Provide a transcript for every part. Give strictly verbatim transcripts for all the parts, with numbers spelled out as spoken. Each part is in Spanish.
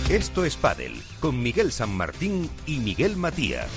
Esto es Pádel, con Miguel San Martín y Miguel Matías.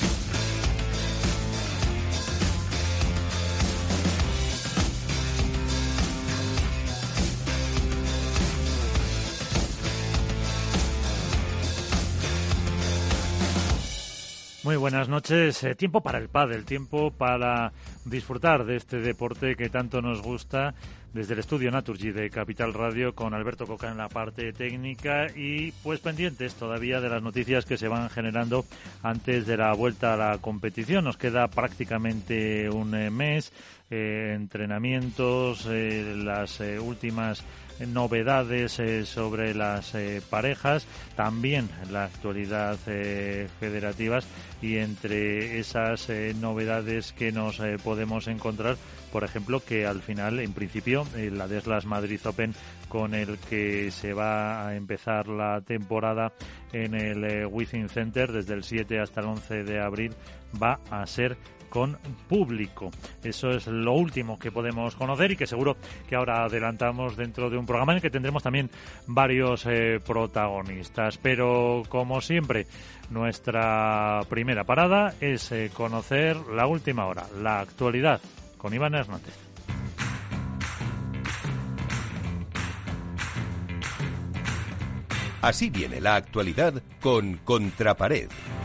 Muy buenas noches. Eh, tiempo para el pádel, tiempo para disfrutar de este deporte que tanto nos gusta, desde el estudio Naturgy de Capital Radio, con Alberto Coca en la parte técnica y pues pendientes todavía de las noticias que se van generando antes de la vuelta a la competición. Nos queda prácticamente un eh, mes, eh, entrenamientos, eh, las eh, últimas novedades eh, sobre las eh, parejas, también la actualidad eh, federativas, y entre esas eh, novedades que nos eh, podemos encontrar, por ejemplo, que al final, en principio, eh, la Deslas Madrid Open, con el que se va a empezar la temporada en el eh, Within Center desde el siete hasta el once de abril, va a ser con público. Eso es lo último que podemos conocer y que seguro que ahora adelantamos dentro de un programa en el que tendremos también varios eh, protagonistas. Pero, como siempre, nuestra primera parada es eh, conocer la última hora, la actualidad, con Iván Hernández. Así viene la actualidad con Contrapared.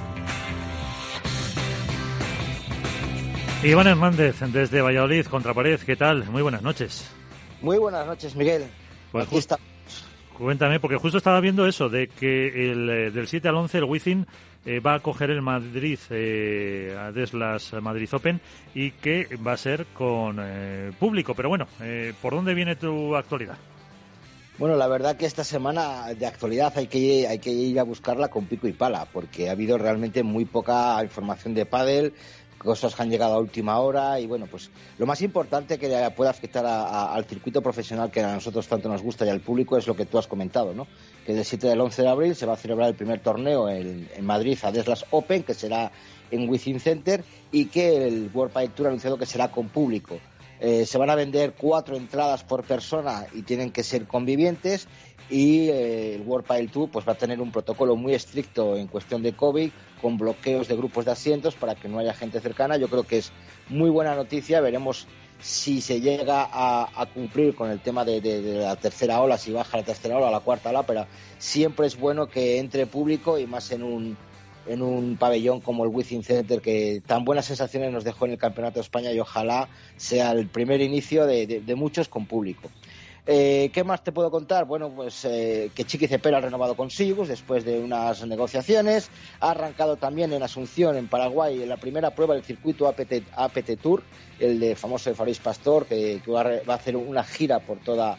Iván Hernández, desde Valladolid, Contrapared, ¿qué tal? Muy buenas noches. Muy buenas noches, Miguel. Pues aquí está. Cuéntame, porque justo estaba viendo eso, de que el, eh, del siete al once el Within eh, va a coger el Madrid, eh, a Deslas Madrid Open, y que va a ser con eh, público. Pero bueno, eh, ¿por dónde viene tu actualidad? Bueno, la verdad que esta semana de actualidad hay que ir, hay que ir a buscarla con pico y pala, porque ha habido realmente muy poca información de pádel, cosas que han llegado a última hora y bueno, pues lo más importante que puede afectar a, a, al circuito profesional que a nosotros tanto nos gusta y al público es lo que tú has comentado, ¿no? Que del siete al once de abril se va a celebrar el primer torneo en, en Madrid, a Deslas Open, que será en Within Center, y que el World Padel Tour ha anunciado que será con público. Eh, se van a vender cuatro entradas por persona y tienen que ser convivientes, y eh, el World Padel Tour pues va a tener un protocolo muy estricto en cuestión de COVID, con bloqueos de grupos de asientos para que no haya gente cercana. Yo creo que es muy buena noticia. Veremos si se llega a, a cumplir con el tema de, de, de la tercera ola, si baja la tercera ola a la cuarta ola, pero siempre es bueno que entre público, y más en un en un pabellón como el Within Center, que tan buenas sensaciones nos dejó en el Campeonato de España, y ojalá sea el primer inicio de, de, de muchos con público. Eh, ¿Qué más te puedo contar? Bueno, pues eh, que Chiqui Cepero ha renovado con Sigus después de unas negociaciones. Ha arrancado también en Asunción, en Paraguay, en la primera prueba del circuito A P T, A P T Tour, el de famoso de Fabrice Pastor, que, que va, a, va a hacer una gira por toda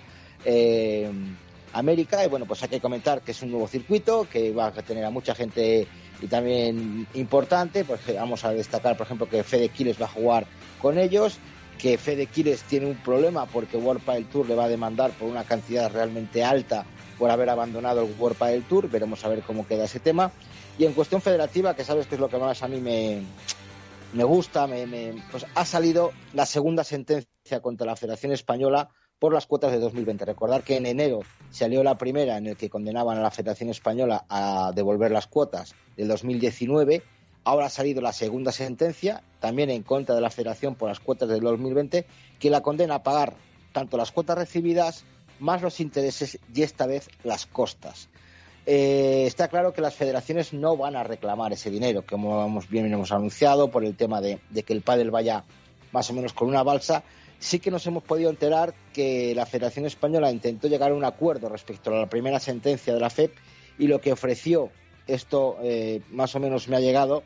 eh, América. Y bueno, pues hay que comentar que es un nuevo circuito, que va a tener a mucha gente y también importante. Pues vamos a destacar, por ejemplo, que Fede Quiles va a jugar con ellos, que Fede Quiles tiene un problema porque World Padel Tour le va a demandar por una cantidad realmente alta por haber abandonado el World Padel Tour. Veremos a ver cómo queda ese tema. Y en cuestión federativa, que sabes que es lo que más a mí me, me gusta, me, me, pues ha salido la segunda sentencia contra la Federación Española por las cuotas de dos mil veinte. Recordar que en enero salió la primera, en el que condenaban a la Federación Española a devolver las cuotas del dos mil diecinueve. Ahora ha salido la segunda sentencia, también en contra de la Federación por las cuotas del dos mil veinte, que la condena a pagar tanto las cuotas recibidas más los intereses, y esta vez las costas. Eh, está claro que las federaciones no van a reclamar ese dinero, como hemos, bien hemos anunciado, por el tema de, de que el pádel vaya más o menos con una balsa. Sí que nos hemos podido enterar que la Federación Española intentó llegar a un acuerdo respecto a la primera sentencia de la F E P, y lo que ofreció, esto eh, más o menos me ha llegado,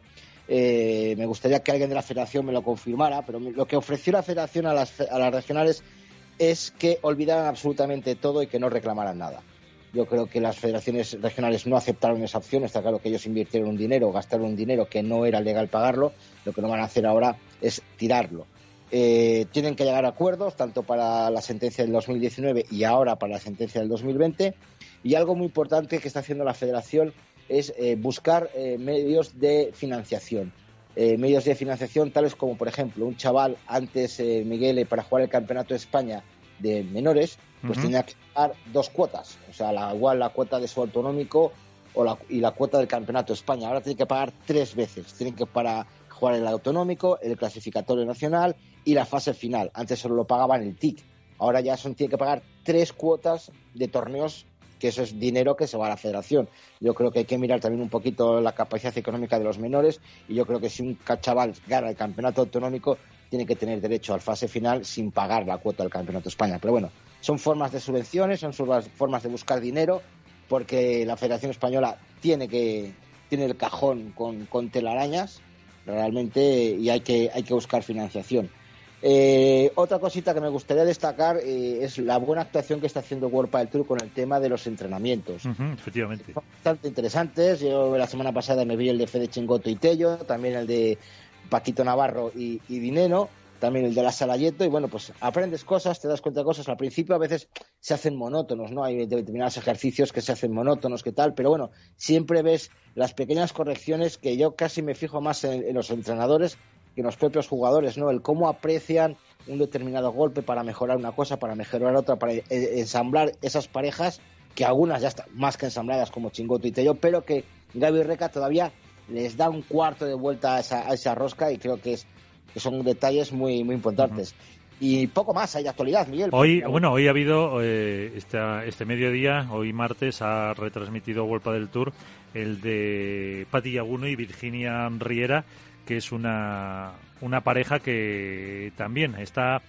eh, me gustaría que alguien de la Federación me lo confirmara, pero lo que ofreció la Federación a las, a las regionales es que olvidaran absolutamente todo y que no reclamaran nada. Yo creo que las federaciones regionales no aceptaron esa opción. Está claro que ellos invirtieron un dinero, gastaron un dinero que no era legal pagarlo. Lo que no van a hacer ahora es tirarlo. Eh, tienen que llegar a acuerdos, tanto para la sentencia del dos mil diecinueve y ahora para la sentencia del dos mil veinte. Y algo muy importante que está haciendo la Federación es eh, buscar eh, medios de financiación. Eh, medios de financiación tales como, por ejemplo, un chaval antes, eh, Miguel, eh, para jugar el Campeonato de España de menores, pues uh-huh. tenía que pagar dos cuotas. O sea, la, igual la cuota de su autonómico o la, y la cuota del Campeonato de España. Ahora tiene que pagar tres veces. Tienen que para jugar el autonómico, el clasificatorio nacional y la fase final. Antes solo lo pagaban el T I C. Ahora ya son, tiene que pagar tres cuotas de torneos, que eso es dinero que se va a la federación. Yo creo que hay que mirar también un poquito la capacidad económica de los menores, y yo creo que si un chaval gana el campeonato autonómico, tiene que tener derecho al fase final sin pagar la cuota del Campeonato de España. Pero bueno, son formas de subvenciones, son formas de buscar dinero, porque la Federación Española tiene que tiene el cajón con, con telarañas, realmente, y hay que, hay que buscar financiación. Eh, otra cosita que me gustaría destacar eh, es la buena actuación que está haciendo World Padel Tour con el tema de los entrenamientos. Uh-huh, efectivamente. Son bastante interesantes. Yo la semana pasada me vi el de Fede Chingoto y Tello, también el de Paquito Navarro y, y Dineno, también el de la Salayeto, y bueno, pues aprendes cosas, te das cuenta de cosas. Al principio a veces se hacen monótonos, ¿no? Hay determinados ejercicios que se hacen monótonos, que tal, pero bueno, siempre ves las pequeñas correcciones, que yo casi me fijo más en, en los entrenadores que en los propios jugadores, ¿no? El cómo aprecian un determinado golpe para mejorar una cosa, para mejorar otra, para ensamblar esas parejas, que algunas ya están más que ensambladas, como Chingoto y Tello, pero que Gaby Reca todavía les da un cuarto de vuelta a esa, a esa rosca, y creo que es que son detalles muy muy importantes. Uh-huh. Y poco más hay de actualidad, Miguel. Hoy, bueno, hoy ha habido eh, esta, este mediodía, hoy martes, ha retransmitido World Padel Tour el de Patti Llaguno y Virginia Riera, que es una una pareja que también está,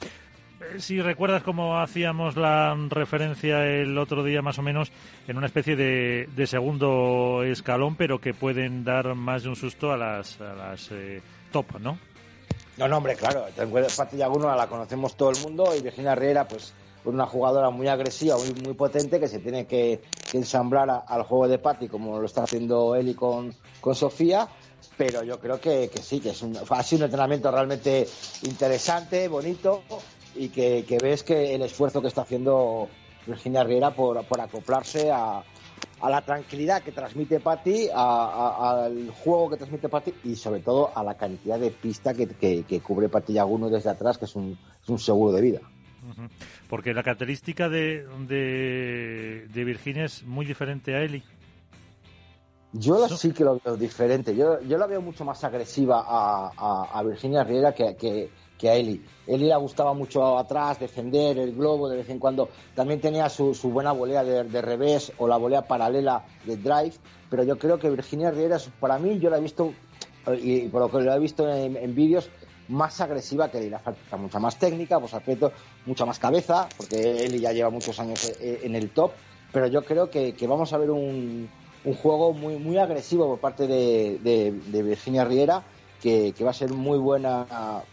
si recuerdas cómo hacíamos la referencia el otro día más o menos, en una especie de, de segundo escalón, pero que pueden dar más de un susto a las, a las eh, top, ¿no? No, no, hombre, claro. Patti Llaguno la conocemos todo el mundo, y Virginia Riera, pues una jugadora muy agresiva, muy, muy potente, que se tiene que, que ensamblar a, al juego de Patti, como lo está haciendo Eli con, con Sofía. Pero yo creo que, que sí, que es un, ha sido un entrenamiento realmente interesante, bonito, y que, que ves que el esfuerzo que está haciendo Virginia Riera por, por acoplarse a, a la tranquilidad que transmite Patti, al juego que transmite Patti, y sobre todo a la cantidad de pista que, que, que cubre Patti Llaguno desde atrás, que es un, es un seguro de vida. Uh-huh. Porque la característica de, de, de Virginia es muy diferente a Eli. Yo so... sí que lo veo diferente. Yo, yo la veo mucho más agresiva a, a, a Virginia Riera que, que, que a Eli. Eli le gustaba mucho atrás, defender el globo de vez en cuando. También tenía su, su buena volea de, de revés, o la volea paralela de drive. Pero yo creo que Virginia Riera, para mí, yo la he visto, y por lo que lo he visto en, en vídeos, más agresiva que Eli. Le falta mucha más técnica, pues aspecto, mucha más cabeza, porque Eli ya lleva muchos años en el top. Pero yo creo que, que vamos a ver un... un juego muy muy agresivo por parte de, de, de Virginia Riera, que, que va a ser muy buena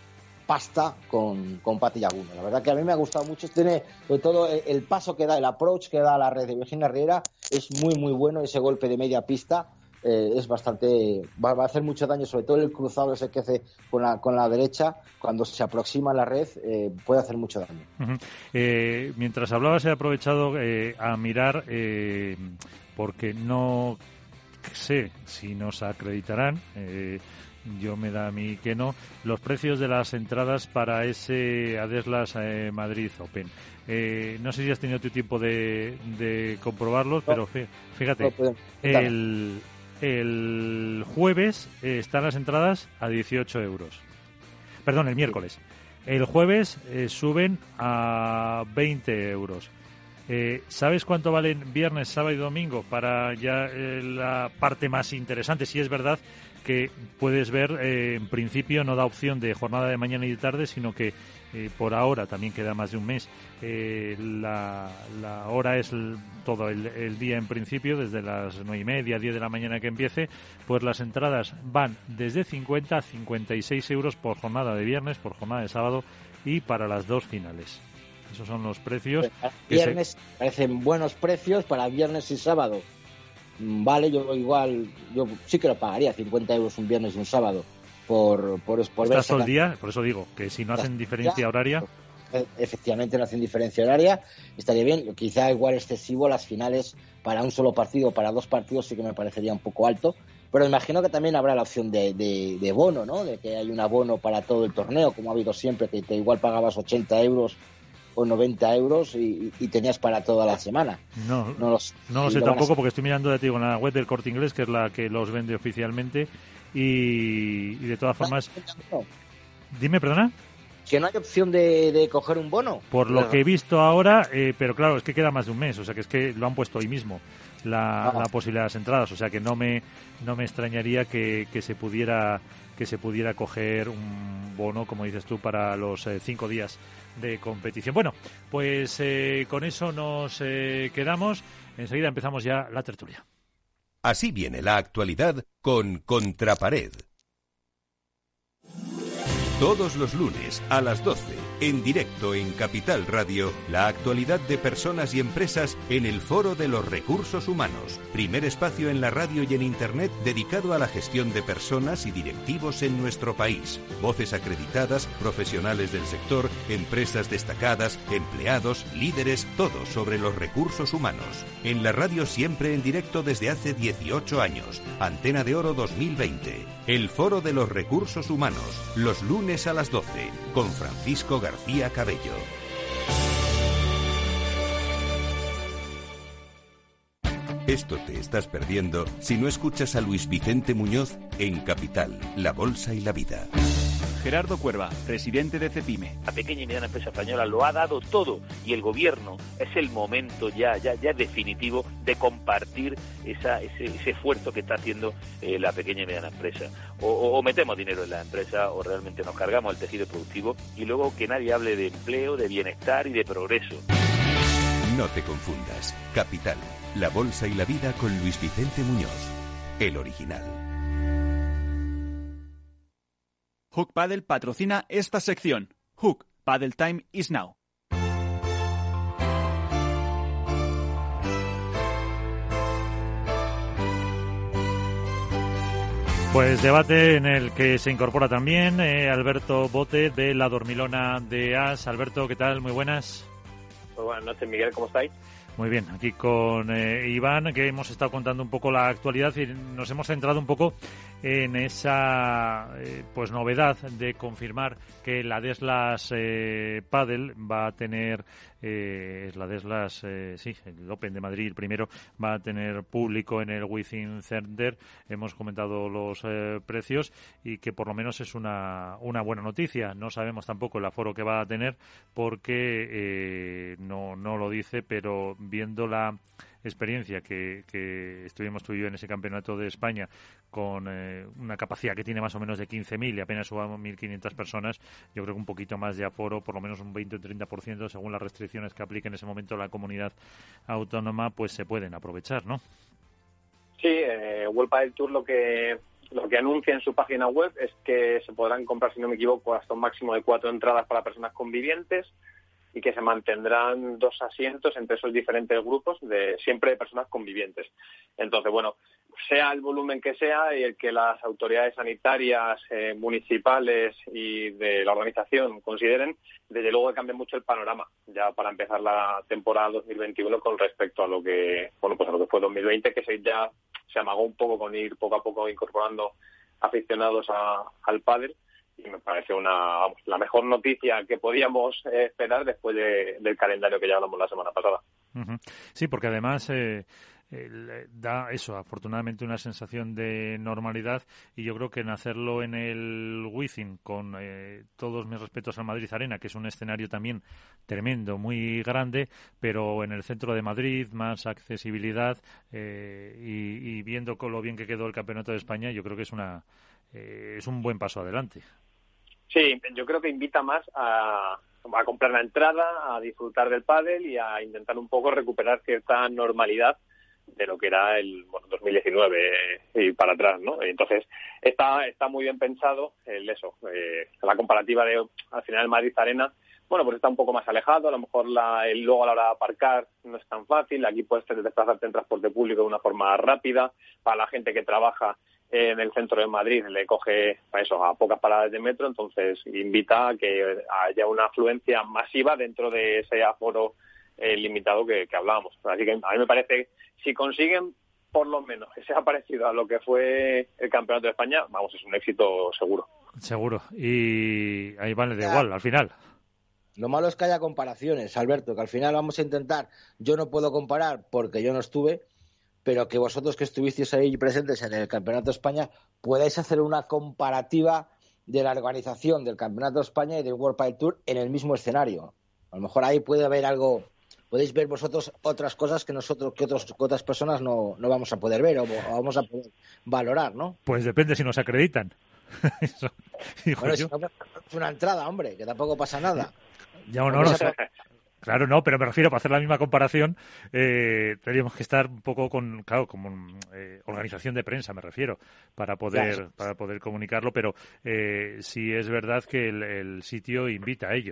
pasta con, con Patti Llaguno. La verdad que a mí me ha gustado mucho. Tiene, sobre todo, el, el paso que da, el approach que da a la red de Virginia Riera es muy muy bueno. Ese golpe de media pista eh, es bastante, va, va a hacer mucho daño, sobre todo el cruzado ese que hace con la, con la derecha, cuando se aproxima a la red, eh, puede hacer mucho daño. Uh-huh. Eh, mientras hablabas, he aprovechado eh, a mirar, eh, porque no sé si nos acreditarán, eh, yo me da a mí que no, los precios de las entradas para ese Adeslas eh, Madrid Open. Eh, no sé si has tenido tu tiempo de, de comprobarlos, no, pero fíjate, no el, el jueves eh, están las entradas a dieciocho euros. Perdón, el miércoles. El jueves eh, suben a veinte euros. Eh, ¿Sabes cuánto valen viernes, sábado y domingo? Para ya eh, la parte más interesante, si es verdad que puedes ver, eh, en principio no da opción de jornada de mañana y de tarde, sino que eh, por ahora, también queda más de un mes, eh, la, la hora es el, todo el, el día en principio, desde las nueve y media, diez de la mañana que empiece, pues las entradas van desde cincuenta a cincuenta y seis euros por jornada de viernes, por jornada de sábado y para las dos finales. Esos son los precios. Pues viernes se... parecen buenos precios para viernes y sábado. Vale, yo igual, yo sí que lo pagaría, cincuenta euros un viernes y un sábado por por, por ver todo el día, por eso digo que si no hacen diferencia ya, horaria, efectivamente no hacen diferencia horaria, estaría bien. Quizá igual excesivo las finales para un solo partido, para dos partidos sí que me parecería un poco alto, pero imagino que también habrá la opción de, de, de bono, ¿no? De que hay un abono para todo el torneo, como ha habido siempre, que te igual pagabas ochenta euros o noventa euros y, y tenías para toda la semana. No, no, los, no lo sé lo tampoco a... porque estoy mirando, ya te digo, en la web del Corte Inglés, que es la que los vende oficialmente, y, y de todas formas... No. Dime, perdona. Que no hay opción de, de coger un bono. Por lo que he visto ahora, eh, pero claro, es que queda más de un mes, o sea que es que lo han puesto hoy mismo, la, ah. la posibilidad de las entradas, o sea que no me no me extrañaría que, que se pudiera que se pudiera coger un bono, como dices tú, para los eh, cinco días de competición. Bueno, pues eh, con eso nos eh, quedamos. Enseguida empezamos ya la tertulia. Así viene la actualidad con Contrapared. Todos los lunes a las doce, en directo en Capital Radio, la actualidad de personas y empresas en el Foro de los Recursos Humanos. Primer espacio en la radio y en Internet dedicado a la gestión de personas y directivos en nuestro país. Voces acreditadas, profesionales del sector, empresas destacadas, empleados, líderes, todo sobre los recursos humanos. En la radio siempre en directo desde hace dieciocho años. Antena de Oro dos mil veinte. El Foro de los Recursos Humanos. Los lunes a las doce, con Francisco García Cabello. Esto te estás perdiendo si no escuchas a Luis Vicente Muñoz en Capital, La Bolsa y la Vida. Gerardo Cuerva, presidente de CEPIME. La pequeña y mediana empresa española lo ha dado todo y el gobierno es el momento ya ya ya definitivo de compartir esa, ese, ese esfuerzo que está haciendo eh, la pequeña y mediana empresa. O, o, o metemos dinero en la empresa o realmente nos cargamos el tejido productivo y luego que nadie hable de empleo, de bienestar y de progreso. No te confundas. Capital, La Bolsa y la Vida con Luis Vicente Muñoz, el original. Hook Paddle patrocina esta sección. Hook Paddle Time is now. Pues debate en el que se incorpora también eh, Alberto Bote de La Dormilona de As. Alberto, ¿qué tal? Muy buenas. Pues buenas noches, Miguel, ¿cómo estáis? Muy bien, aquí con eh, Iván, que hemos estado contando un poco la actualidad y nos hemos centrado un poco en esa eh, pues novedad de confirmar que la Deslas eh, Padel va a tener eh, la Deslas eh, sí, el Open de Madrid, el primero, va a tener público en el Within Center. Hemos comentado los eh, precios y que por lo menos es una una buena noticia. No sabemos tampoco el aforo que va a tener porque eh, no no lo dice, pero viendo la experiencia que, que estuvimos tú y yo en ese campeonato de España con eh, una capacidad que tiene más o menos de quince mil y apenas subamos mil quinientas personas, yo creo que un poquito más de aforo, por lo menos un veinte o treinta por ciento según las restricciones que aplique en ese momento la comunidad autónoma, pues se pueden aprovechar, ¿no? Sí, eh, World Padel Tour lo que lo que anuncia en su página web es que se podrán comprar, si no me equivoco, hasta un máximo de cuatro entradas para personas convivientes y que se mantendrán dos asientos entre esos diferentes grupos, de siempre de personas convivientes. Entonces, bueno, sea el volumen que sea y el que las autoridades sanitarias, eh, municipales y de la organización consideren, desde luego que cambia mucho el panorama ya para empezar la temporada dos mil veintiuno con respecto a lo que bueno pues a lo que fue dos mil veinte, que se ya se amagó un poco con ir poco a poco incorporando aficionados a, al pádel. Y me parece una vamos, la mejor noticia que podíamos eh, esperar después de, del calendario que ya hablamos la semana pasada. Uh-huh. Sí, porque además eh, eh, da eso, afortunadamente, una sensación de normalidad y yo creo que en hacerlo en el Within, con eh, todos mis respetos al Madrid Arena, que es un escenario también tremendo, muy grande, pero en el centro de Madrid, más accesibilidad eh, y, y viendo con lo bien que quedó el Campeonato de España, yo creo que es una eh, es un buen paso adelante. Sí, yo creo que invita más a, a comprar la entrada, a disfrutar del pádel y a intentar un poco recuperar cierta normalidad de lo que era el bueno, dos mil diecinueve y para atrás, ¿no? Entonces está está muy bien pensado el eso, eh, la comparativa de al final el Madrid Arena, bueno, pues está un poco más alejado, a lo mejor la, el, luego a la hora de aparcar no es tan fácil, aquí puedes desplazarte en transporte público de una forma rápida, para la gente que trabaja en el centro de Madrid le coge para eso a pocas paradas de metro, entonces invita a que haya una afluencia masiva dentro de ese aforo eh, limitado que, que hablábamos. Así que a mí me parece, si consiguen por lo menos que sea parecido a lo que fue el Campeonato de España, vamos, es un éxito seguro. Seguro, y ahí vale de igual al final. Lo malo es que haya comparaciones, Alberto, que al final vamos a intentar, yo no puedo comparar porque yo no estuve, pero que vosotros que estuvisteis ahí presentes en el Campeonato de España podáis hacer una comparativa de la organización del Campeonato de España y del World Padel Tour en el mismo escenario. A lo mejor ahí puede haber algo, podéis ver vosotros otras cosas que nosotros, que, otros, que otras personas no, no vamos a poder ver o, o vamos a poder valorar, ¿no? Pues depende si nos acreditan. Eso, bueno, si no, es una entrada, hombre, que tampoco pasa nada. Ya o no, no sé. Claro, no, pero me refiero, para hacer la misma comparación, eh, tendríamos que estar un poco con, claro, como eh, organización de prensa, me refiero, para poder claro. para poder comunicarlo, pero eh, sí es verdad que el, el sitio invita a ello.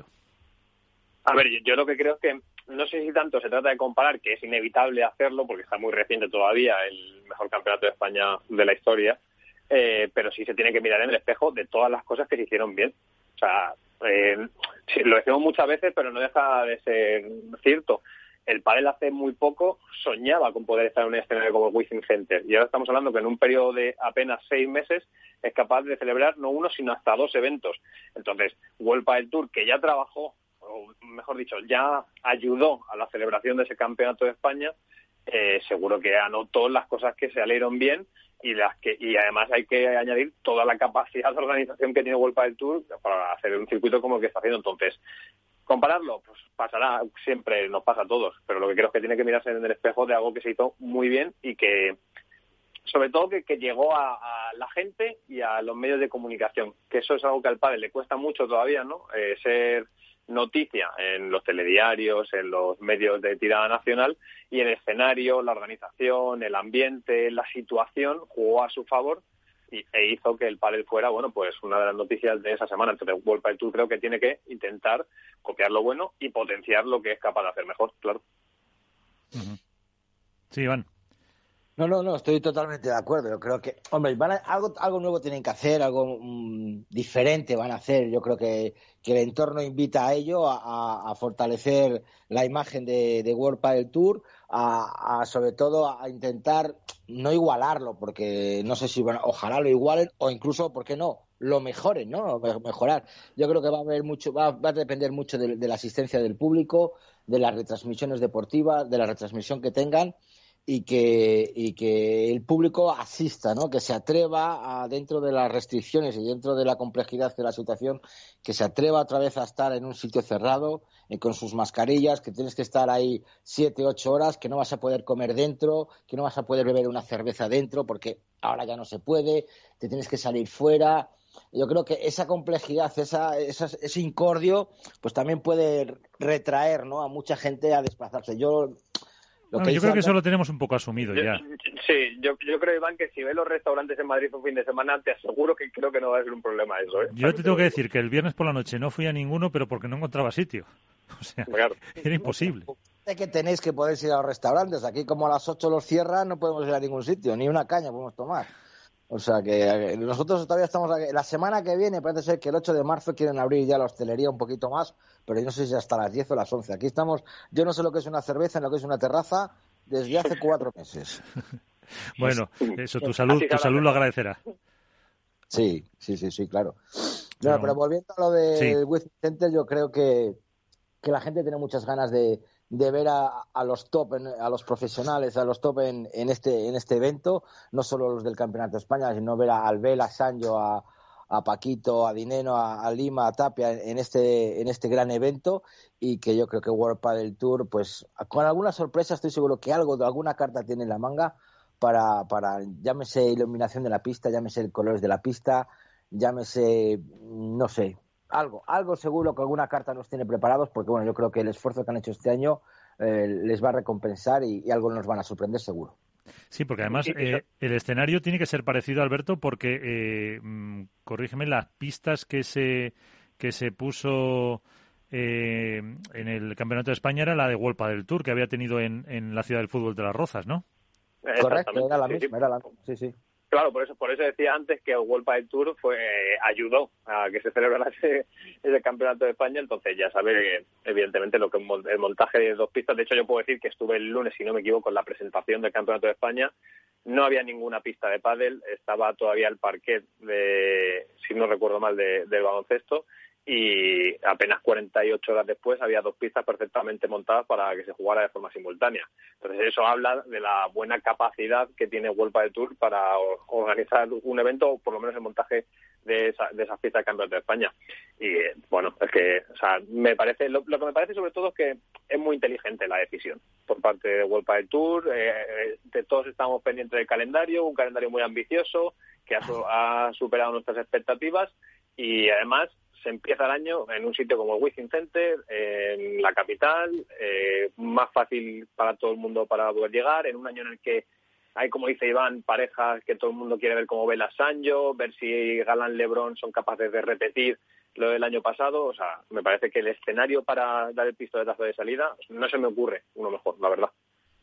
A ver, yo, yo lo que creo es que, no sé si tanto se trata de comparar, que es inevitable hacerlo, porque está muy reciente todavía el mejor campeonato de España de la historia, eh, pero sí se tiene que mirar en el espejo de todas las cosas que se hicieron bien. O sea, eh, sí, lo decimos muchas veces, pero no deja de ser cierto. El pádel hace muy poco soñaba con poder estar en un escenario como el Withing Center, y ahora estamos hablando que en un periodo de apenas seis meses es capaz de celebrar no uno sino hasta dos eventos. Entonces, World Padel Tour, que ya trabajó, o mejor dicho, ya ayudó a la celebración de ese campeonato de España, eh, seguro que anotó las cosas que se salieron bien y las que y además hay que añadir toda la capacidad de organización que tiene World Padel Tour para hacer un circuito como el que está haciendo. Entonces, compararlo, pues pasará, siempre nos pasa a todos, pero lo que creo es que tiene que mirarse en el espejo de algo que se hizo muy bien y que, sobre todo, que, que llegó a, a la gente y a los medios de comunicación, que eso es algo que al pádel le cuesta mucho todavía, ¿no? Eh, ser noticia en los telediarios, en los medios de tirada nacional, y el escenario, la organización, el ambiente, la situación jugó a su favor y, e hizo que el pádel fuera, bueno, pues una de las noticias de esa semana. Entonces, World Padel Tour creo que tiene que intentar copiar lo bueno y potenciar lo que es capaz de hacer mejor, claro. Uh-huh. Sí, Iván. No, no, no, estoy totalmente de acuerdo. Yo creo que, hombre, van a, algo, algo nuevo tienen que hacer, algo mmm, diferente van a hacer. Yo creo que, que el entorno invita a ello, a, a, a fortalecer la imagen de, de World Padel Tour, a, a sobre todo a intentar no igualarlo, porque no sé si, bueno, ojalá lo igualen o incluso, ¿por qué no?, lo mejoren, ¿no? Mejorar. Yo creo que va a haber mucho, va, va a depender mucho de, de la asistencia del público, de las retransmisiones deportivas, de la retransmisión que tengan. Y que, y que el público asista, ¿no? Que se atreva a, dentro de las restricciones y dentro de la complejidad de la situación, que se atreva otra vez a estar en un sitio cerrado, eh, con sus mascarillas, que tienes que estar ahí siete, ocho horas, que no vas a poder comer dentro, que no vas a poder beber una cerveza dentro, porque ahora ya no se puede, te tienes que salir fuera. Yo creo que esa complejidad, esa, esa, ese incordio, pues también puede retraer, ¿no?, a mucha gente a desplazarse. Yo... Bueno, yo creo que eso lo tenemos un poco asumido yo, ya. Sí, yo, yo creo, Iván, que si ves los restaurantes en Madrid un fin de semana, te aseguro que creo que no va a ser un problema eso, ¿eh? Yo te tengo que decir que el viernes por la noche no fui a ninguno, pero porque no encontraba sitio. O sea, claro, era imposible. Es que tenéis que poder ir a los restaurantes. Aquí, como a las ocho los cierran, no podemos ir a ningún sitio, ni una caña podemos tomar. O sea que nosotros todavía estamos aquí. La semana que viene parece ser que el ocho de marzo quieren abrir ya la hostelería un poquito más, pero yo no sé si hasta las diez o las once. Aquí estamos, yo no sé lo que es una cerveza, ni lo que es una terraza, desde hace cuatro meses. Bueno, eso, tu salud, tu salud lo agradecerá. Sí, sí, sí, sí, claro. No, bueno, pero volviendo a lo del sí. Withing Center, yo creo que, que la gente tiene muchas ganas de, de ver a, a los top, a los profesionales, a los top en, en este en este evento, no solo los del Campeonato de España, sino ver a Albel, a Sancho, a, a Paquito, a Dineno, a, a Lima, a Tapia en este en este gran evento, y que yo creo que World Padel Tour, pues con alguna sorpresa, estoy seguro que algo, de alguna carta tiene en la manga para, para llámese iluminación de la pista, llámese colores de la pista, llámese, no sé, algo, algo seguro que alguna carta nos tiene preparados, porque bueno, yo creo que el esfuerzo que han hecho este año eh, les va a recompensar y, y algo nos van a sorprender seguro. Sí, porque además eh, el escenario tiene que ser parecido, Alberto, porque, eh, corrígeme, las pistas que se que se puso eh, en el Campeonato de España era la de World Padel Tour, que había tenido en, en la Ciudad del Fútbol de las Rozas, ¿no? Correcto, era la misma, era la misma, sí, sí. Claro, por eso por eso decía antes que el World Padel Tour fue, eh, ayudó a que se celebrara ese, ese campeonato de España. Entonces ya sabe que, evidentemente, lo que el montaje de dos pistas. De hecho, yo puedo decir que estuve el lunes, si no me equivoco, en la presentación del campeonato de España. No había ninguna pista de pádel, estaba todavía el parquet de, si no recuerdo mal, de, del baloncesto, y apenas cuarenta y ocho horas después había dos pistas perfectamente montadas para que se jugara de forma simultánea. Entonces eso habla de la buena capacidad que tiene World Padel Tour para organizar un evento, o por lo menos el montaje de, esa, de esas pistas de Campeonato de España. Y bueno, es que, o sea, me parece, lo, lo que me parece sobre todo es que es muy inteligente la decisión por parte de World Padel Tour. Eh, de todos estamos pendientes del calendario, un calendario muy ambicioso que ha, ha superado nuestras expectativas, y además se empieza el año en un sitio como el Withing Center, en la capital, eh, más fácil para todo el mundo para poder llegar, en un año en el que hay, como dice Iván, parejas que todo el mundo quiere ver como Vela Sancho, ver si Galán Lebrón son capaces de repetir lo del año pasado. O sea, me parece que el escenario para dar el pistoletazo de salida no se me ocurre uno mejor, la verdad.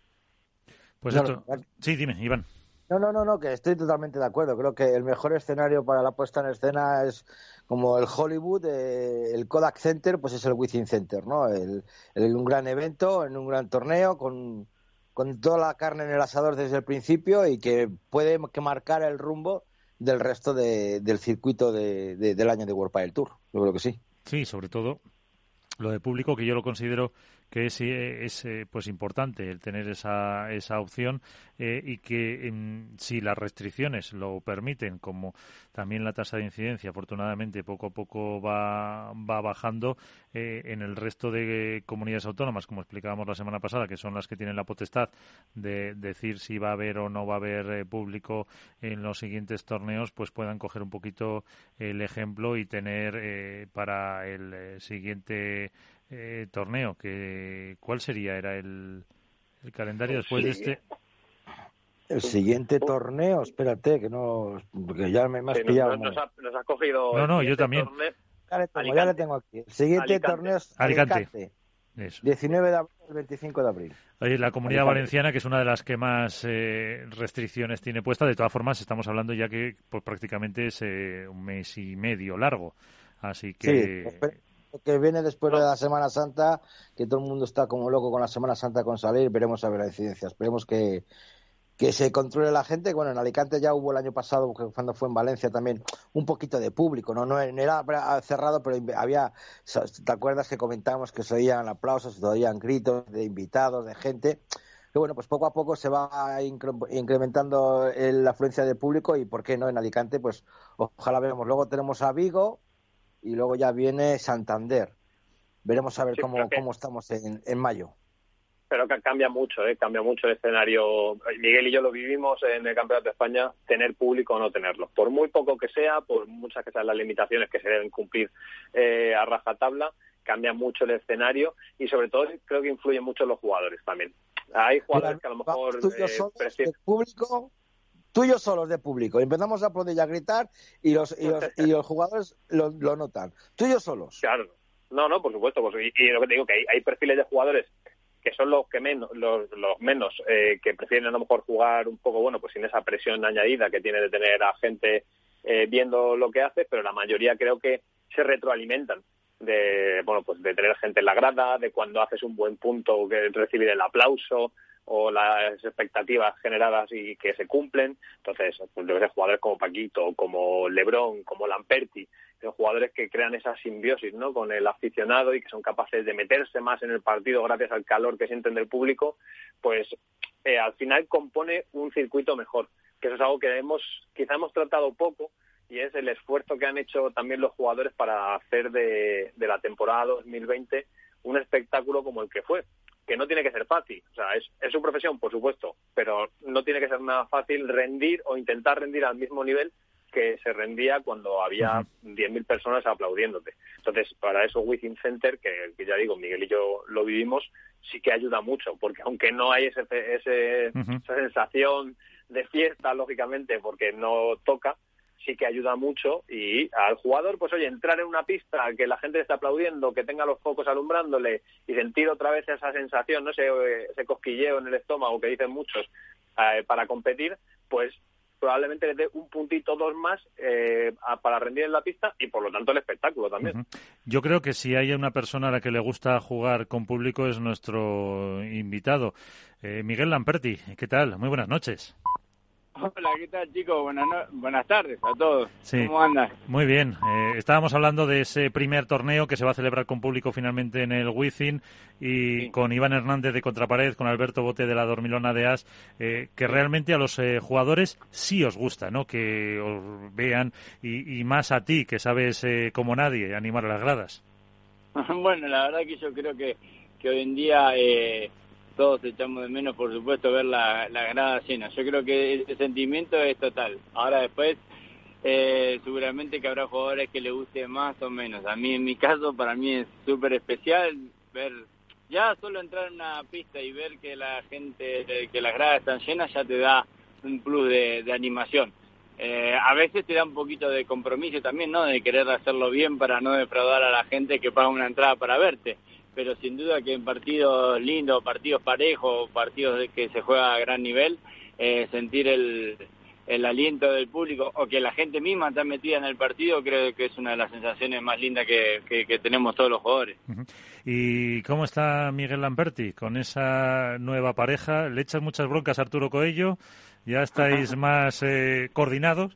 Pues esto... Sí, dime, Iván. No, no, no, no, que estoy totalmente de acuerdo. Creo que el mejor escenario para la puesta en escena es como el Hollywood, eh, el Kodak Center, pues es el Withing Center, ¿no? El, el, un gran evento, en un gran torneo, con, con toda la carne en el asador desde el principio, y que puede que marcar el rumbo del resto de, del circuito de, de, del año de World Padel Tour. Yo creo que sí. Sí, sobre todo lo de público, que yo lo considero que es, es eh, pues importante el tener esa esa opción, eh, y que en, si las restricciones lo permiten, como también la tasa de incidencia afortunadamente poco a poco va va bajando, eh, en el resto de comunidades autónomas, como explicábamos la semana pasada, que son las que tienen la potestad de decir si va a haber o no va a haber eh, público en los siguientes torneos, pues puedan coger un poquito el ejemplo y tener eh, para el eh, siguiente Eh, torneo, que ¿cuál sería? ¿Era el, el calendario después sí. de este? El siguiente torneo, espérate, que no, porque ya me, me has sí, pillado. Nos, nos, ha, nos ha cogido. No, no, yo también. Torneo, ya, le tengo, ya le tengo aquí. El siguiente Alicante. torneo es Alicante. Alicante. Eso. diecinueve de abril al veinticinco de abril. Oye, la Comunidad Alicante. Valenciana, que es una de las que más eh, restricciones tiene puesta, de todas formas estamos hablando ya que pues, prácticamente es eh, un mes y medio largo, así que... Sí, pues, que viene después de la Semana Santa, que todo el mundo está como loco con la Semana Santa con salir, veremos a ver la incidencia. Esperemos que, que se controle la gente. Bueno, en Alicante ya hubo el año pasado, cuando fue en Valencia también, un poquito de público, no no era cerrado, pero había, ¿te acuerdas que comentábamos que se oían aplausos, se oían gritos de invitados, de gente? Que bueno, pues poco a poco se va incrementando la afluencia de público, y por qué no en Alicante, pues ojalá veamos. Luego tenemos a Vigo, y luego ya viene Santander. Veremos a ver sí, cómo, que, cómo estamos en, en mayo. Pero que cambia mucho, ¿eh? Cambia mucho el escenario. Miguel y yo lo vivimos en el Campeonato de España, tener público o no tenerlo. Por muy poco que sea, por muchas que sean las limitaciones que se deben cumplir eh, a rajatabla, cambia mucho el escenario, y sobre todo creo que influyen mucho los jugadores también. Hay jugadores que a lo mejor... Eh, prefieren... público... Tú y yo solos de público, empezamos a aplaudir y a gritar, y los y los, y los jugadores lo, lo notan. Tú y yo solos. Claro, no, no, por supuesto. Pues, y, y lo que te digo, que hay, hay perfiles de jugadores que son los que menos, los, los menos, eh, que prefieren a lo mejor jugar un poco, bueno, pues sin esa presión añadida que tiene de tener a gente eh, viendo lo que hace, pero la mayoría creo que se retroalimentan de, bueno, pues de tener gente en la grada, de cuando haces un buen punto, que recibir el aplauso, o las expectativas generadas y que se cumplen. Entonces, pues debe ser jugadores como Paquito, como Lebrón, como Lamperti, son jugadores que crean esa simbiosis, ¿no?, con el aficionado, y que son capaces de meterse más en el partido gracias al calor que sienten del público. Pues eh, al final compone un circuito mejor, que eso es algo que hemos quizá hemos tratado poco, y es el esfuerzo que han hecho también los jugadores para hacer de, de la temporada dos mil veinte un espectáculo como el que fue, que no tiene que ser fácil. O sea, es, es su profesión, por supuesto, pero no tiene que ser nada fácil rendir o intentar rendir al mismo nivel que se rendía cuando había uh-huh. diez mil personas aplaudiéndote. Entonces, para eso Withing Center, que, que ya digo, Miguel y yo lo vivimos, sí que ayuda mucho, porque aunque no hay ese, ese uh-huh. esa sensación de fiesta, lógicamente, porque no toca, sí que ayuda mucho, y al jugador, pues oye, entrar en una pista, que la gente esté aplaudiendo, que tenga los focos alumbrándole, y sentir otra vez esa sensación, no ese, ese cosquilleo en el estómago que dicen muchos, eh, para competir, pues probablemente le dé un puntito dos más eh, a, para rendir en la pista, y por lo tanto el espectáculo también. Uh-huh. Yo creo que si hay una persona a la que le gusta jugar con público es nuestro invitado, eh, Miguel Lamperti. ¿Qué tal? Muy buenas noches. Hola, ¿qué tal, chicos? Buenas, no... Buenas tardes a todos. Sí. ¿Cómo andan? Muy bien. Eh, estábamos hablando de ese primer torneo que se va a celebrar con público finalmente en el Wizzing y Sí. con Iván Hernández de Contrapared, con Alberto Bote de la Dormilona de As, eh, que realmente a los eh, jugadores sí os gusta, ¿no? Que os vean y, y más a ti, que sabes eh, como nadie animar a las gradas. Bueno, la verdad que yo creo que, que hoy en día eh, todos echamos de menos, por supuesto, ver la, la grada llena. Yo creo que ese sentimiento es total. Ahora después, eh, seguramente que habrá jugadores que les guste más o menos. A mí, en mi caso, para mí es súper especial ver, ya solo entrar en una pista y ver que la gente, que las gradas están llenas, ya te da un plus de, de animación. Eh, a veces te da un poquito de compromiso también, ¿no? De querer hacerlo bien para no defraudar a la gente que paga una entrada para verte. Pero sin duda que en partidos lindos, partidos parejos, partidos de que se juega a gran nivel, eh, sentir el, el aliento del público o que la gente misma está metida en el partido, creo que es una de las sensaciones más lindas que, que, que tenemos todos los jugadores. Uh-huh. ¿Y cómo está Miguel Lamperti con esa nueva pareja? ¿Le echas muchas broncas a Arturo Coello? ¿Ya estáis más eh, coordinados?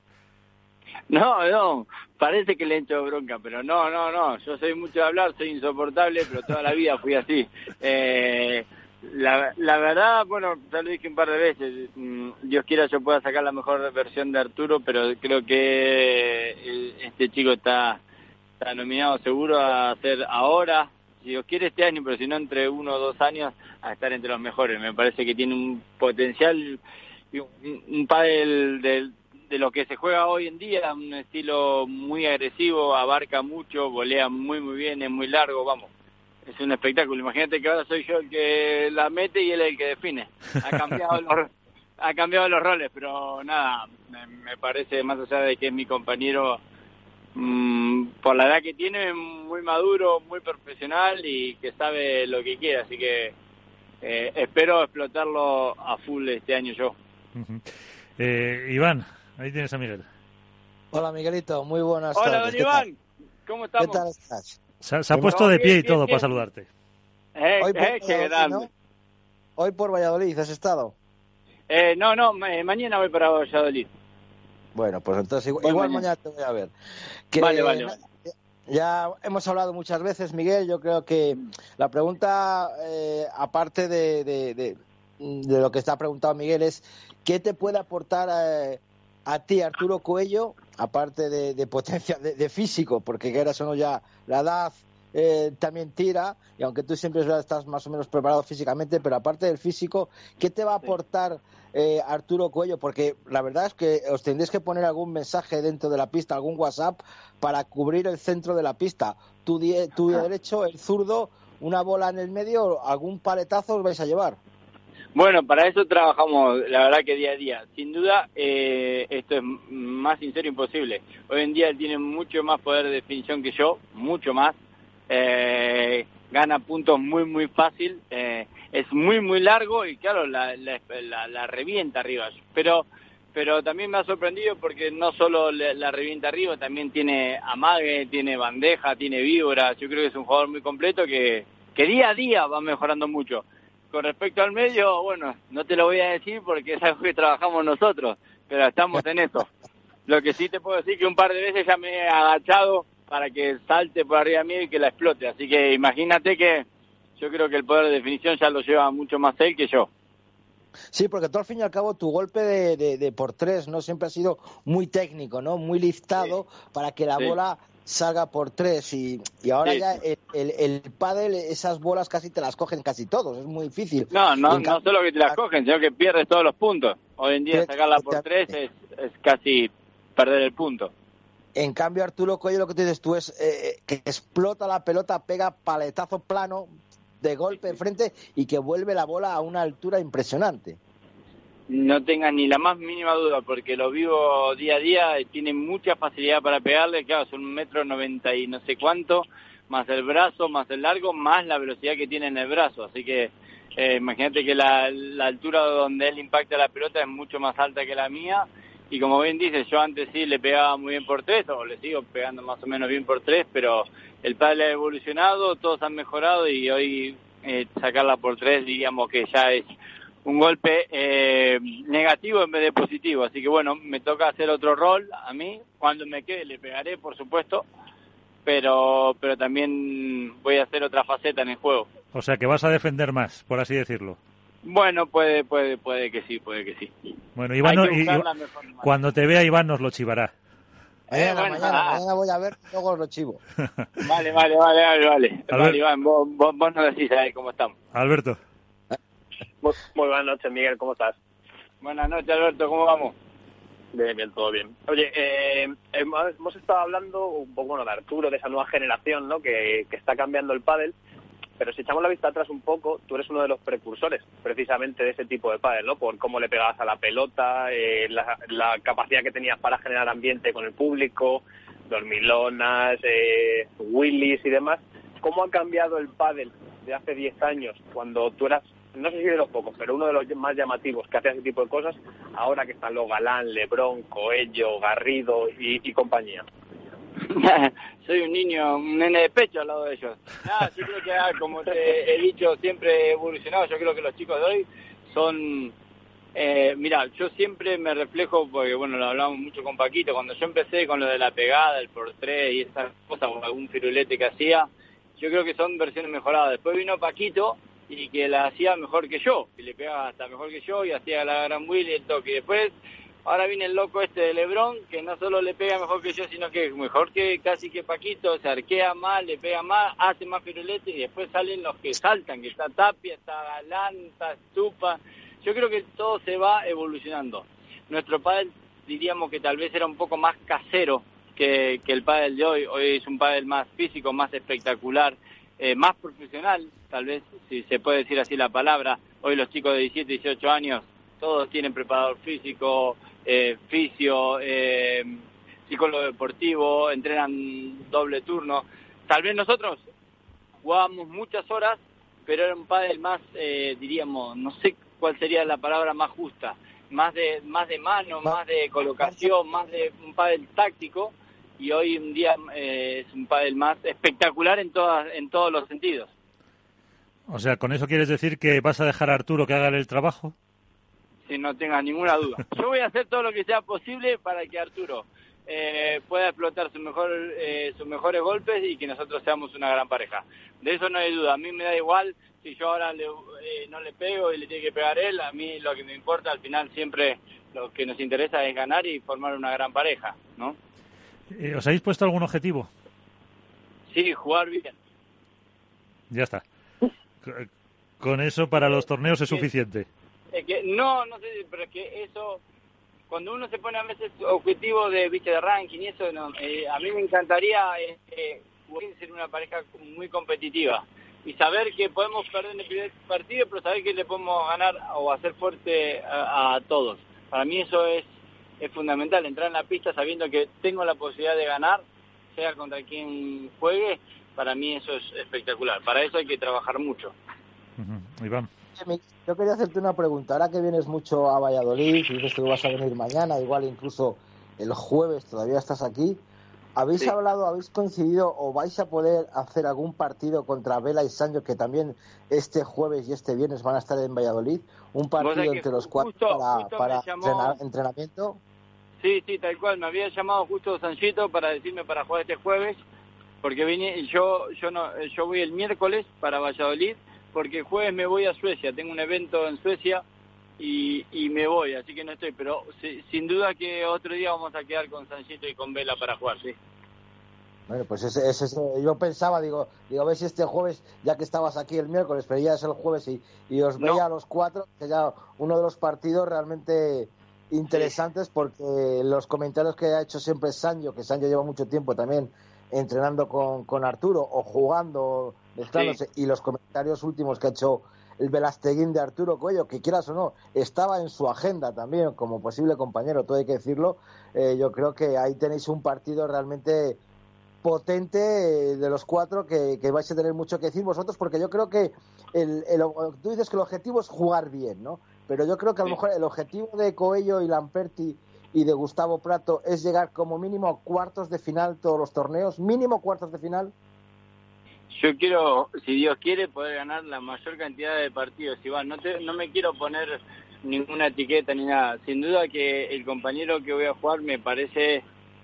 No, no, parece que le echo bronca, pero no, no, no, yo soy mucho de hablar, soy insoportable, pero toda la vida fui así. Eh, la, la verdad, bueno, ya lo dije un par de veces, Dios quiera yo pueda sacar la mejor versión de Arturo, pero creo que este chico está, está nominado seguro a ser ahora, si Dios quiere este año, pero si no entre uno o dos años, a estar entre los mejores. Me parece que tiene un potencial, un, un pádel del de lo que se juega hoy en día, un estilo muy agresivo, abarca mucho, volea muy muy bien, es muy largo, vamos, es un espectáculo. Imagínate que ahora soy yo el que la mete y él el que define. Ha cambiado los, ha cambiado los roles, pero nada, me, me parece, más allá de que es mi compañero, mmm, por la edad que tiene, muy maduro, muy profesional y que sabe lo que quiere, así que eh, espero explotarlo a full este año yo. Uh-huh. eh, Iván, ahí tienes a Miguel. Hola, Miguelito, muy buenas Hola, tardes. don Iván, ¿cómo estamos? ¿Qué tal estás? Se, se ha puesto de pie y todo para saludarte. Eh, Hoy por eh, qué Valladolid, grande. ¿no? Hoy por Valladolid, ¿has estado? Eh, no, no, ma- mañana voy para Valladolid. Bueno, pues entonces igual, Voy igual mañana. mañana te voy a ver. Que, Vale, vale, vale. Ya hemos hablado muchas veces, Miguel. Yo creo que la pregunta, eh, aparte de, de, de, de lo que está preguntado Miguel, es ¿qué te puede aportar eh, a ti, Arturo Coello, aparte de, de potencia, de, de físico? Porque quieras o no, ya la edad eh, también tira, y aunque tú siempre estás más o menos preparado físicamente, pero aparte del físico, ¿qué te va a aportar eh, Arturo Coello? Porque la verdad es que os tendréis que poner algún mensaje dentro de la pista, algún WhatsApp, para cubrir el centro de la pista. Tu, die, tu derecho, el zurdo, una bola en el medio, algún paletazo os vais a llevar. Bueno, para eso trabajamos, la verdad que día a día. Sin duda, eh, esto es más sincero imposible. Hoy en día él tiene mucho más poder de definición que yo, mucho más. Eh, gana puntos muy, muy fácil. Eh, es muy, muy largo y claro, la, la, la, la revienta arriba. Pero pero también me ha sorprendido porque no solo la, la revienta arriba, también tiene amague, tiene bandeja, tiene víbora. Yo creo que es un jugador muy completo que, que día a día va mejorando mucho. Con respecto al medio, bueno, no te lo voy a decir porque es algo que trabajamos nosotros, pero estamos en eso. Lo que sí te puedo decir que un par de veces ya me he agachado para que salte por arriba mío y que la explote. Así que imagínate que yo creo que el poder de definición ya lo lleva mucho más él que yo. Sí, porque tú al fin y al cabo tu golpe de, de, de por tres, ¿no? Siempre ha sido muy técnico, ¿no? Muy liftado sí. para que la sí. bola salga por tres y, y ahora sí. ya el, el, el pádel, esas bolas casi te las cogen casi todos, es muy difícil. No, no, no cambio, solo que te las cogen, sino que pierdes todos los puntos. Hoy en día sacarla por tres es, es casi perder el punto. En cambio, Arturo Coello, lo que tú dices tú es eh, que explota la pelota, pega paletazo plano de golpe de frente y que vuelve la bola a una altura impresionante. No tengas ni la más mínima duda, porque lo vivo día a día, tiene mucha facilidad para pegarle, claro, son un metro noventa y no sé cuánto, más el brazo, más el largo, más la velocidad que tiene en el brazo, así que eh, imagínate que la, la altura donde él impacta la pelota es mucho más alta que la mía, y como bien dices, yo antes sí le pegaba muy bien por tres, o le sigo pegando más o menos bien por tres, pero el pádel ha evolucionado, todos han mejorado, y hoy eh, sacarla por tres diríamos que ya es un golpe eh, negativo en vez de positivo. Así que bueno, me toca hacer otro rol a mí. Cuando me quede le pegaré, por supuesto, pero pero también voy a hacer otra faceta en el juego. O sea, que vas a defender más, por así decirlo. Bueno, puede puede puede que sí, puede que sí. Bueno, Iván, no, y, cuando te vea Iván nos lo chivará. Mañana, Eh, bueno, mañana, ah. mañana voy a ver, luego lo chivo. Vale, vale, vale, vale, vale. Albert- Vale, Iván, vos, vos, vos nos decís a ver cómo estamos. Alberto. Muy, muy buenas noches, Miguel, ¿cómo estás? Buenas noches, Alberto, ¿cómo vamos? Bien, bien, todo bien. Oye, eh, hemos, hemos estado hablando un poco, bueno, de Arturo, de esa nueva generación, ¿no?, que, que está cambiando el pádel, pero si echamos la vista atrás un poco, tú eres uno de los precursores, precisamente, de ese tipo de pádel, ¿no?, por cómo le pegabas a la pelota, eh, la, la capacidad que tenías para generar ambiente con el público, dormilonas, eh, Willys y demás. ¿Cómo ha cambiado el pádel de hace diez años, cuando tú eras, no sé si de los pocos, pero uno de los más llamativos que hacía ese tipo de cosas, ahora que están los Galán, Lebrón, Coello, Garrido y, y compañía? Soy un niño, un nene de pecho al lado de ellos. Nada, yo creo que, ah, como te he dicho, siempre he evolucionado. Yo creo que los chicos de hoy son... Eh, mira, yo siempre me reflejo, porque bueno, lo hablamos mucho con Paquito, cuando yo empecé con lo de la pegada, el por tres y esas cosas, o algún firulete que hacía, yo creo que son versiones mejoradas. Después vino Paquito y que la hacía mejor que yo, que le pegaba hasta mejor que yo y hacía la gran Will y el toque. Y después, ahora viene el loco este de Lebrón, que no solo le pega mejor que yo, sino que mejor que casi que Paquito, se arquea más, le pega más, hace más firulete, y después salen los que saltan, que está Tapia, está Galán, está Estupa. Yo creo que todo se va evolucionando. Nuestro pádel, diríamos que tal vez era un poco más casero que, que el pádel de hoy. Hoy es un pádel más físico, más espectacular, eh, más profesional, tal vez, si se puede decir así la palabra. Hoy los chicos de diecisiete, dieciocho años, todos tienen preparador físico, eh, fisio, eh, psicólogo deportivo, entrenan doble turno. Tal vez nosotros jugábamos muchas horas, pero era un pádel más, eh, diríamos, no sé cuál sería la palabra más justa, más de más de mano, más de colocación, más de un pádel táctico, y hoy en día eh, es un pádel más espectacular en todas en todos los sentidos. O sea, ¿con eso quieres decir que vas a dejar a Arturo que haga el trabajo? Si no tengas ninguna duda. Yo voy a hacer todo lo que sea posible para que Arturo eh, pueda explotar su mejor, eh, sus mejores golpes y que nosotros seamos una gran pareja. De eso no hay duda. A mí me da igual si yo ahora le, eh, no le pego y le tiene que pegar él. A mí lo que me importa, al final siempre lo que nos interesa es ganar y formar una gran pareja, ¿no? Eh, ¿Os habéis puesto algún objetivo? Sí, jugar bien. Ya está. Con eso para los torneos es suficiente. Es que, no, no sé, pero es que eso, cuando uno se pone a veces objetivos de, viste, de ranking y eso, no, eh, a mí me encantaría eh, eh, ser una pareja muy competitiva y saber que podemos perder en el primer partido, pero saber que le podemos ganar o hacer fuerte a, a todos. Para mí eso es, es fundamental, entrar en la pista sabiendo que tengo la posibilidad de ganar, sea contra quien juegue. Para mí eso es espectacular. Para eso hay que trabajar mucho. Uh-huh. Iván. Yo quería hacerte una pregunta. Ahora que vienes mucho a Valladolid y dices que vas a venir mañana, igual incluso el jueves todavía estás aquí, ¿habéis sí. hablado, habéis coincidido o vais a poder hacer algún partido contra Vela y Sancho, que también este jueves y este viernes van a estar en Valladolid? ¿Un partido entre los cuatro justo, para, justo para llamó... entrenar, entrenamiento? Sí, sí, tal cual. Me había llamado justo Sanchito para decirme para jugar este jueves, porque vine, yo yo no yo voy el miércoles para Valladolid, porque el jueves me voy a Suecia, tengo un evento en Suecia y, y me voy, así que no estoy, pero sí, sin duda que otro día vamos a quedar con Sanchito y con Vela para jugar, sí. Bueno, pues ese, ese, ese, yo pensaba, digo, digo, a ver si este jueves, ya que estabas aquí el miércoles, pero ya es el jueves y, y os veía no. a los cuatro, que ya uno de los partidos realmente interesantes, sí. Porque los comentarios que ha hecho siempre Sancho, que Sancho lleva mucho tiempo también entrenando con, con Arturo o jugando, mezclándose, sí. Y los comentarios últimos que ha hecho el Velasteguín de Arturo Coello, que quieras o no, estaba en su agenda también como posible compañero, todo hay que decirlo. Eh, yo creo que ahí tenéis un partido realmente potente de los cuatro que, que vais a tener mucho que decir vosotros, porque yo creo que el, el, tú dices que el objetivo es jugar bien, ¿no? Pero yo creo que a lo sí. mejor el objetivo de Coello y Lamperti y de Gustavo Prato es llegar como mínimo a cuartos de final todos los torneos, mínimo cuartos de final. yo quiero, si Dios quiere, poder ganar la mayor cantidad de partidos, Iván. No, te, no me quiero poner ninguna etiqueta ni nada. Sin duda que el compañero que voy a jugar me parece,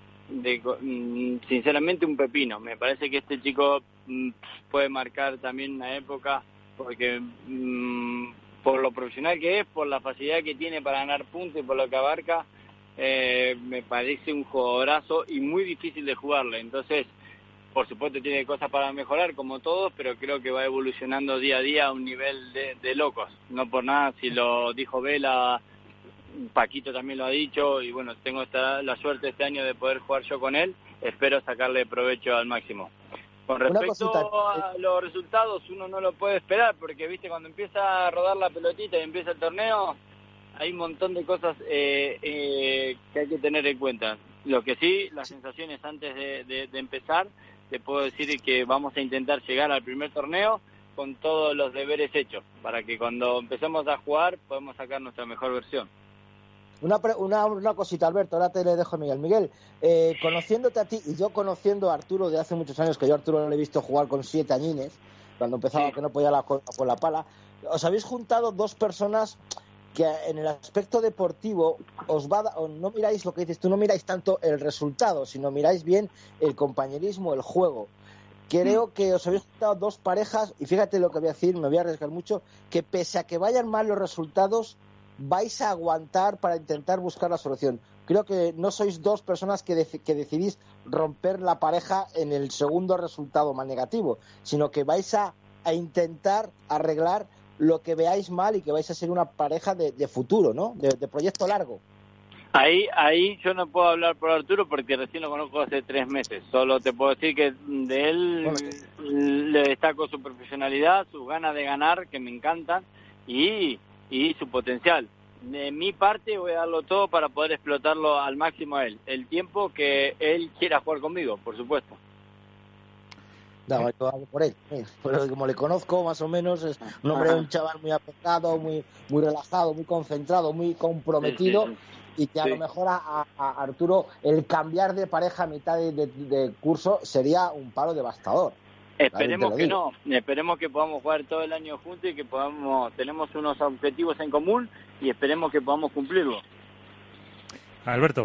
de, sinceramente, un pepino. Me parece que este chico puede marcar también una época, porque mmm, por lo profesional que es, por la facilidad que tiene para ganar puntos y por lo que abarca, eh, me parece un jugadorazo y muy difícil de jugarle. Entonces, por supuesto tiene cosas para mejorar como todos, pero creo que va evolucionando día a día a un nivel de, de locos. No por nada, si lo dijo Vela, Paquito también lo ha dicho, y bueno, tengo esta, la suerte este año de poder jugar yo con él. Espero sacarle provecho al máximo. Con respecto a los resultados, uno no lo puede esperar, porque viste, cuando empieza a rodar la pelotita y empieza el torneo, hay un montón de cosas eh, eh, que hay que tener en cuenta. Lo que sí, las sensaciones antes de, de, de empezar, te puedo decir que vamos a intentar llegar al primer torneo con todos los deberes hechos, para que cuando empecemos a jugar podamos sacar nuestra mejor versión. Una, una, una cosita, Alberto, ahora te le dejo a Miguel. Miguel, eh, conociéndote a ti y yo conociendo a Arturo de hace muchos años, que yo a Arturo le he visto jugar con siete añines, cuando empezaba sí. que no podía la, con, con la pala, os habéis juntado dos personas que en el aspecto deportivo os va a, no miráis lo que dices tú, no miráis tanto el resultado, sino miráis bien el compañerismo, el juego. Creo mm. que os habéis juntado dos parejas, y fíjate lo que voy a decir, me voy a arriesgar mucho, que pese a que vayan mal los resultados, vais a aguantar para intentar buscar la solución. Creo que no sois dos personas que, de, que decidís romper la pareja en el segundo resultado más negativo, sino que vais a, a intentar arreglar lo que veáis mal y que vais a ser una pareja de, de futuro, ¿no? De, de proyecto largo. Ahí ahí yo no puedo hablar por Arturo porque recién lo conozco hace tres meses. Solo te puedo decir que de él bueno, le destaco su profesionalidad, sus ganas de ganar, que me encantan, y, y su potencial. De mi parte voy a darlo todo para poder explotarlo al máximo a él. El tiempo que él quiera jugar conmigo, por supuesto. No, yo hago por él, pero como le conozco más o menos, es un hombre, un chaval muy aplicado, muy muy relajado, muy concentrado, muy comprometido, sí, sí. y que a sí. lo mejor a, a Arturo el cambiar de pareja a mitad de, de, de curso sería un palo devastador. Esperemos que no, esperemos que podamos jugar todo el año juntos y que podamos, tenemos unos objetivos en común y esperemos que podamos cumplirlo. Alberto.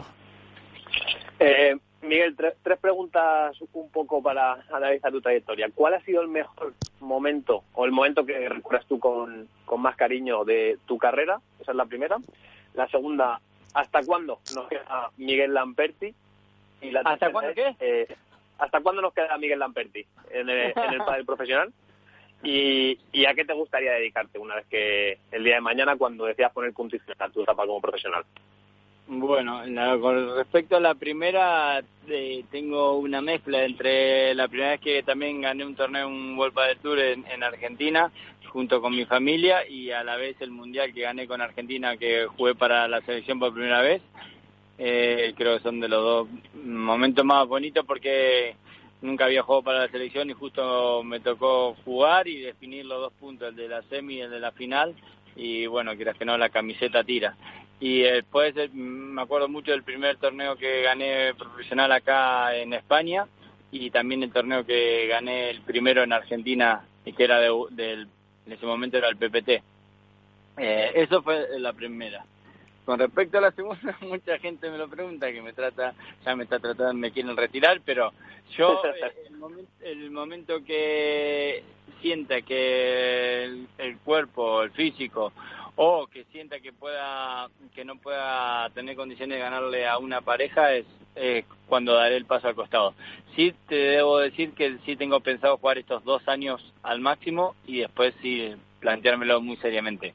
Eh, Miguel, tre- tres preguntas un poco para analizar tu trayectoria. ¿Cuál ha sido el mejor momento o el momento que recuerdas tú con, con más cariño de tu carrera? Esa es la primera. La segunda, ¿hasta cuándo nos queda Miguel Lamperti? Y la ¿Hasta cuándo qué? Eh, ¿Hasta cuándo nos queda Miguel Lamperti en el, en el pádel profesional? Y, ¿Y a qué te gustaría dedicarte una vez que el día de mañana, cuando decidas poner punto y final a tu etapa como profesional? Bueno, la, con respecto a la primera, eh, tengo una mezcla entre la primera vez que también gané un torneo, un World Padel Tour en, en Argentina, junto con mi familia, y a la vez el Mundial que gané con Argentina, que jugué para la selección por primera vez. Eh, creo que son de los dos momentos más bonitos porque nunca había jugado para la selección y justo me tocó jugar y definir los dos puntos, el de la semi y el de la final, y bueno, quieras que no, la camiseta tira. Y después me acuerdo mucho del primer torneo que gané profesional acá en España y también el torneo que gané el primero en Argentina, que era de, del, en ese momento era el P P T. Eh, eso fue la primera. Con respecto a la segunda, mucha gente me lo pregunta, que me trata, ya me está tratando, me quieren retirar, pero yo el, momento, el momento que sienta que el, el cuerpo, el físico, o que sienta que pueda que no pueda tener condiciones de ganarle a una pareja es eh, cuando daré el paso al costado. Sí te debo decir que sí tengo pensado jugar estos dos años al máximo y después sí planteármelo muy seriamente.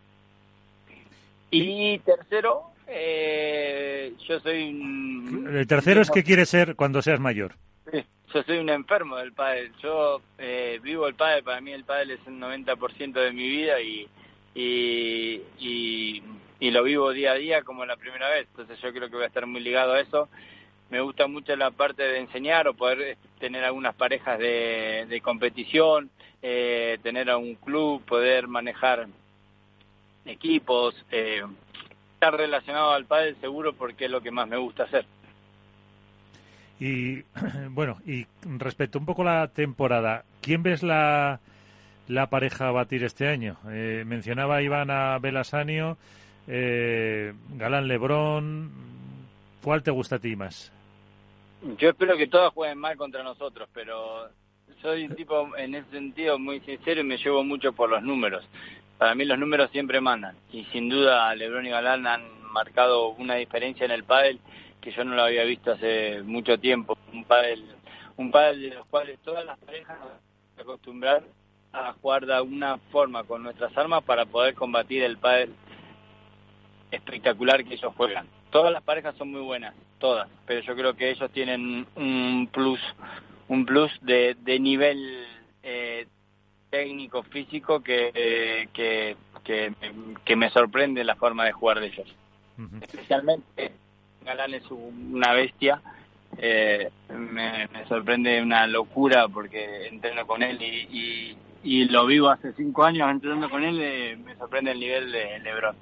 Y tercero, eh, yo soy un... El tercero es que quieres ser cuando seas mayor. Sí, yo soy un enfermo del pádel. Yo eh, vivo el pádel, para mí el pádel es el noventa por ciento de mi vida y Y, y, y lo vivo día a día como la primera vez, entonces yo creo que voy a estar muy ligado a eso. Me gusta mucho la parte de enseñar o poder tener algunas parejas de, de competición, eh, tener a un club, poder manejar equipos, eh, estar relacionado al pádel seguro porque es lo que más me gusta hacer. Y bueno, y respecto un poco a la temporada, ¿quién ves la, la pareja a batir este año? Eh, mencionaba Iván a Belasanio, eh, Galán Lebrón. ¿Cuál te gusta a ti más? Yo espero que todas jueguen mal contra nosotros, pero soy un tipo en ese sentido muy sincero y me llevo mucho por los números. Para mí los números siempre mandan y sin duda Lebrón y Galán han marcado una diferencia en el pádel que yo no lo había visto hace mucho tiempo. Un pádel, un pádel de los cuales todas las parejas se acostumbran a jugar de alguna forma con nuestras armas para poder combatir el pádel espectacular que ellos juegan. Todas las parejas son muy buenas, todas, pero yo creo que ellos tienen un plus, un plus de, de nivel eh, técnico, físico que, eh, que, que, que me sorprende la forma de jugar de ellos. Uh-huh. Especialmente Galán es una bestia, eh, me, me sorprende una locura porque entreno con él y, y, y lo vivo hace cinco años entrenando con él, eh, me sorprende el nivel de Lebrón.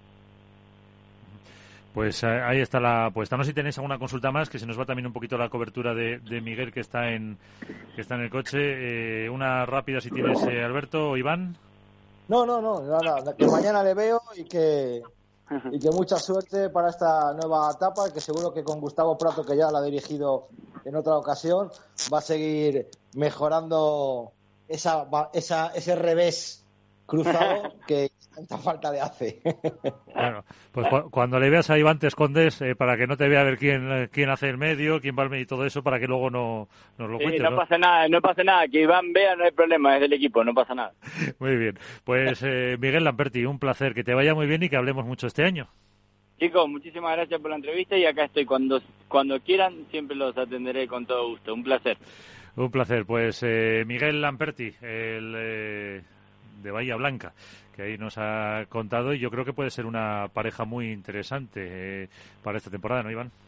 Pues eh, ahí está la apuesta. No sé si tenéis alguna consulta más, que se nos va también un poquito la cobertura de, de Miguel, que está en que está en el coche. Eh, una rápida, si tienes, eh, Alberto o Iván. No, no, no, nada, que mañana le veo y que y que mucha suerte para esta nueva etapa, y que seguro que con Gustavo Prato, que ya la ha dirigido en otra ocasión, va a seguir mejorando esa, esa ese revés cruzado que tanta falta le hace. Bueno, pues cu- cuando le veas a Iván te escondes eh, para que no te vea ver quién quién hace el medio, quién va al medio y todo eso, para que luego no nos lo sí, cuentes. no, ¿no? pasa nada, no pasa nada, que Iván vea no hay problema, es del equipo, no pasa nada. Muy bien, pues eh, Miguel Lamperti, un placer, que te vaya muy bien y que hablemos mucho este año. Chicos, muchísimas gracias por la entrevista y acá estoy, cuando cuando quieran siempre los atenderé con todo gusto, un placer. Un placer, pues eh, Miguel Lamperti, el eh, de Bahía Blanca, que ahí nos ha contado, y yo creo que puede ser una pareja muy interesante eh, para esta temporada, ¿no, Iván?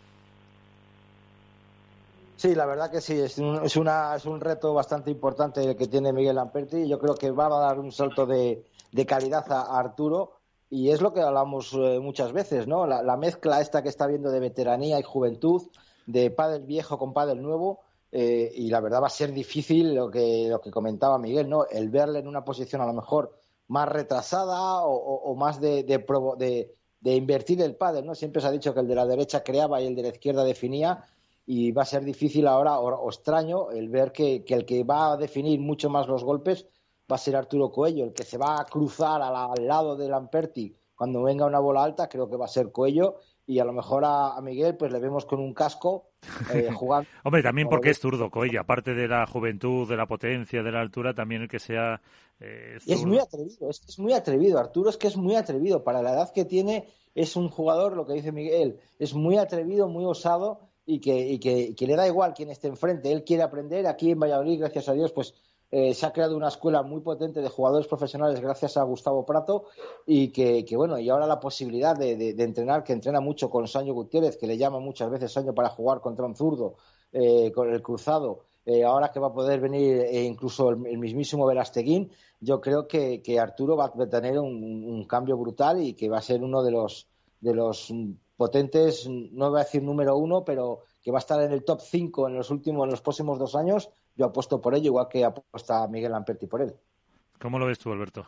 Sí, la verdad que sí, es un, es, una, es un reto bastante importante el que tiene Miguel Lamperti. Yo creo que va a dar un salto de, de calidad a, a Arturo, y es lo que hablamos eh, muchas veces, ¿no? La, la mezcla esta que está viendo de veteranía y juventud, de pádel viejo con pádel nuevo, eh, y la verdad va a ser difícil lo que, lo que comentaba Miguel, ¿no? El verle en una posición a lo mejor más retrasada o, o, o más de, de, de, de invertir el pádel, ¿no? Siempre se ha dicho que el de la derecha creaba y el de la izquierda definía, y va a ser difícil ahora, o, o extraño, el ver que, que el que va a definir mucho más los golpes va a ser Arturo Coello. El que se va a cruzar a la, al lado de Lamperti cuando venga una bola alta creo que va a ser Coello, y a lo mejor a, a Miguel pues le vemos con un casco eh, jugando. Hombre, también porque es zurdo Coello, aparte de la juventud, de la potencia, de la altura, también el que sea eh, y es muy atrevido, es, es muy atrevido, Arturo es que es muy atrevido, para la edad que tiene es un jugador, lo que dice Miguel, es muy atrevido, muy osado, y que, y que, y que le da igual quién esté enfrente, él quiere aprender. Aquí en Valladolid, gracias a Dios, pues eh, se ha creado una escuela muy potente de jugadores profesionales gracias a Gustavo Prato, y que, que bueno, y ahora la posibilidad de, de, de entrenar, que entrena mucho con Sancho Gutiérrez, que le llama muchas veces Sancho para jugar contra un zurdo, eh, con el cruzado, eh, ahora que va a poder venir eh, incluso el, el mismísimo Verasteguín, yo creo que, que Arturo va a tener un, un cambio brutal, y que va a ser uno de los de los potentes, no voy a decir número uno, pero que va a estar en el top cinco en los últimos, en los próximos dos años. Yo apuesto por ello, igual que apuesta Miguel Lamperti por él. ¿Cómo lo ves tú, Alberto?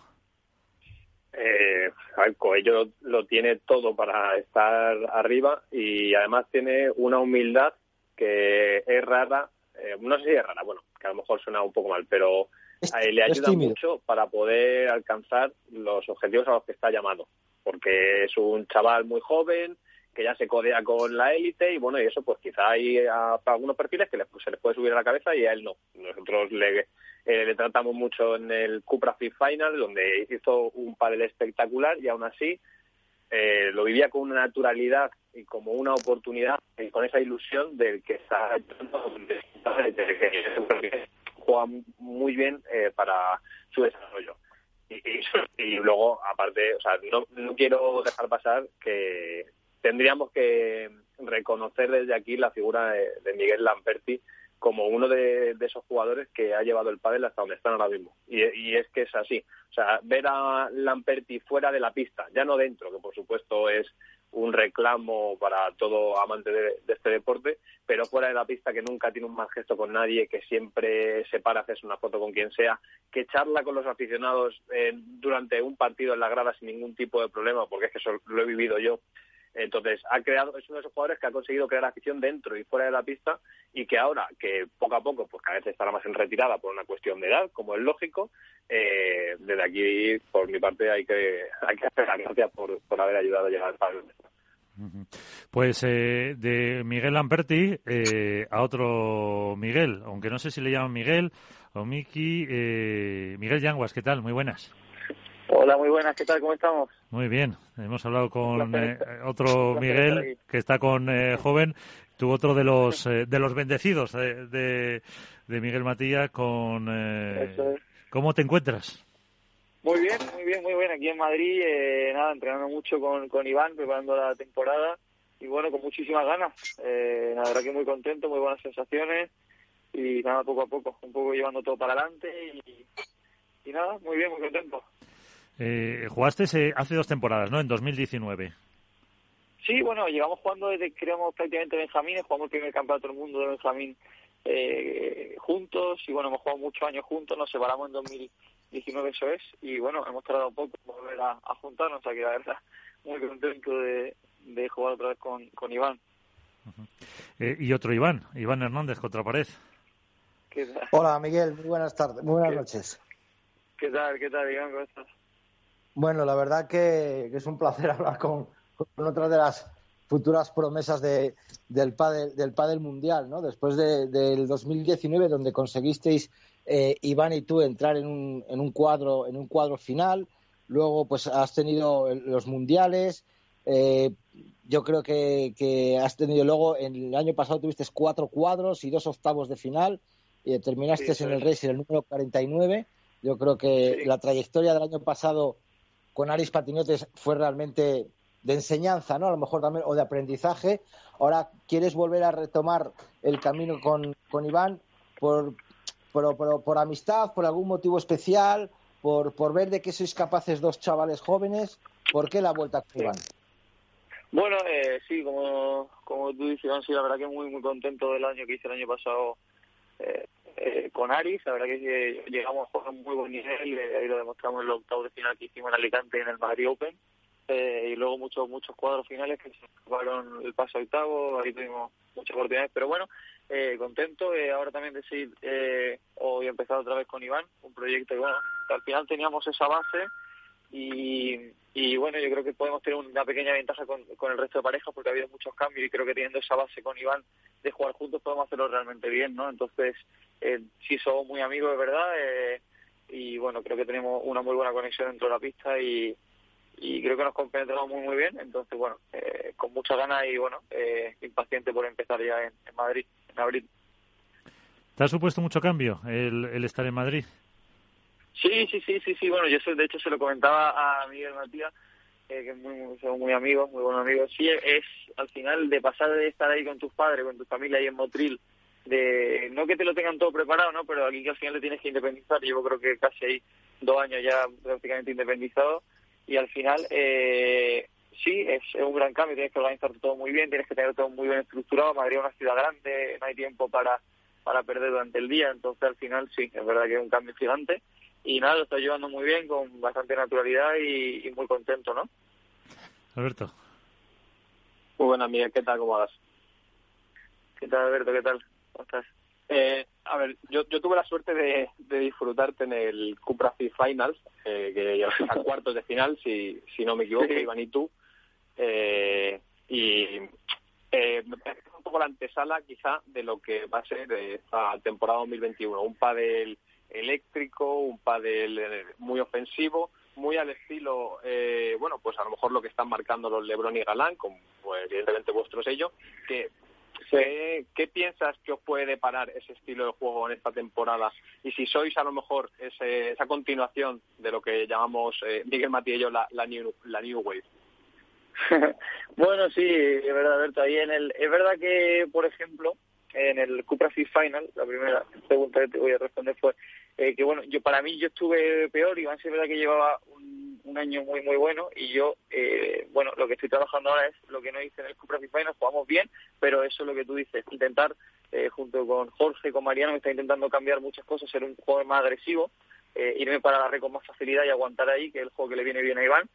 Eh, el Coello lo tiene todo para estar arriba, y además tiene una humildad que es rara, eh, no sé si es rara, bueno, que a lo mejor suena un poco mal, pero eh, le ayuda mucho para poder alcanzar los objetivos a los que está llamado, porque es un chaval muy joven que ya se codea con la élite, y bueno, y eso pues quizá hay a, a algunos perfiles que les, pues, se les puede subir a la cabeza y a él no. Nosotros le, eh, le tratamos mucho en el Cupra Fit Final, donde hizo un pádel espectacular, y aún así eh, lo vivía con una naturalidad y como una oportunidad, y con esa ilusión del que está de, de que juega muy bien eh, para su desarrollo. Y, y, y luego, aparte, o sea, no, no quiero dejar pasar que tendríamos que reconocer desde aquí la figura de, de Miguel Lamperti como uno de, de esos jugadores que ha llevado el pádel hasta donde están ahora mismo. Y, y es que es así. O sea, ver a Lamperti fuera de la pista, ya no dentro, que por supuesto es un reclamo para todo amante de, de este deporte, pero fuera de la pista, que nunca tiene un mal gesto con nadie, que siempre se para a hacerse una foto con quien sea, que charla con los aficionados eh, durante un partido en la grada sin ningún tipo de problema, porque es que eso lo he vivido yo. Entonces, ha creado, es uno de esos jugadores que ha conseguido crear afición dentro y fuera de la pista, y que ahora, que poco a poco, pues cada vez estará más en retirada por una cuestión de edad, como es lógico, eh, desde aquí, por mi parte, hay que hay que hacer las gracias por, por haber ayudado a llegar al padre. Pues eh, de Miguel Lamperti eh, a otro Miguel, aunque no sé si le llaman Miguel o Miki, eh, Miguel Yanguas, ¿qué tal? Muy buenas. Hola, muy buenas, ¿qué tal? ¿Cómo estamos? Muy bien, hemos hablado con eh, otro Miguel que está con eh, joven, tú otro de los eh, de los bendecidos de, de, de Miguel Matilla con... Eh, Eso es. ¿Cómo te encuentras? Muy bien, muy bien, muy bien. Aquí en Madrid, eh, nada, entrenando mucho con, con Iván, preparando la temporada y bueno, con muchísimas ganas. Eh, la verdad que muy contento, muy buenas sensaciones y nada, poco a poco, un poco llevando todo para adelante y, y nada, muy bien, muy contento. Eh, jugaste hace dos temporadas, ¿no? En dos mil diecinueve. Sí, bueno, llevamos jugando desde que éramos prácticamente benjamines, jugamos el primer campeonato del mundo de Benjamín eh, juntos y bueno, hemos jugado muchos años juntos, nos separamos en dos mil diecinueve, eso es, y bueno, hemos tardado poco en volver a, a juntarnos, o sea que la verdad, muy contento de, de jugar otra vez con, con Iván. Uh-huh. Eh, y otro Iván, Iván Hernández, Contrapared. ¿Qué tal? Hola, Miguel, muy buenas tardes, muy buenas ¿Qué, noches. ¿Qué tal, qué tal, Iván? ¿Cómo estás? Bueno, la verdad que, que es un placer hablar con, con otra de las futuras promesas de, del pádel, del pádel mundial, ¿no? Después de, del dos mil diecinueve, donde conseguisteis eh, Iván y tú entrar en un, en un cuadro en un cuadro final, luego pues has tenido los mundiales, eh, yo creo que, que has tenido luego, en el año pasado tuviste cuatro cuadros y dos octavos de final y terminaste Sí, en el Racing el número cuarenta y nueve. Yo creo que sí. La trayectoria del año pasado con Aris Patiñotes fue realmente de enseñanza, ¿no? A lo mejor también, o de aprendizaje. Ahora quieres volver a retomar el camino con, con Iván por, por, por, por amistad, por algún motivo especial, por, por ver de qué sois capaces dos chavales jóvenes. ¿Por qué la vuelta con Iván? Bueno, eh, sí, como, como tú dices, Iván, sí, la verdad que muy muy contento del año que hice el año pasado eh, eh, con Aris. La verdad que eh, llegamos a jugar a un muy buen nivel, eh, ahí lo demostramos en el octavo de final que hicimos en Alicante en el Madrid Open. Eh, y luego muchos muchos cuadros finales que se jugaron el paso octavo, ahí tuvimos muchas oportunidades, pero bueno, eh, contento, eh, ahora también de seguir eh, hoy he empezado otra vez con Iván, un proyecto que bueno, que al final teníamos esa base y, y bueno, yo creo que podemos tener una pequeña ventaja con, con el resto de parejas porque ha habido muchos cambios y creo que teniendo esa base con Iván de jugar juntos podemos hacerlo realmente bien, ¿no? Entonces, eh, sí somos muy amigos, de verdad, eh, y bueno, creo que tenemos una muy buena conexión dentro de la pista y y creo que nos compenetramos muy muy bien, entonces bueno, eh, con muchas ganas y bueno, eh, impaciente por empezar ya en, en Madrid, en abril. ¿Te ha supuesto mucho cambio el, el estar en Madrid? Sí, sí, sí, sí, sí, bueno, yo de hecho se lo comentaba a Miguel Matías, eh, que es muy, muy, somos muy amigos, muy buenos amigos. Sí, es al final de pasar de estar ahí con tus padres, con tu familia ahí en Motril, de no que te lo tengan todo preparado, ¿no? Pero aquí que al final te tienes que independizar, llevo creo que casi ahí dos años ya prácticamente independizado. Y al final, eh, sí, es, es un gran cambio, tienes que organizar todo muy bien, tienes que tener todo muy bien estructurado. Madrid es una ciudad grande, no hay tiempo para, para perder durante el día, entonces al final sí, es verdad que es un cambio gigante. Y nada, lo estoy llevando muy bien, con bastante naturalidad y, y muy contento, ¿no? Alberto. Muy buena, Miguel, ¿qué tal? ¿Cómo vas? ¿Qué tal, Alberto? ¿Qué tal? ¿Cómo estás? Eh, a ver, yo, yo tuve la suerte de, de disfrutarte en el Cupra Finals, eh, que llevas a cuartos de final, si, si no me equivoco, sí. Iván y tú. Eh, y eh, me parece un poco la antesala, quizá, de lo que va a ser de esta temporada dos mil veintiuno. Un pádel eléctrico, un pádel muy ofensivo, muy al estilo, eh, bueno, pues a lo mejor lo que están marcando los LeBron y Galán, con pues, evidentemente vuestro sello, que... ¿Qué, ¿Qué piensas que os puede deparar ese estilo de juego en esta temporada? Y si sois a lo mejor ese, esa continuación de lo que llamamos eh, Miguel Matí y yo la, la, new, la New Wave. Bueno, sí, es verdad, Alberto. Ahí en el, es verdad que, por ejemplo, en el Cupra Final, la primera pregunta que te voy a responder fue eh, que, bueno, yo para mí yo estuve peor. Iván sí es verdad que llevaba un, un año muy, muy bueno y yo, eh, bueno, lo que estoy trabajando ahora es lo que no hice en el Cup Rugby Final, jugamos bien, pero eso es lo que tú dices, intentar, eh, junto con Jorge, con Mariano, me está intentando cambiar muchas cosas, ser un jugador más agresivo, eh, irme para la red con más facilidad y aguantar ahí, que es el juego que le viene bien a Iván.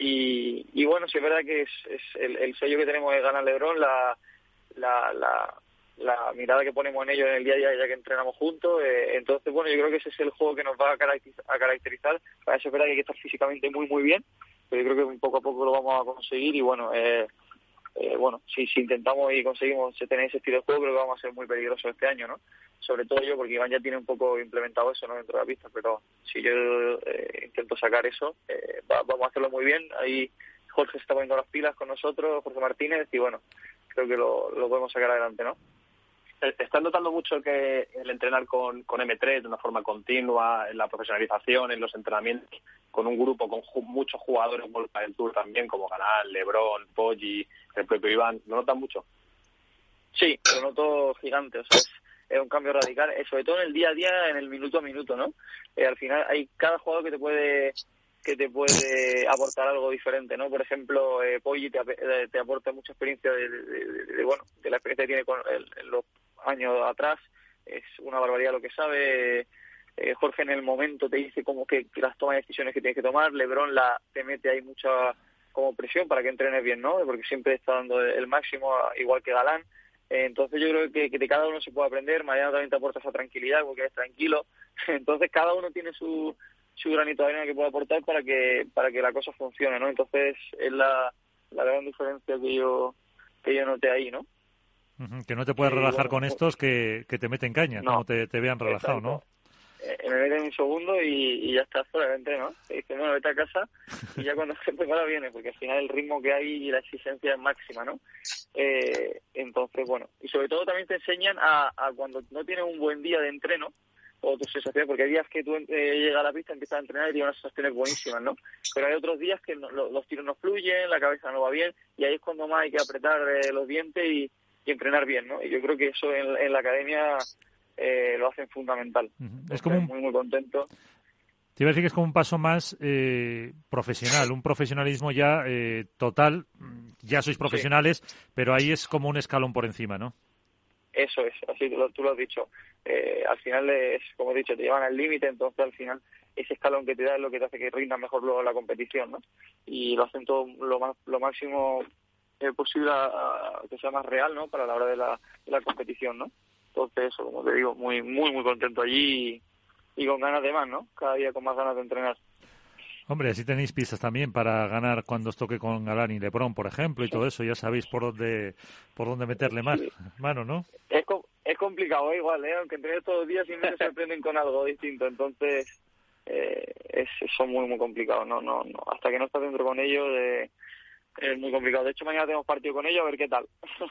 Y, y bueno, sí es verdad que es, es el, el sello que tenemos de ganar LeBron, la, la, la, la mirada que ponemos en ellos en el día a día ya que entrenamos juntos. Eh, entonces, bueno, yo creo que ese es el juego que nos va a caracterizar. A caracterizar. Para eso es verdad que hay que estar físicamente muy, muy bien, pero yo creo que poco a poco lo vamos a conseguir y bueno, eh, eh, bueno, si, si intentamos y conseguimos tener ese estilo de juego, creo que vamos a ser muy peligrosos este año, ¿no? Sobre todo yo, porque Iván ya tiene un poco implementado eso, ¿no?, dentro de la pista, pero si yo eh, intento sacar eso, eh, va, vamos a hacerlo muy bien. Ahí Jorge se está poniendo las pilas con nosotros, Jorge Martínez, y bueno, creo que lo, lo podemos sacar adelante, ¿no? ¿Estás notando mucho que el entrenar con, con eme tres de una forma continua, en la profesionalización, en los entrenamientos, con un grupo, con ju- muchos jugadores World del Tour también, como Galán, Lebrón, Poggi, el propio Iván, ¿lo notas mucho? Sí, lo noto gigante, o sea, es, es un cambio radical, eh, sobre todo en el día a día, en el minuto a minuto, ¿no? Eh, al final hay cada jugador que te puede que te puede aportar algo diferente, ¿no? Por ejemplo, eh, Poggi te, te aporta mucha experiencia de, de, de, de, bueno, de la experiencia que tiene con el, en los años atrás, es una barbaridad lo que sabe. eh, Jorge en el momento te dice como que, que las tomas de decisiones que tienes que tomar, Lebrón la te mete ahí mucha como presión para que entrenes bien, ¿no? Porque siempre está dando el máximo, igual que Galán. Eh, entonces yo creo que, que de cada uno se puede aprender. Mariano también te aporta esa tranquilidad porque eres tranquilo. Entonces cada uno tiene su su granito de arena que puede aportar para que para que la cosa funcione, ¿no? Entonces es la, la gran diferencia que yo que yo noté ahí, ¿no? Uh-huh, que no te puedes eh, relajar bueno, con estos que, que te meten caña, no, como te, te vean relajado, exacto. ¿no? Eh, me meten un segundo y, y ya estás fuera del entreno, ¿no? Y dices, bueno, vete a casa y ya cuando se prepara viene, porque al final el ritmo que hay y la exigencia es máxima, ¿no? Eh, entonces, bueno, y sobre todo también te enseñan a, a cuando no tienes un buen día de entreno, o tus sensaciones, porque hay días que tú eh, llegas a la pista, empiezas a entrenar y tienes unas sensaciones buenísimas, ¿no? Pero hay otros días que no, lo, los tiros no fluyen, la cabeza no va bien, y ahí es cuando más hay que apretar eh, los dientes y, y entrenar bien, ¿no? Y yo creo que eso en, en la academia eh, lo hacen fundamental. Uh-huh. Es como un... muy, muy contento. Te iba a decir que es como un paso más eh, profesional, un profesionalismo ya eh, total. Ya sois profesionales, sí, pero ahí es como un escalón por encima, ¿no? Eso es, así tú lo, tú lo has dicho. Eh, al final es, como he dicho, te llevan al límite, entonces al final ese escalón que te da es lo que te hace que rinda mejor luego la competición, ¿no? Y lo hacen todo lo más lo máximo eh, posible a, a que sea más real, ¿no? Para la hora de la, de la competición, ¿no? Entonces eso, como te digo, muy muy muy contento allí y, y con ganas de más, ¿no? Cada día con más ganas de entrenar. Hombre, así tenéis pistas también para ganar cuando os toque con Galán y Lebrón, por ejemplo, y sí, todo eso. Ya sabéis por dónde por dónde meterle más sí, mano, ¿no? Es, co- es complicado, ¿eh? Igual, ¿eh? Aunque entrenes todos los días siempre me sorprenden con algo distinto. Entonces, eh, es, son muy, muy complicados. No, no, no. Hasta que no estás dentro con ellos, eh, es muy complicado. De hecho, mañana tenemos partido con ellos, a ver qué tal.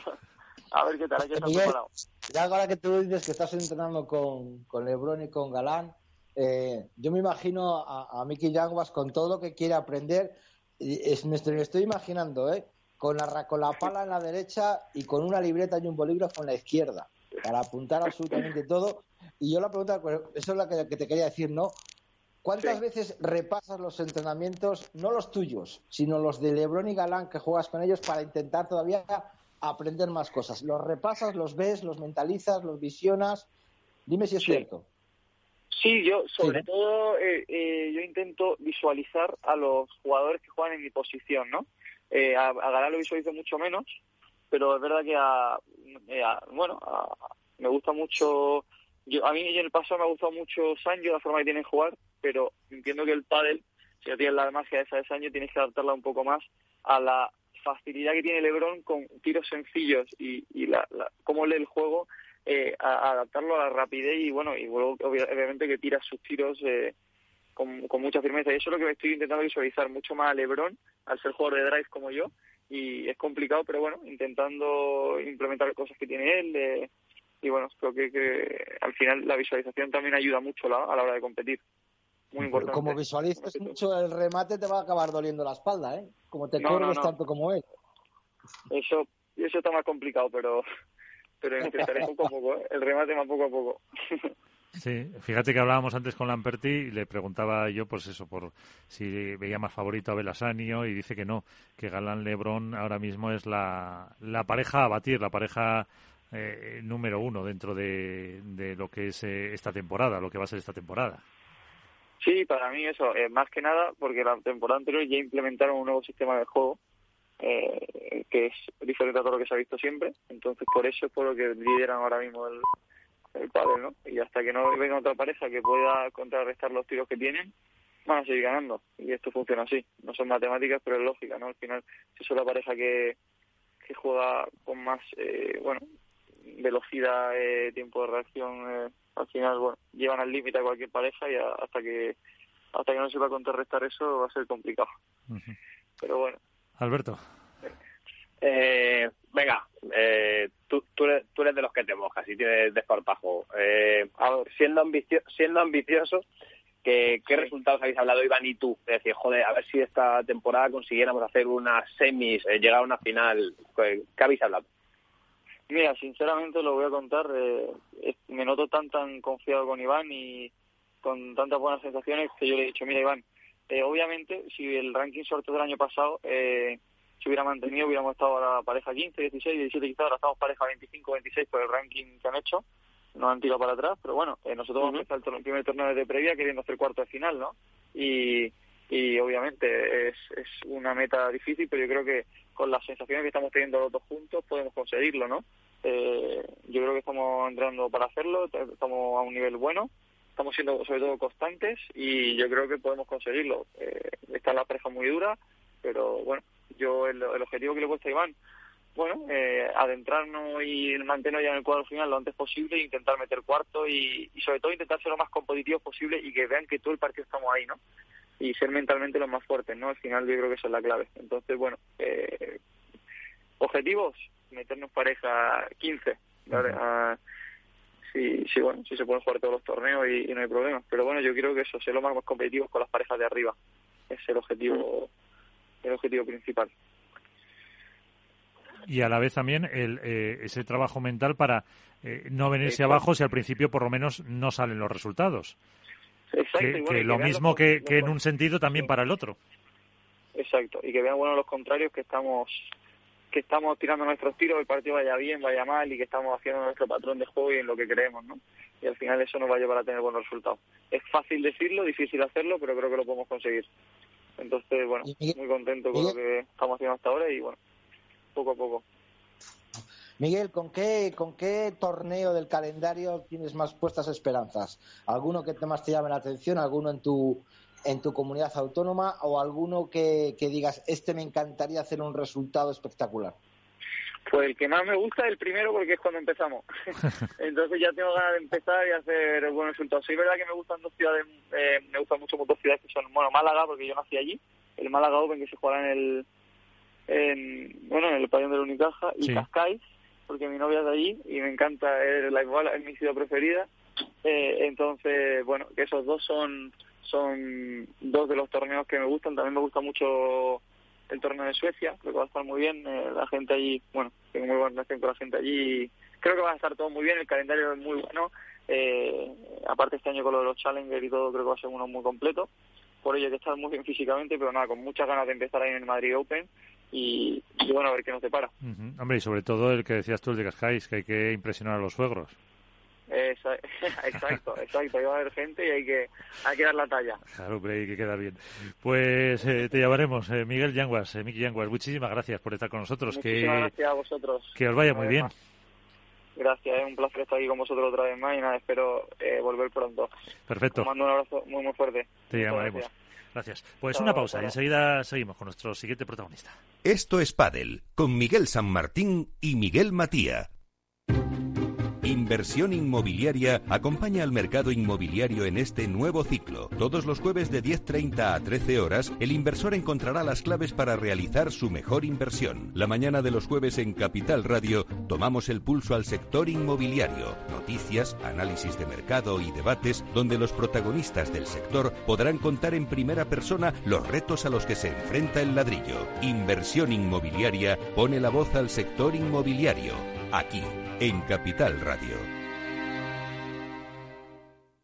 A ver qué tal, hay que estar preparado. Ya ahora que tú dices que estás entrenando con, con Lebrón y con Galán, eh, yo me imagino a, a Miki Yanguas con todo lo que quiere aprender, es, me, estoy, me estoy imaginando, ¿eh? Con la, con la pala en la derecha y con una libreta y un bolígrafo en la izquierda, para apuntar absolutamente todo. Y yo la pregunta, eso es la que, que te quería decir, ¿no? ¿Cuántas sí. veces repasas los entrenamientos, no los tuyos, sino los de Lebrón y Galán, que juegas con ellos, para intentar todavía aprender más cosas? ¿Los repasas, los ves, los mentalizas, los visionas? Dime si es sí. cierto. Sí, yo sobre sí. todo eh, eh, yo intento visualizar a los jugadores que juegan en mi posición, ¿no? Eh, a, a Galán lo visualizo mucho menos, pero es verdad que a, eh, a bueno, a, me gusta mucho. Yo, a mí en el pasado me ha gustado mucho Sancho, la forma que tienen de jugar, pero entiendo que el pádel, si no tienes la magia esa de Sancho, tienes que adaptarla un poco más a la facilidad que tiene Lebrón con tiros sencillos y, y la, la, cómo lee el juego. Eh, a, a adaptarlo a la rapidez y bueno y luego obviamente que tira sus tiros eh, con, con mucha firmeza, y eso es lo que me estoy intentando visualizar mucho más a Lebrón al ser jugador de drive como yo, y es complicado, pero bueno, intentando implementar cosas que tiene él eh, y bueno, creo que, que al final la visualización también ayuda mucho la, a la hora de competir. Muy importante. Como visualices mucho el remate te va a acabar doliendo la espalda, ¿eh? Como te no, corres no, no. tanto como él. Eso, eso está más complicado, pero pero intentaré poco a poco, ¿eh? El remate más poco a poco. Sí, fíjate que hablábamos antes con Lamperti y le preguntaba yo, pues eso, por si veía más favorito a Belasanio, y dice que no, que Galán Lebrón ahora mismo es la, la pareja a batir, la pareja eh, número uno dentro de, de lo que es eh, esta temporada, lo que va a ser esta temporada. Sí, para mí eso, eh, más que nada porque la temporada anterior ya implementaron un nuevo sistema de juego eh, que es diferente a todo lo que se ha visto siempre, entonces por eso es por lo que lideran ahora mismo el el pádel, ¿no? Y hasta que no venga otra pareja que pueda contrarrestar los tiros que tienen, van a seguir ganando. Y esto funciona así. No son matemáticas, pero es lógica, ¿no? Al final, si es la pareja que, que juega con más, eh, bueno, velocidad, eh, tiempo de reacción, eh, al final, bueno, llevan al límite a cualquier pareja y a, hasta que hasta que no se va a contrarrestar eso va a ser complicado. Uh-huh. Pero bueno. Alberto. Eh, venga, eh, tú, tú, eres, tú eres de los que te mojas y tienes desparpajo. Eh, siendo, ambicio, siendo ambicioso, ¿qué, ¿qué resultados habéis hablado, Iván y tú? Es decir, joder, a ver si esta temporada consiguiéramos hacer unas semis, eh, llegar a una final. ¿Qué, qué habéis hablado? Mira, sinceramente lo voy a contar. Eh, me noto tan tan confiado con Iván y con tantas buenas sensaciones que yo le he dicho, mira, Iván, eh, obviamente, si el ranking sorteo del año pasado... Eh, se hubiera mantenido, hubiéramos estado a la pareja quince, dieciséis, diecisiete quizás, ahora estamos pareja veinticinco, veintiséis por el ranking que han hecho, nos han tirado para atrás, pero bueno, eh, nosotros uh-huh. vamos a empezar el primer torneo de previa queriendo hacer cuarto de final, ¿no? Y, y obviamente es, es una meta difícil, pero yo creo que con las sensaciones que estamos teniendo los dos juntos podemos conseguirlo, ¿no? Eh, yo creo que estamos entrando para hacerlo, estamos a un nivel bueno, estamos siendo sobre todo constantes y yo creo que podemos conseguirlo. Eh, está la pareja muy dura, pero bueno, yo el, el objetivo que le he puesto a Iván, bueno, eh, adentrarnos y mantenernos ya en el cuadro final lo antes posible, intentar meter cuarto y, y sobre todo intentar ser lo más competitivos posible y que vean que todo el partido estamos ahí, ¿no? Y ser mentalmente los más fuertes, ¿no? Al final yo creo que esa es la clave. Entonces, bueno, eh, objetivos, meternos pareja quince, ¿vale? Uh-huh. Uh, sí, sí, bueno, sí se pueden jugar todos los torneos y, y no hay problema. Pero bueno, yo creo que eso, ser lo más competitivos con las parejas de arriba, es el objetivo... Uh-huh. el objetivo principal. Y a la vez también el, eh, ese trabajo mental para eh, no venirse Exacto. abajo si al principio por lo menos no salen los resultados. Exacto. Que, bueno, que que lo mismo los, que, que en un sentido también sí. para el otro. Exacto. Y que vean bueno los contrarios que estamos que estamos tirando nuestros tiros, el partido vaya bien, vaya mal y que estamos haciendo nuestro patrón de juego y en lo que creemos, ¿no? Y al final eso nos va a llevar a tener buenos resultados. Es fácil decirlo, difícil hacerlo, pero creo que lo podemos conseguir. Entonces, bueno, muy contento con lo que estamos haciendo hasta ahora y, bueno, poco a poco. Miguel, ¿con qué, con qué torneo del calendario tienes más puestas esperanzas? ¿Alguno que más te llame la atención? ¿Alguno en tu en tu comunidad autónoma? ¿O alguno que, que digas, este me encantaría hacer un resultado espectacular? Pues el que más me gusta es el primero porque es cuando empezamos. Entonces ya tengo ganas de empezar y hacer buenos resultados. Sí, es verdad que me gustan dos ciudades, eh, me gustan mucho dos ciudades que son, bueno, Málaga, porque yo nací allí, el Málaga Open que se juega en el, en, bueno, en el pabellón de la Unicaja, y sí. Cascais, porque mi novia es de allí y me encanta, es, la igual, es mi ciudad preferida. Eh, entonces, bueno, que esos dos son, son dos de los torneos que me gustan. También me gusta mucho el torneo de Suecia, creo que va a estar muy bien, eh, la gente allí, bueno, tengo muy buena relación con la gente allí, y creo que va a estar todo muy bien, el calendario es muy bueno, eh, aparte este año con lo de los Challenger y todo, creo que va a ser uno muy completo, por ello hay que estar muy bien físicamente, pero nada, con muchas ganas de empezar ahí en el Madrid Open, y, y bueno, a ver qué nos depara. Uh-huh. Hombre, y sobre todo el que decías tú, el de Cascais, que hay que impresionar a los suegros. Esa, exacto, exacto, ahí va a haber gente y hay que hay que dar la talla. Claro, pero hay que quedar bien. Pues eh, te llamaremos, eh, Miguel Yanguas, eh, Miki Yanguas, muchísimas gracias por estar con nosotros. Muchísimas que, gracias a vosotros. Que os vaya muy bien. Más. Gracias, es un placer estar aquí con vosotros otra vez más y nada, espero eh, volver pronto. Perfecto. Os mando un abrazo muy muy fuerte. Te Muchas llamaremos. Gracias. gracias. Pues chao, una pausa y enseguida seguimos con nuestro siguiente protagonista. Esto es Pádel, con Miguel San Martín y Miguel Matía. Inversión Inmobiliaria acompaña al mercado inmobiliario en este nuevo ciclo. Todos los jueves de diez treinta a trece horas, el inversor encontrará las claves para realizar su mejor inversión. La mañana de los jueves en Capital Radio tomamos el pulso al sector inmobiliario. Noticias, análisis de mercado y debates donde los protagonistas del sector podrán contar en primera persona los retos a los que se enfrenta el ladrillo. Inversión Inmobiliaria pone la voz al sector inmobiliario. Aquí, en Capital Radio.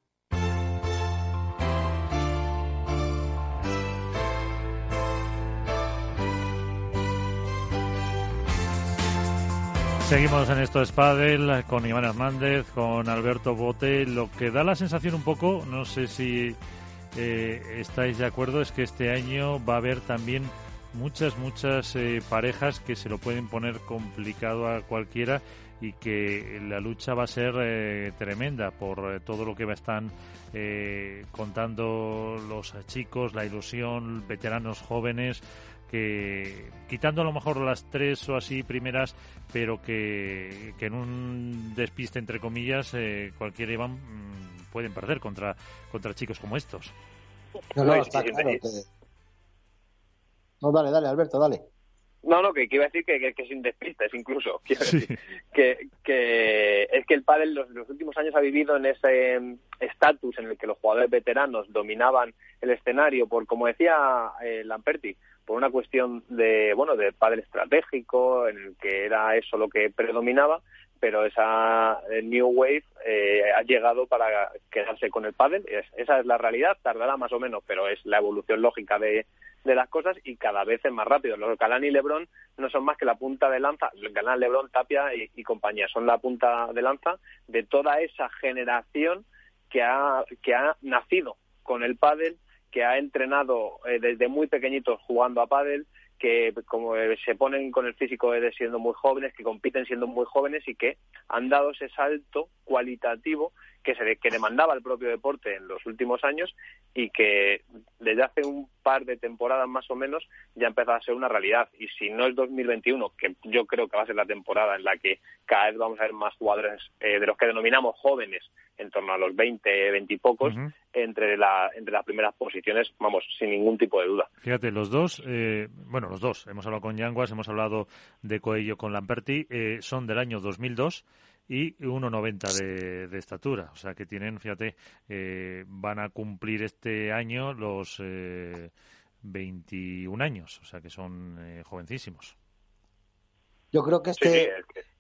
Seguimos en Esto es Pádel con Iván Hernández, con Alberto Bote. Lo que da la sensación un poco, no sé si eh, estáis de acuerdo, es que este año va a haber también muchas, muchas eh, parejas que se lo pueden poner complicado a cualquiera y que la lucha va a ser eh, tremenda por eh, todo lo que están eh, contando los chicos, la ilusión, veteranos jóvenes, que quitando a lo mejor las tres o así primeras, pero que, que en un despiste, entre comillas, eh, cualquiera Iván mmm, pueden perder contra, contra chicos como estos. No, no, está claro que... No, dale, dale, Alberto, dale. No, no, que, que iba a decir que, que, que sin despistes incluso. Quiero sí. decir que, que es que el pádel los, los últimos años ha vivido en ese estatus en el que los jugadores veteranos dominaban el escenario por, como decía eh, Lamperti, por una cuestión de, bueno, de pádel estratégico, en el que era eso lo que predominaba, pero esa New Wave eh, ha llegado para quedarse con el pádel. Es, esa es la realidad, tardará más o menos, pero es la evolución lógica de, de las cosas y cada vez es más rápido. Los Galán y LeBron no son más que la punta de lanza, Galán, LeBron, Tapia y, y compañía, son la punta de lanza de toda esa generación que ha, que ha nacido con el pádel, que ha entrenado eh, desde muy pequeñitos jugando a pádel, que como eh, se ponen con el físico de siendo muy jóvenes, que compiten siendo muy jóvenes y que han dado ese salto cualitativo que se que demandaba el propio deporte en los últimos años y que desde hace un par de temporadas más o menos ya ha empezado a ser una realidad. Y si no es dos mil veintiuno, que yo creo que va a ser la temporada en la que cada vez vamos a ver más jugadores eh, de los que denominamos jóvenes, en torno a los veinte, veinte y pocos, uh-huh. entre, la, entre las primeras posiciones, vamos, sin ningún tipo de duda. Fíjate, los dos, eh, bueno, los dos, hemos hablado con Yanguas, hemos hablado de Coello con Lamperti, eh, son del año dos mil dos y uno noventa de, de estatura, o sea que tienen, fíjate, eh, van a cumplir este año los eh, veintiún años, o sea que son eh, jovencísimos. Yo creo que este... Sí, sí, es que...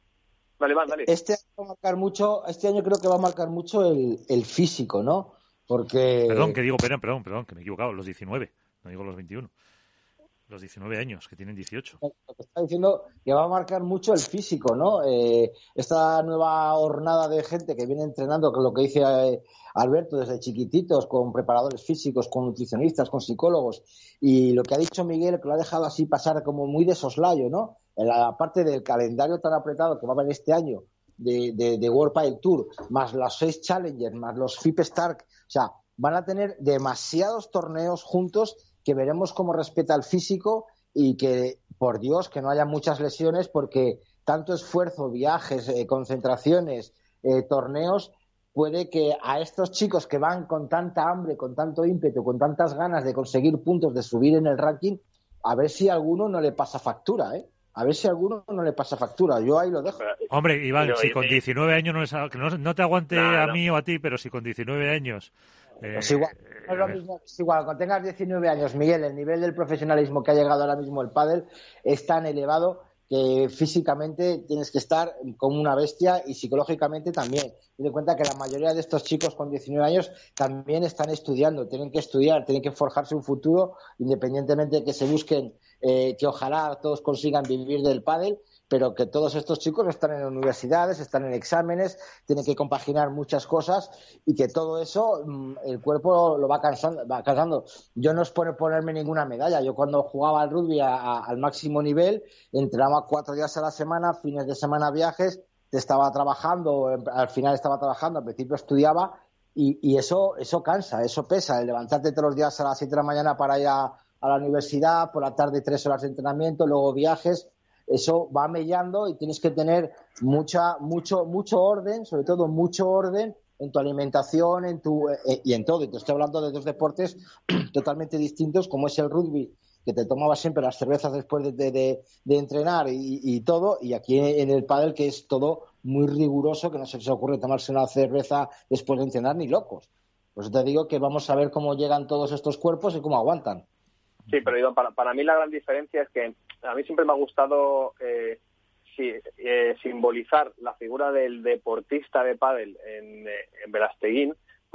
Vale, vale, vale. Este año va a marcar mucho, este año creo que va a marcar mucho el, el físico, ¿no? Porque... Perdón, que digo, perdón, perdón, perdón, que me he equivocado, los diecinueve, no digo los veintiuno. Los diecinueve años, que tienen dieciocho. Lo que está diciendo que va a marcar mucho el físico, ¿no? Eh, esta nueva hornada de gente que viene entrenando, que lo que dice eh, Alberto, desde chiquititos, con preparadores físicos, con nutricionistas, con psicólogos, y lo que ha dicho Miguel, que lo ha dejado así pasar como muy de soslayo, ¿no? En la parte del calendario tan apretado que va a haber este año de, de, de World Padel Tour, más los seis Challengers, más los F I P Stark, o sea, van a tener demasiados torneos juntos que veremos cómo respeta el físico y que, por Dios, que no haya muchas lesiones porque tanto esfuerzo, viajes, eh, concentraciones, eh, torneos, puede que a estos chicos que van con tanta hambre, con tanto ímpetu, con tantas ganas de conseguir puntos, de subir en el ranking, a ver si a alguno no le pasa factura, ¿eh? A ver si a alguno no le pasa factura. Yo ahí lo dejo. Hombre, Iván, pero, si y, con y, diecinueve años no, es, que no, no te aguante no, a no. mí o a ti, pero si con diecinueve años... Eh, pues igual, no es lo mismo, es igual, cuando tengas diecinueve años, Miguel, el nivel del profesionalismo que ha llegado ahora mismo el pádel es tan elevado que físicamente tienes que estar como una bestia y psicológicamente también. Ten en cuenta que la mayoría de estos chicos con diecinueve años también están estudiando, tienen que estudiar, tienen que forjarse un futuro, independientemente de que se busquen, eh, que ojalá todos consigan vivir del pádel, pero que todos estos chicos están en universidades, están en exámenes, tienen que compaginar muchas cosas y que todo eso el cuerpo lo va cansando. Va cansando. Yo no es por ponerme ninguna medalla. Yo cuando jugaba al rugby a, a, al máximo nivel, entrenaba cuatro días a la semana, fines de semana viajes, estaba trabajando, al final estaba trabajando, al principio estudiaba y, y eso, eso cansa, eso pesa. El levantarte todos los días a las siete de la mañana para ir a, a la universidad, por la tarde tres horas de entrenamiento, luego viajes. Eso va mellando y tienes que tener mucha, mucho, mucho orden, sobre todo mucho orden en tu alimentación, en tu eh, y en todo. Y te estoy hablando de dos deportes totalmente distintos, como es el rugby, que te tomabas siempre las cervezas después de, de, de, de entrenar y, y todo, y aquí en el pádel que es todo muy riguroso, que no se les ocurre tomarse una cerveza después de entrenar ni locos. Por eso te digo que vamos a ver cómo llegan todos estos cuerpos y cómo aguantan. Sí, pero Iván, para, para mí la gran diferencia es que a mí siempre me ha gustado eh, sí, eh, simbolizar la figura del deportista de pádel en, en Verasteguín,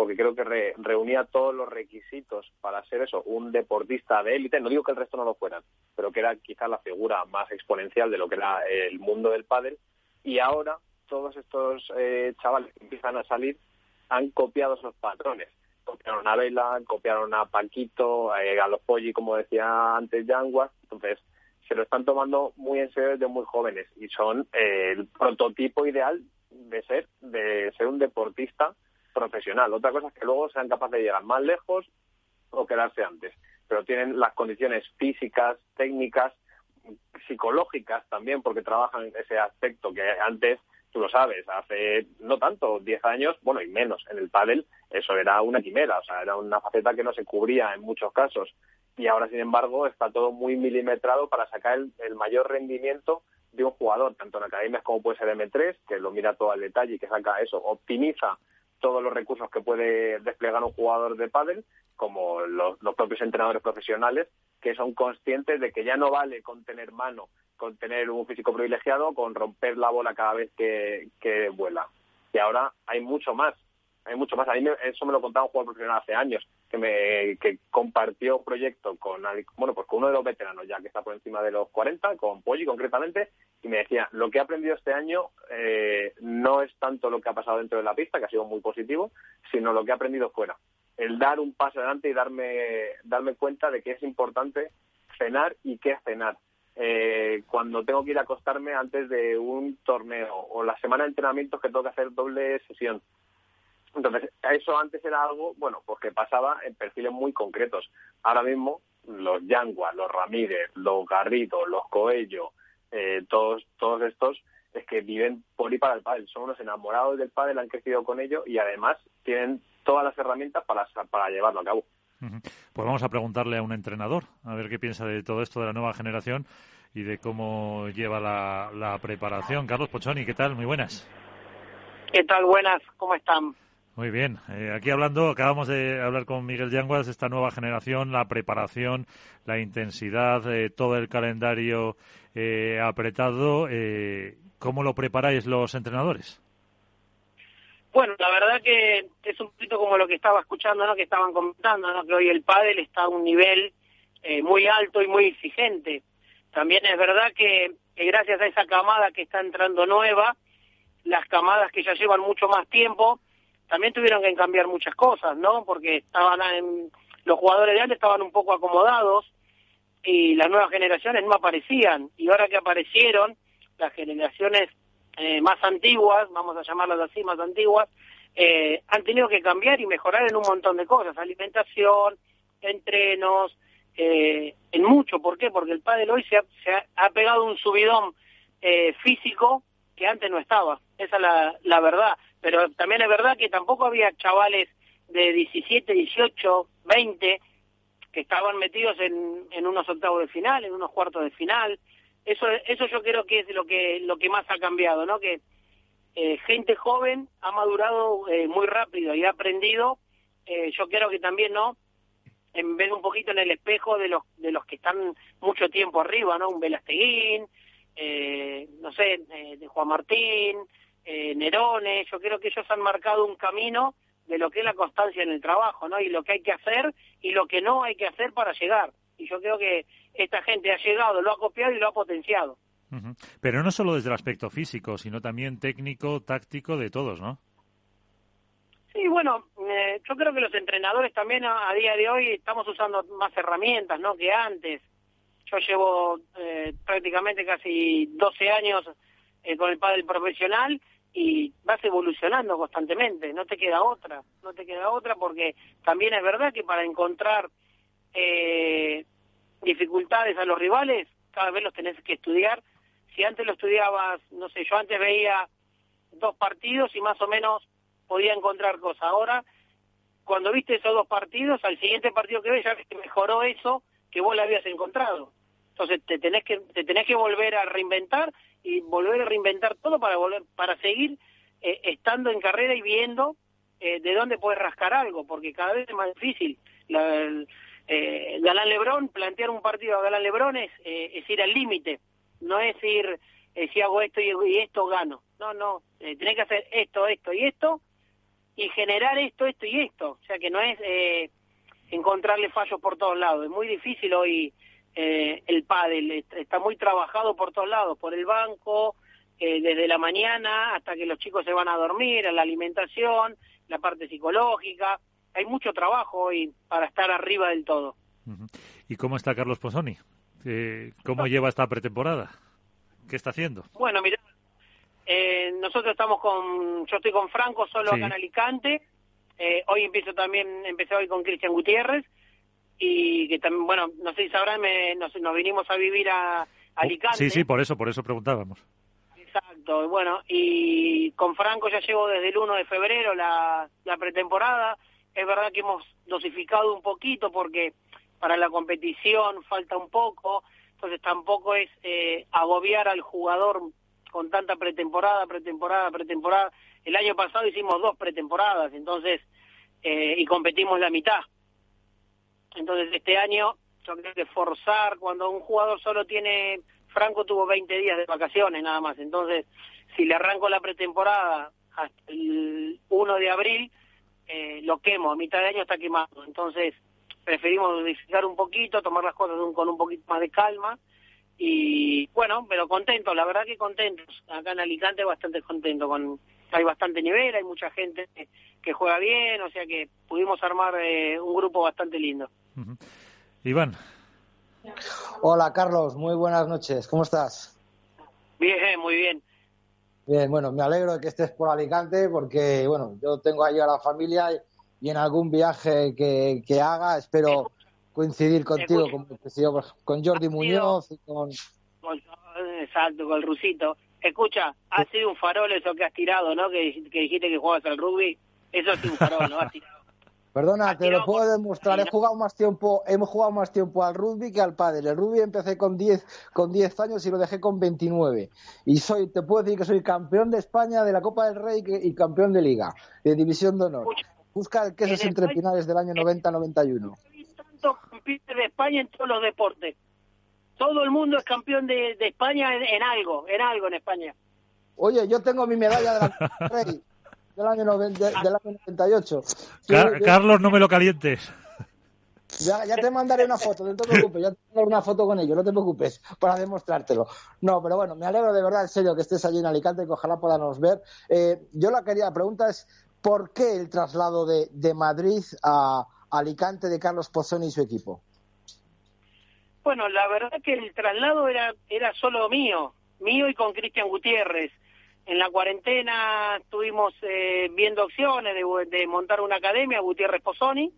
porque creo que re, reunía todos los requisitos para ser eso, un deportista de élite. No digo que el resto no lo fueran, pero que era quizás la figura más exponencial de lo que era el mundo del pádel. Y ahora todos estos eh, chavales que empiezan a salir han copiado esos patrones. Copiaron a Vela, copiaron a Paquito, eh, a los Poggi, como decía antes Yanguas. Entonces se lo están tomando muy en serio desde muy jóvenes y son eh, el prototipo ideal de ser de ser un deportista profesional. Otra cosa es que luego sean capaces de llegar más lejos o quedarse antes, pero tienen las condiciones físicas, técnicas, psicológicas también, porque trabajan ese aspecto que antes, tú lo sabes, hace no tanto, diez años, bueno, y menos, en el pádel eso era una quimera, o sea, era una faceta que no se cubría en muchos casos, y ahora, sin embargo, está todo muy milimetrado para sacar el, el mayor rendimiento de un jugador, tanto en academias como puede ser eme tres, que lo mira todo al detalle y que saca eso, optimiza todos los recursos que puede desplegar un jugador de pádel, como los, los propios entrenadores profesionales, que son conscientes de que ya no vale con tener mano, con tener un físico privilegiado, con romper la bola cada vez que, que vuela. Y ahora hay mucho más, hay mucho más. A mí me, eso me lo contaba un jugador profesional hace años, que me que compartió proyecto con, bueno, pues con uno de los veteranos ya que está por encima de los cuarenta, con Poggi concretamente, y me decía, lo que he aprendido este año eh, no es tanto lo que ha pasado dentro de la pista, que ha sido muy positivo, sino lo que he aprendido fuera. El dar un paso adelante y darme darme cuenta de que es importante cenar y qué cenar. Eh, cuando tengo que ir a acostarme antes de un torneo o la semana de entrenamientos que tengo que hacer doble sesión. Entonces, eso antes era algo, bueno, pues que pasaba en perfiles muy concretos. Ahora mismo, los Yanguas, los Ramírez, los Garrido, los Coello, eh, todos todos estos es que viven por y para el pádel. Son unos enamorados del pádel, han crecido con ello y además tienen todas las herramientas para, para llevarlo a cabo. Pues vamos a preguntarle a un entrenador, a ver qué piensa de todo esto de la nueva generación y de cómo lleva la, la preparación. Carlos Pochoni, ¿qué tal? Muy buenas. ¿Qué tal? Buenas, ¿cómo están? Muy bien. Eh, aquí hablando, acabamos de hablar con Miguel Yanguas, esta nueva generación, la preparación, la intensidad, eh, todo el calendario eh, apretado. Eh, ¿Cómo lo preparáis los entrenadores? Bueno, la verdad que es un poquito como lo que estaba escuchando, ¿no? Que estaban comentando, ¿no? Que hoy el pádel está a un nivel eh, muy alto y muy exigente. También es verdad que, que gracias a esa camada que está entrando nueva, las camadas que ya llevan mucho más tiempo, también tuvieron que cambiar muchas cosas, ¿no? Porque estaban en, los jugadores de antes estaban un poco acomodados y las nuevas generaciones no aparecían. Y ahora que aparecieron, las generaciones eh, más antiguas, vamos a llamarlas así, más antiguas, eh, han tenido que cambiar y mejorar en un montón de cosas, alimentación, entrenos, eh, en mucho. ¿Por qué? Porque el pádel hoy se ha, se ha, ha pegado un subidón eh, físico que antes no estaba. Esa es la, la verdad. Pero también es verdad que tampoco había chavales de diecisiete, dieciocho, veinte que estaban metidos en, en unos octavos de final, en unos cuartos de final. Eso eso yo creo que es lo que lo que más ha cambiado, ¿no? Que eh, gente joven ha madurado eh, muy rápido y ha aprendido. Eh, yo creo que también, ¿no? En ver un poquito en el espejo de los de los que están mucho tiempo arriba, ¿no? Un Velasteguín, eh, no sé, eh, de Juan Martín, eh, Nerone. Yo creo que ellos han marcado un camino de lo que es la constancia en el trabajo, ¿no? Y lo que hay que hacer y lo que no hay que hacer para llegar. Y yo creo que esta gente ha llegado, lo ha copiado y lo ha potenciado. Uh-huh. Pero no solo desde el aspecto físico, sino también técnico, táctico, de todos, ¿no? Sí, bueno, eh, yo creo que los entrenadores también a, a día de hoy estamos usando más herramientas, ¿no?, que antes. Yo llevo eh, prácticamente casi doce años eh, con el pádel profesional y vas evolucionando constantemente, no te queda otra, no te queda otra porque también es verdad que para encontrar eh, dificultades a los rivales, cada vez los tenés que estudiar. Si antes lo estudiabas, no sé, yo antes veía dos partidos y más o menos podía encontrar cosas. Ahora, cuando viste esos dos partidos, al siguiente partido que ves ya ves que mejoró eso que vos le habías encontrado. Entonces te tenés que te tenés que volver a reinventar y volver a reinventar todo para volver para seguir eh, estando en carrera y viendo eh, de dónde puedes rascar algo, porque cada vez es más difícil. La, el, eh, Galán Lebrón, plantear un partido a Galán Lebrón es, eh, es ir al límite, no es ir eh, si hago esto y, y esto gano. No, no, eh, tenés que hacer esto, esto y esto y generar esto, esto y esto. O sea que no es eh, encontrarle fallos por todos lados. Es muy difícil hoy eh, el pádel, está muy trabajado por todos lados, por el banco, eh, desde la mañana hasta que los chicos se van a dormir, a la alimentación, la parte psicológica. Hay mucho trabajo hoy para estar arriba del todo. Uh-huh. ¿Y cómo está Carlos Pozzoni? Eh, ¿Cómo lleva esta pretemporada? ¿Qué está haciendo? Bueno, mira, eh, nosotros estamos con, yo estoy con Franco solo sí. acá en Alicante. Eh, hoy empiezo también, empecé hoy con Cristian Gutiérrez y que también, bueno, no sé si sabrán, me, nos, nos vinimos a vivir a, a Alicante. Sí, sí, por eso, por eso preguntábamos. Exacto, bueno, y con Franco ya llevo desde el uno de febrero la, la pretemporada. Es verdad que hemos dosificado un poquito porque para la competición falta un poco, entonces tampoco es eh, agobiar al jugador con tanta pretemporada, pretemporada, pretemporada. El año pasado hicimos dos pretemporadas, entonces, eh, y competimos la mitad. Entonces este año yo creo que forzar, cuando un jugador solo tiene, Franco tuvo veinte días de vacaciones nada más, entonces si le arranco la pretemporada hasta el uno de abril, eh, lo quemo, a mitad de año está quemado, entonces preferimos modificar un poquito, tomar las cosas un, con un poquito más de calma, y bueno, pero contentos, la verdad que contentos, acá en Alicante bastante contentos, con hay bastante nivel, hay mucha gente que, que juega bien, o sea que pudimos armar eh, un grupo bastante lindo. Uh-huh. Iván. Hola Carlos, muy buenas noches, ¿cómo estás? Bien, muy bien. Bien, bueno, me alegro de que estés por Alicante porque, bueno, yo tengo ahí a la familia y en algún viaje que, que haga espero coincidir contigo, con, con Jordi Muñoz y con... Exacto, con el Rusito. Escucha, ha sido un farol eso que has tirado, ¿no? Que, que dijiste que jugabas al rugby. Eso ha sido un farol, ¿no? Has tirado. Perdona, has te tirado lo puedo por... demostrar. He jugado más tiempo, hemos jugado más tiempo al rugby que al pádel. El rugby empecé con diez, con diez años y lo dejé con veintinueve. Y soy, te puedo decir que soy campeón de España de la Copa del Rey y campeón de Liga, de División de Honor. Escucha, busca el queso entre España, finales del año noventa noventa y uno. Hay tantos campeones de España en todos los deportes. Todo el mundo es campeón de, de España en, en algo, en algo en España. Oye, yo tengo mi medalla de la Rey del año, noventa, de, del año noventa y ocho. Car- yo, Carlos, no me lo calientes. Ya, ya te mandaré una foto, no te preocupes, ya te mandaré una foto con ello, no te preocupes, para demostrártelo. No, pero bueno, me alegro de verdad, en serio, que estés allí en Alicante, que ojalá podamos ver. Eh, yo la quería, la pregunta es, ¿por qué el traslado de, de Madrid a Alicante de Carlos Pozzoni y su equipo? Bueno, la verdad que el traslado era, era solo mío, mío y con Cristian Gutiérrez. En la cuarentena estuvimos eh, viendo opciones de, de montar una academia, Gutiérrez Pozzoni,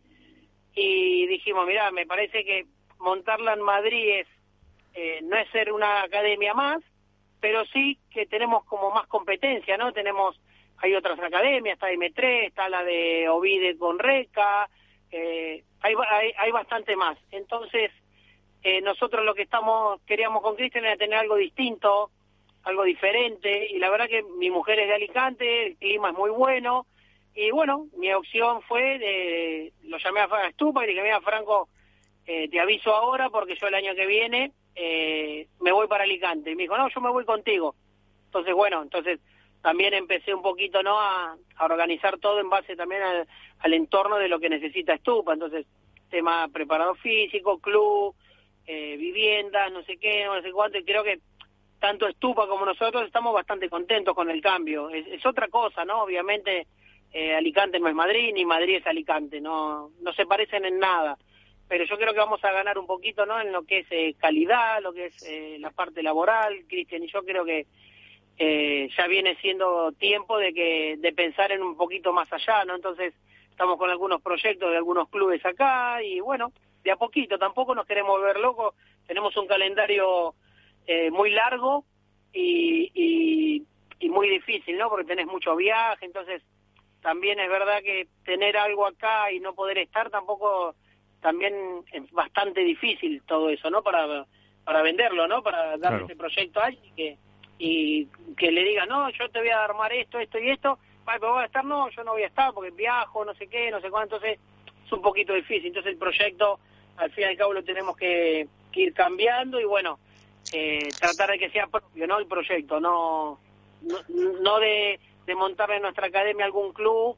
y dijimos, mirá, me parece que montarla en Madrid es, eh, no es ser una academia más, pero sí que tenemos como más competencia, ¿no? Tenemos, hay otras academias, está eme tres, está la de Ovide con Reca, eh, hay, hay, hay bastante más. Entonces, eh, nosotros lo que estamos queríamos con Cristian era tener algo distinto, algo diferente, y la verdad que mi mujer es de Alicante, el clima es muy bueno, y bueno, mi opción fue, de, lo llamé a Estupa y dije, mira Franco, eh, te aviso ahora porque yo el año que viene eh, me voy para Alicante. Y me dijo, no, yo me voy contigo. Entonces, bueno, entonces también empecé un poquito no a, a organizar todo en base también al, al entorno de lo que necesita Estupa. Entonces, tema preparado físico, club, eh, viviendas, no sé qué, no sé cuánto, y creo que tanto Estupa como nosotros estamos bastante contentos con el cambio. Es, es otra cosa, ¿no? Obviamente eh, Alicante no es Madrid, ni Madrid es Alicante, no no se parecen en nada. Pero yo creo que vamos a ganar un poquito, ¿no? En lo que es eh, calidad, lo que es eh, la parte laboral. Cristian y yo creo que eh, ya viene siendo tiempo de que de pensar en un poquito más allá, ¿no? Entonces estamos con algunos proyectos de algunos clubes acá y bueno, de a poquito, tampoco nos queremos volver locos. Tenemos un calendario Eh, muy largo y, y, y muy difícil, ¿no? Porque tenés mucho viaje, entonces también es verdad que tener algo acá y no poder estar tampoco, también es bastante difícil todo eso, ¿no? Para para venderlo, ¿no? Para darle claro. ese proyecto a alguien y que, y que le diga, no, yo te voy a armar esto, esto y esto, vale, pero voy a estar, no, yo no voy a estar porque viajo, no sé qué, no sé cuánto, entonces es un poquito difícil, entonces el proyecto al fin y al cabo lo tenemos que, que ir cambiando y bueno, Eh, tratar de que sea propio, ¿no? El proyecto, no no, no de, de montarle en nuestra academia algún club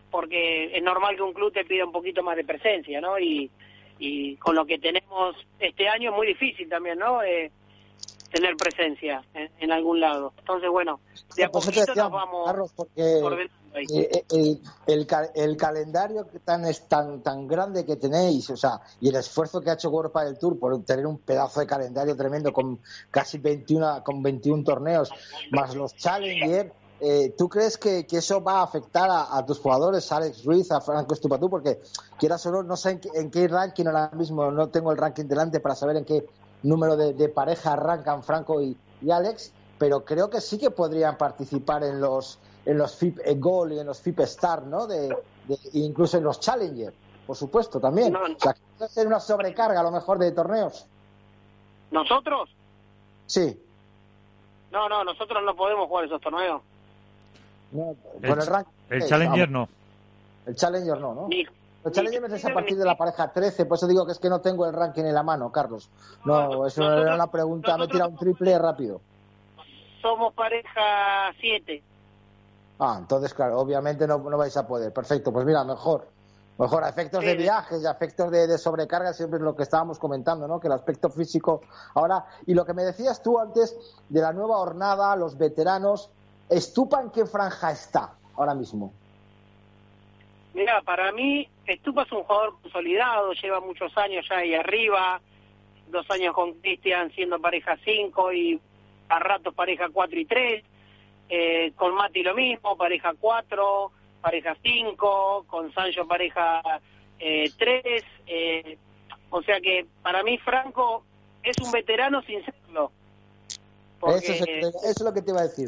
porque es normal que un club te pida un poquito más de presencia, ¿no? Y, y con lo que tenemos este año es muy difícil también, ¿no? Eh, tener presencia en, en algún lado. Entonces, bueno, de a pues poquito decía, nos vamos Carlos, porque ordenando ahí. eh, el, el, el calendario que tan es tan tan grande que tenéis, o sea, y el esfuerzo que ha hecho World Padel Tour por tener un pedazo de calendario tremendo con casi veintiuno con veintiún torneos más los Challenger, eh, ¿tú crees que, que eso va a afectar a, a tus jugadores, a Alex Ruiz, a Franco Estupatú? Porque quieras o no, no sé en qué, en qué ranking ahora mismo, no tengo el ranking delante para saber en qué número de, de pareja arrancan Franco y, y Alex, pero creo que sí que podrían participar en los en los F I P Gold y en los F I P Star, ¿no? De, de, incluso en los Challenger, por supuesto, también. No, no. O sea, que puede ser una sobrecarga a lo mejor de torneos. ¿Nosotros? Sí. No, no, nosotros no podemos jugar esos torneos. No, el, con el ranking. El Challenger no. El Challenger no, ¿no? Ni, El Challenger es a partir de la pareja trece, por eso digo que es que no tengo el ranking en la mano, Carlos. No, eso nosotros, era una pregunta, me he tirado un triple rápido. Somos pareja siete. Ah, entonces, claro, obviamente no, no vais a poder. Perfecto, pues mira, mejor. Mejor, a efectos Sí, de sí. viajes y a efectos de, de sobrecarga, siempre es lo que estábamos comentando, ¿no? Que el aspecto físico ahora... Y lo que me decías tú antes de la nueva hornada, los veteranos, ¿Estupa en qué franja está ahora mismo? Mira, para mí, Estupa es un jugador consolidado, lleva muchos años ya ahí arriba, dos años con Cristian siendo pareja cinco y a ratos pareja cuatro y tres, eh, con Mati lo mismo, pareja cuatro, pareja cinco, con Sancho pareja eh, tres, eh, o sea que para mí Franco es un veterano sin serlo. Porque, eso, es, eso es lo que te iba a decir.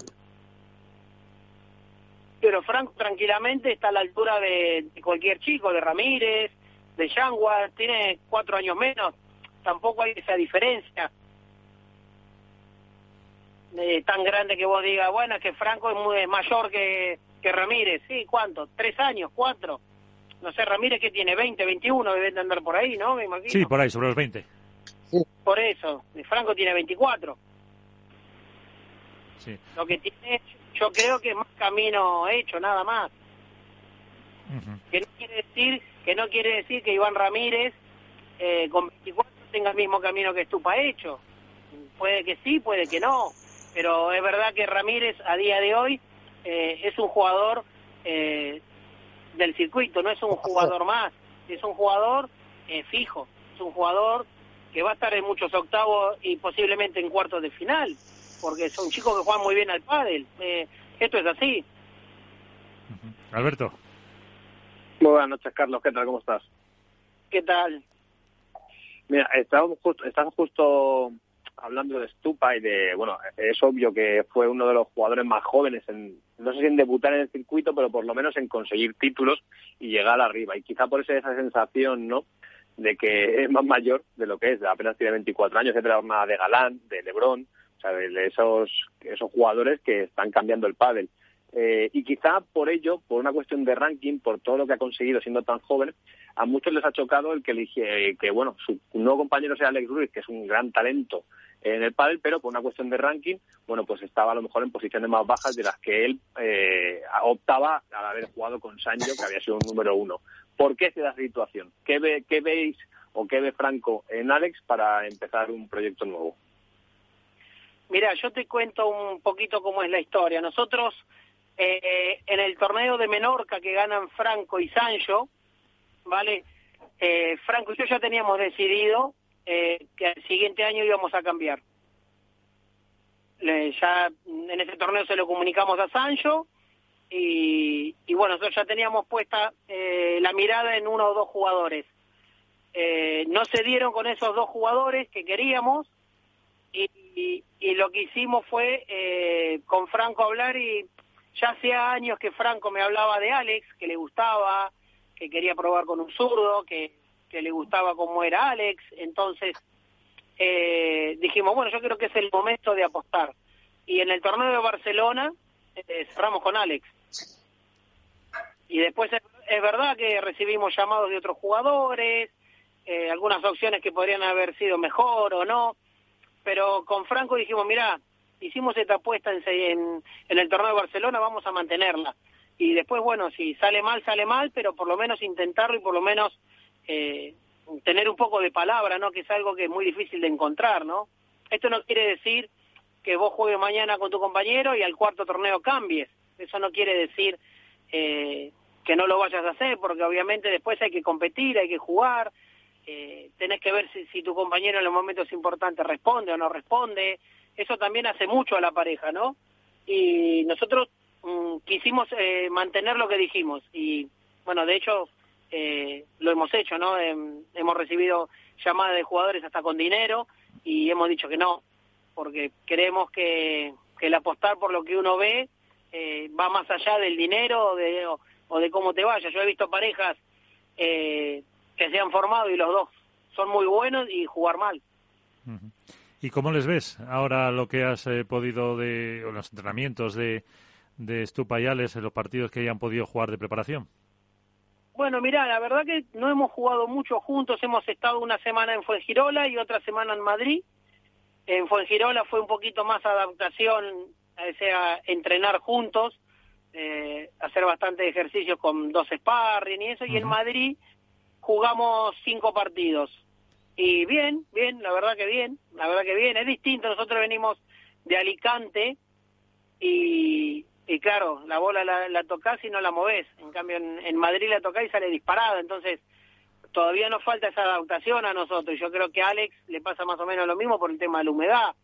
Pero Franco tranquilamente está a la altura de, de cualquier chico, de Ramírez, de Yanguas, tiene cuatro años menos, tampoco hay esa diferencia eh, tan grande que vos digas, bueno, es que Franco es, muy, es mayor que, que Ramírez, sí, ¿cuánto? ¿Tres años? ¿Cuatro? No sé, Ramírez que tiene veinte, veintiuno, deben de andar por ahí, ¿no? Me imagino. Sí, por ahí, sobre los veinte. Sí. Por eso, Franco tiene veinticuatro. Sí. Lo que tiene, yo creo que es más camino hecho, nada más. Uh-huh. Que no quiere decir que no quiere decir que Iván Ramírez eh, con veinticuatro tenga el mismo camino que Estupa hecho. Puede que sí, puede que no, pero es verdad que Ramírez a día de hoy eh, es un jugador eh, del circuito, no es un jugador más, es un jugador eh, fijo, es un jugador que va a estar en muchos octavos y posiblemente en cuartos de final, porque son chicos que juegan muy bien al pádel. Eh, esto es así. Uh-huh. Alberto. Muy buenas noches, Carlos. ¿Qué tal? ¿Cómo estás? ¿Qué tal? Mira, estamos justo, estamos justo hablando de Estupa y de, bueno, es obvio que fue uno de los jugadores más jóvenes, en, no sé si en debutar en el circuito, pero por lo menos en conseguir títulos y llegar arriba. Y quizá por eso esa sensación, ¿no?, de que es más mayor de lo que es, apenas tiene veinticuatro años, de la de Galán, de Lebrón, o sea, de esos, esos jugadores que están cambiando el pádel. Eh, y quizá por ello, por una cuestión de ranking, por todo lo que ha conseguido siendo tan joven, a muchos les ha chocado el que elige, que bueno, su nuevo compañero sea Alex Ruiz, que es un gran talento en el pádel, pero por una cuestión de ranking, bueno, pues estaba a lo mejor en posiciones más bajas de las que él eh, optaba al haber jugado con Sancho, que había sido un número uno. ¿Por qué se da esa situación? ¿Qué, ve, qué veis o qué ve Franco en Alex para empezar un proyecto nuevo? Mira, yo te cuento un poquito cómo es la historia. Nosotros, eh, en el torneo de Menorca que ganan Franco y Sancho, ¿vale? Eh, Franco y yo ya teníamos decidido eh, que el siguiente año íbamos a cambiar. Le, ya en ese torneo se lo comunicamos a Sancho y, y bueno, nosotros ya teníamos puesta eh, la mirada en uno o dos jugadores. Eh, no se dieron con esos dos jugadores que queríamos y, y, y lo que hicimos fue eh, con Franco hablar, y ya hacía años que Franco me hablaba de Alex, que le gustaba, que quería probar con un zurdo, que, que le gustaba cómo era Alex. Entonces eh, dijimos, bueno, yo creo que es el momento de apostar. Y en el torneo de Barcelona eh, cerramos con Alex. Y después es, es verdad que recibimos llamados de otros jugadores, eh, algunas opciones que podrían haber sido mejor o no, pero con Franco dijimos, mirá, hicimos esta apuesta en, en, en el torneo de Barcelona, vamos a mantenerla. y después, bueno, si sale mal, sale mal, pero por lo menos intentarlo y por lo menos eh, tener un poco de palabra, ¿no? Que es algo que es muy difícil de encontrar, ¿no? Esto no quiere decir que vos juegues mañana con tu compañero y al cuarto torneo cambies. Eso no quiere decir eh, que no lo vayas a hacer, porque obviamente después hay que competir, hay que jugar, eh, tenés que ver si, si tu compañero en los momentos importantes responde o no responde. Eso también hace mucho a la pareja, ¿no? Y nosotros mmm, quisimos eh, mantener lo que dijimos y, bueno, de hecho eh, lo hemos hecho, ¿no? Eh, hemos recibido llamadas de jugadores hasta con dinero y hemos dicho que no, porque creemos que, que el apostar por lo que uno ve eh, va más allá del dinero o de, o, o de cómo te vaya. Yo he visto parejas eh, que se han formado y los dos son muy buenos y jugar mal. Uh-huh. ¿Y cómo les ves ahora lo que has eh, podido de o los entrenamientos de, de Stupa y Alex en los partidos que hayan podido jugar de preparación? Bueno, mirá, la verdad que no hemos jugado mucho juntos, hemos estado una semana en Fuengirola y otra semana en Madrid. En Fuengirola fue un poquito más adaptación, o sea, entrenar juntos, eh, hacer bastante ejercicios con dos sparring y eso, uh-huh. Y en Madrid jugamos cinco partidos. Y bien, bien, la verdad que bien, la verdad que bien, es distinto, nosotros venimos de Alicante y, y claro, la bola la, la tocás y no la movés, en cambio en, en Madrid la tocás y sale disparada, entonces todavía nos falta esa adaptación a nosotros. Yo creo que a Alex le pasa más o menos lo mismo por el tema de la humedad,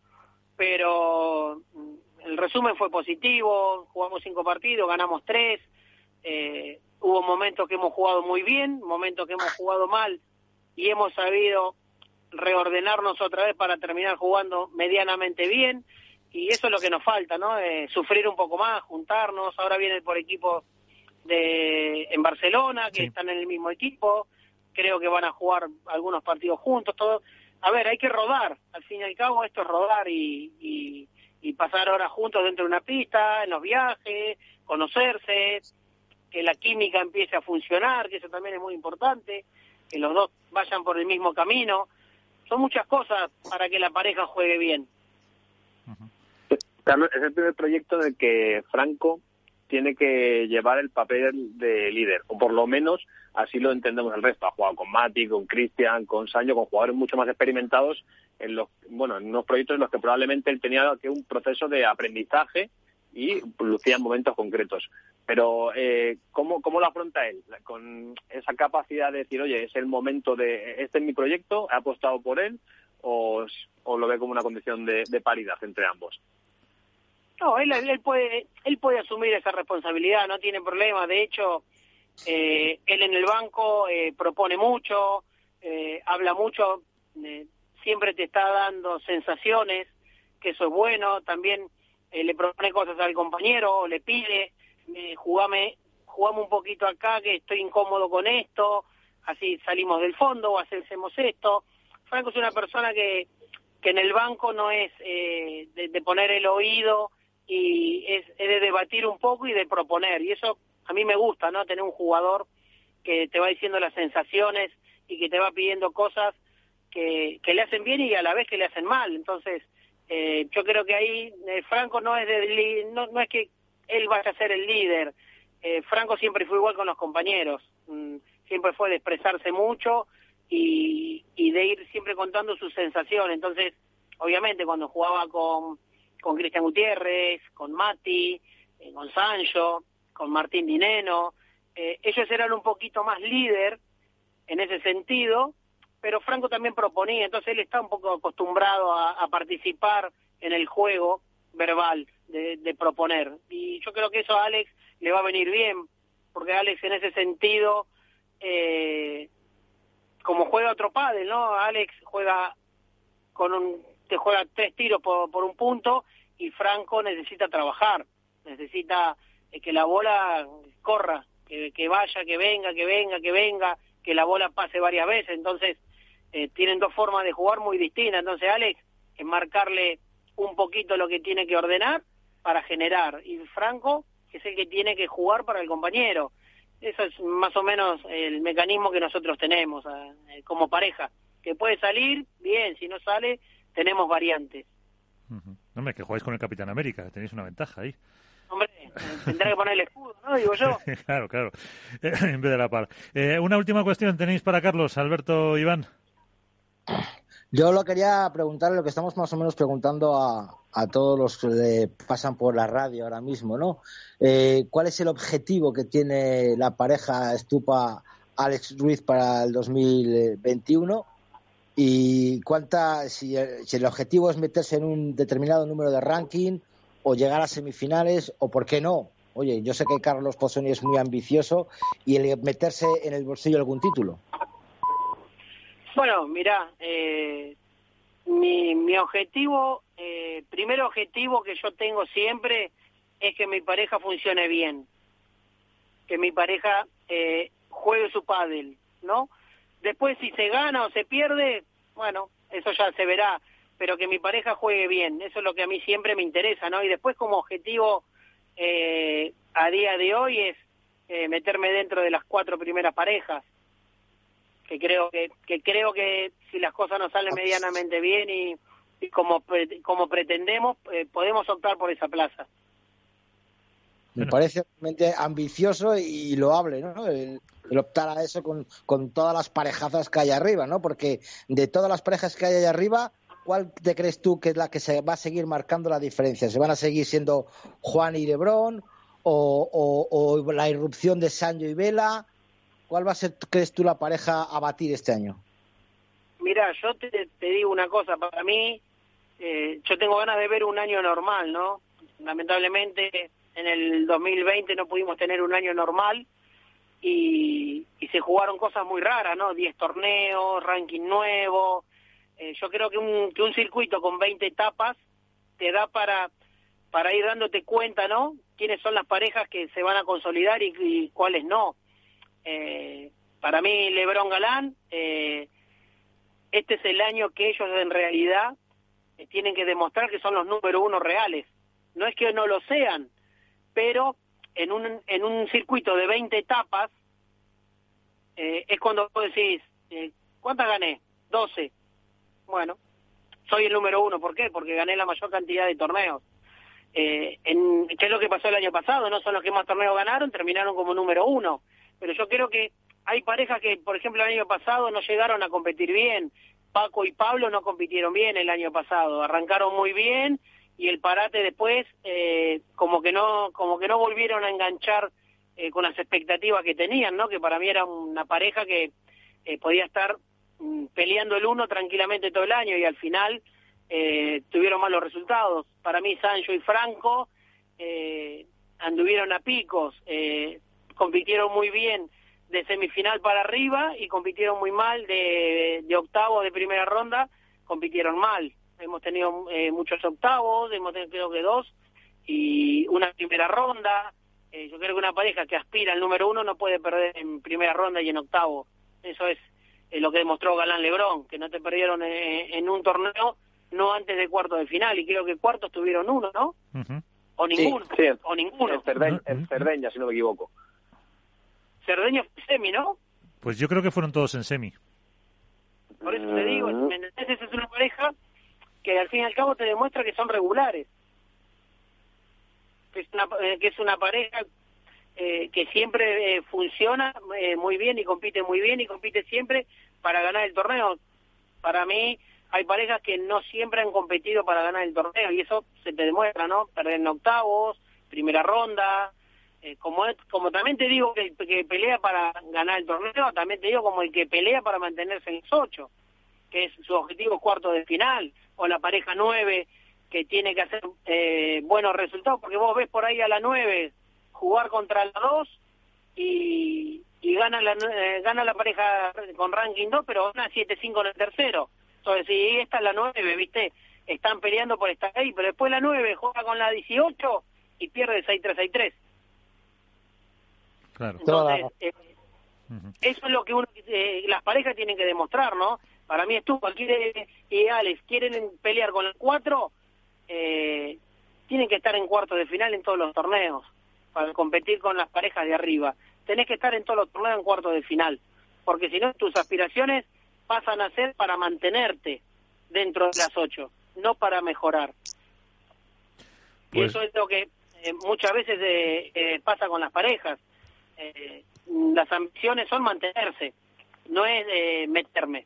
pero el resumen fue positivo, jugamos cinco partidos, ganamos tres, eh, hubo momentos que hemos jugado muy bien, momentos que hemos jugado mal y hemos sabido reordenarnos otra vez para terminar jugando medianamente bien, y eso es lo que nos falta, ¿no? Eh, sufrir un poco más, juntarnos. Ahora viene por equipo de en Barcelona, que sí. Están en el mismo equipo, creo que van a jugar algunos partidos juntos, todo. A ver, hay que rodar, al fin y al cabo esto es rodar y, y, y pasar horas juntos dentro de una pista, en los viajes, conocerse, que la química empiece a funcionar, que eso también es muy importante, que los dos vayan por el mismo camino. Son muchas cosas para que la pareja juegue bien. Carlos, es el primer proyecto en el que Franco tiene que llevar el papel de líder, o por lo menos así lo entendemos el resto. Ha jugado con Mati, con Cristian, con Sancho, con jugadores mucho más experimentados en los, bueno, en unos proyectos en los que probablemente él tenía que un proceso de aprendizaje y lucía en momentos concretos. Pero, eh, ¿cómo, ¿cómo lo afronta él? Con esa capacidad de decir, oye, es el momento de, este es mi proyecto, he apostado por él, o, o lo ve como una condición de, de paridad entre ambos. No, él, él puede él puede asumir esa responsabilidad, no tiene problema. De hecho, eh, él en el banco eh, propone mucho, eh, habla mucho, eh, siempre te está dando sensaciones, que eso es bueno. También eh, le propone cosas al compañero, le pide, eh, jugame, jugame un poquito acá, que estoy incómodo con esto, así salimos del fondo, o hacemos esto. Franco es una persona que, que en el banco no es eh, de, de poner el oído, y es, es de debatir un poco y de proponer, y eso a mí me gusta, ¿no? Tener un jugador que te va diciendo las sensaciones y que te va pidiendo cosas que, que le hacen bien y a la vez que le hacen mal. Entonces, eh, yo creo que ahí eh, Franco no es de, no, no es que él vaya a ser el líder. eh, Franco siempre fue igual con los compañeros, mm, siempre fue de expresarse mucho y, y de ir siempre contando sus sensaciones. Entonces, obviamente cuando jugaba con con Cristian Gutiérrez, con Mati, eh, con Sancho, con Martín Dineno, eh, ellos eran un poquito más líder en ese sentido, pero Franco también proponía, entonces él está un poco acostumbrado a, a participar en el juego verbal de, de proponer, y yo creo que eso a Alex le va a venir bien, porque Alex en ese sentido, eh, como juega otro pádel, ¿no? Alex juega con un te juega tres tiros por, por un punto, y Franco necesita trabajar, necesita eh, que la bola corra, que, que vaya, que venga, que venga, que venga, que la bola pase varias veces. Entonces eh, tienen dos formas de jugar muy distintas. Entonces Alex es marcarle un poquito lo que tiene que ordenar para generar, y Franco es el que tiene que jugar para el compañero. Eso es más o menos el mecanismo que nosotros tenemos eh, como pareja, que puede salir bien, si no sale tenemos variantes. Uh-huh. Hombre, que jugáis con el Capitán América, que tenéis una ventaja ahí. Hombre, tendrá que poner el escudo, ¿no? Digo yo. Claro, claro, en vez de la pala. Eh, una última cuestión tenéis para Carlos, Alberto, Iván. Yo lo quería preguntar, lo que estamos más o menos preguntando a, a todos los que pasan por la radio ahora mismo, ¿no? Eh, ¿Cuál es el objetivo que tiene la pareja Estupa-Alex Ruiz para el dos mil veintiuno? Y cuánta, si el, si el objetivo es meterse en un determinado número de ranking o llegar a semifinales, o por qué no. Oye, yo sé que Carlos Pozzoni es muy ambicioso y el meterse en el bolsillo algún título. Bueno, mirá, eh, mi, mi objetivo, eh, primer objetivo que yo tengo siempre es que mi pareja funcione bien, que mi pareja eh, juegue su pádel, ¿no? Después si se gana o se pierde, bueno, eso ya se verá, pero que mi pareja juegue bien, eso es lo que a mí siempre me interesa, ¿no? Y después como objetivo eh, a día de hoy es eh, meterme dentro de las cuatro primeras parejas, que creo que, que creo que si las cosas nos salen medianamente bien y, y como pre, como pretendemos, eh, podemos optar por esa plaza. Me parece realmente ambicioso y loable, ¿no? El, el optar a eso con, con todas las parejazas que hay arriba, ¿no? Porque de todas las parejas que hay ahí arriba, ¿cuál te crees tú que es la que se va a seguir marcando la diferencia? ¿Se van a seguir siendo Juan y LeBron o, o, o la irrupción de Sancho y Vela? ¿Cuál va a ser, crees tú, la pareja a batir este año? Mira, yo te, te digo una cosa, para mí, eh, yo tengo ganas de ver un año normal, ¿no? Lamentablemente en el dos mil veinte no pudimos tener un año normal y, y se jugaron cosas muy raras, ¿no? diez torneos, ranking nuevo. Eh, yo creo que un, que un circuito con veinte etapas te da para, para ir dándote cuenta, ¿no? Quiénes son las parejas que se van a consolidar y, y cuáles no. Eh, para mí LeBron Galán, eh, este es el año que ellos en realidad eh, tienen que demostrar que son los número uno reales. No es que no lo sean, pero en un en un circuito de veinte etapas eh, es cuando vos decís, eh, ¿cuántas gané? doce. Bueno, soy el número uno. ¿Por qué? Porque gané la mayor cantidad de torneos. Eh, en, ¿Qué es lo que pasó el año pasado? No son los que más torneos ganaron, terminaron como número uno. Pero yo creo que hay parejas que, por ejemplo, el año pasado no llegaron a competir bien. Paco y Pablo no compitieron bien el año pasado. Arrancaron muy bien y el parate después eh, como que no como que no volvieron a enganchar eh, con las expectativas que tenían, ¿no? Que para mí era una pareja que eh, podía estar mm, peleando el uno tranquilamente todo el año y al final eh, tuvieron malos resultados. Para mí Sancho y Franco eh, anduvieron a picos, eh, compitieron muy bien de semifinal para arriba y compitieron muy mal de, de octavos de primera ronda, compitieron mal. Hemos tenido eh, muchos octavos, hemos tenido creo que dos, y una primera ronda. Eh, yo creo que una pareja que aspira al número uno no puede perder en primera ronda y en octavo. Eso es eh, lo que demostró Galán Lebrón, que no te perdieron eh, en un torneo, no antes de cuarto de final, y creo que cuartos tuvieron uno, ¿no? Uh-huh. O ninguno, sí, sí, o ninguno. En Cerdeña, en Cerdeña, si no me equivoco. Cerdeña fue semi, ¿no? Pues yo creo que fueron todos en semi. Por eso te digo, ¿me entendés? Esa es una pareja que al fin y al cabo te demuestra que son regulares. Que es una, eh, que es una pareja eh, que siempre eh, funciona eh, muy bien y compite muy bien y compite siempre para ganar el torneo. Para mí hay parejas que no siempre han competido para ganar el torneo y eso se te demuestra, ¿no? Perder en octavos, primera ronda. Eh, como es, como también te digo que el que pelea para ganar el torneo, también te digo como el que pelea para mantenerse en los ocho, que es su objetivo cuarto de final, o la pareja nueve que tiene que hacer eh, buenos resultados, porque vos ves por ahí a la nueve jugar contra la dos y, y gana la eh, gana la pareja con ranking dos, pero gana siete cinco en el tercero. Entonces, si esta es la nueve, ¿viste? Están peleando por estar ahí, pero después la nueve juega con la dieciocho y pierde seis tres seis tres. Claro. Entonces, eh, uh-huh. Eso es lo que uno eh, las parejas tienen que demostrar, ¿no? Para mí Estupa quiere, y Alex quieren pelear con el cuatro, eh, tienen que estar en cuartos de final en todos los torneos para competir con las parejas de arriba. Tenés que estar en todos los torneos en cuartos de final, porque si no tus aspiraciones pasan a ser para mantenerte dentro de las ocho, no para mejorar. Pues... Y eso es lo que eh, muchas veces eh, eh, pasa con las parejas. Eh, las ambiciones son mantenerse, no es eh, meterme.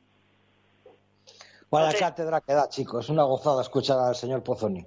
Vaya Entonces, cátedra que da, chicos. Es una gozada escuchar al señor Pozzoni.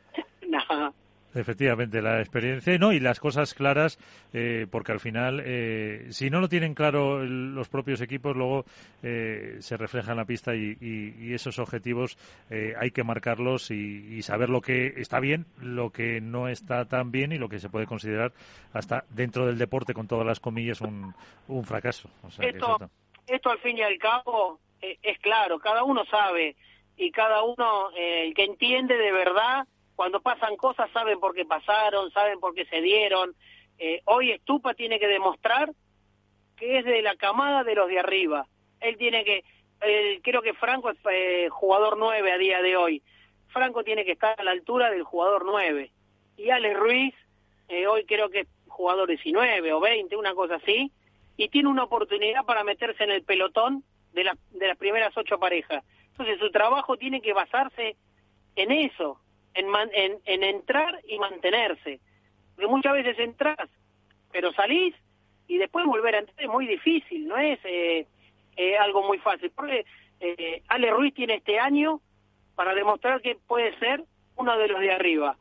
no. Efectivamente, la experiencia no y las cosas claras, eh, porque al final, eh, si no lo tienen claro el, los propios equipos, luego eh, se refleja en la pista y, y, y esos objetivos eh, hay que marcarlos y, y saber lo que está bien, lo que no está tan bien y lo que se puede considerar hasta dentro del deporte, con todas las comillas, un, un fracaso. O sea, esto, que eso esto al fin y al cabo eh, es claro, cada uno sabe y cada uno, eh, el que entiende de verdad, cuando pasan cosas saben por qué pasaron, saben por qué se dieron. Eh, hoy Estupa tiene que demostrar que es de la camada de los de arriba. Él tiene que, eh, creo que Franco es eh, jugador nueve a día de hoy. Franco tiene que estar a la altura del jugador nueve. Y Alex Ruiz, eh, hoy creo que es jugador diecinueve o veinte, una cosa así, y tiene una oportunidad para meterse en el pelotón de, la, de las primeras ocho parejas. Entonces su trabajo tiene que basarse en eso. En, man, en, en entrar y mantenerse. Porque muchas veces entras, pero salís y después volver a entrar es muy difícil, no es eh, eh, algo muy fácil. Porque eh, Ale Ruiz tiene este año para demostrar que puede ser uno de los de arriba.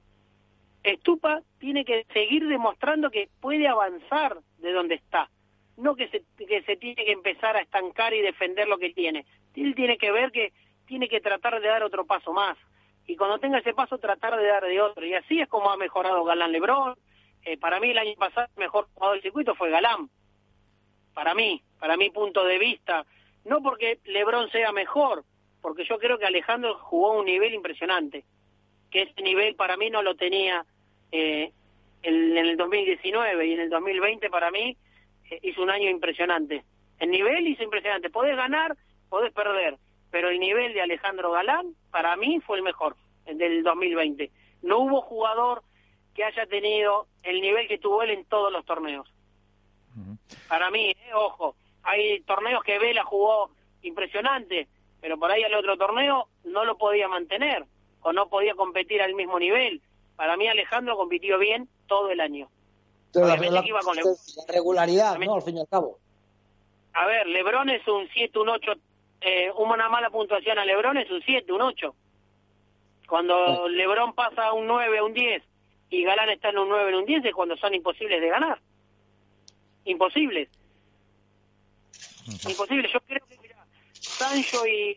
Estupa tiene que seguir demostrando que puede avanzar de donde está, no que se, que se tiene que empezar a estancar y defender lo que tiene. Él tiene que ver que tiene que tratar de dar otro paso más. Y cuando tenga ese paso tratar de dar de otro. Y así es como ha mejorado Galán Lebrón. Eh, para mí el año pasado el mejor jugador del circuito fue Galán. Para mí, para mi punto de vista. No porque Lebrón sea mejor, porque yo creo que Alejandro jugó a un nivel impresionante. Que ese nivel para mí no lo tenía eh, en, en el dos mil diecinueve y en el dos mil veinte para mí eh, hizo un año impresionante. El nivel hizo impresionante. Podés ganar, podés perder. Pero el nivel de Alejandro Galán, para mí, fue el mejor, el del dos mil veinte. No hubo jugador que haya tenido el nivel que tuvo él en todos los torneos. Uh-huh. Para mí, eh, ojo, hay torneos que Vela jugó impresionante, pero por ahí al otro torneo no lo podía mantener, o no podía competir al mismo nivel. Para mí Alejandro compitió bien todo el año. Pero la, la, iba con la regularidad, también, ¿no? Al fin y al cabo. A ver, Lebrón es un siete, un ocho... Eh, una mala puntuación a Lebrón es un siete, un ocho. Cuando sí. Lebrón pasa a un nueve, a un diez y Galán está en un nueve, en un diez es cuando son imposibles de ganar. Imposibles. Uh-huh. Imposibles. Yo creo que, mira, Sancho y,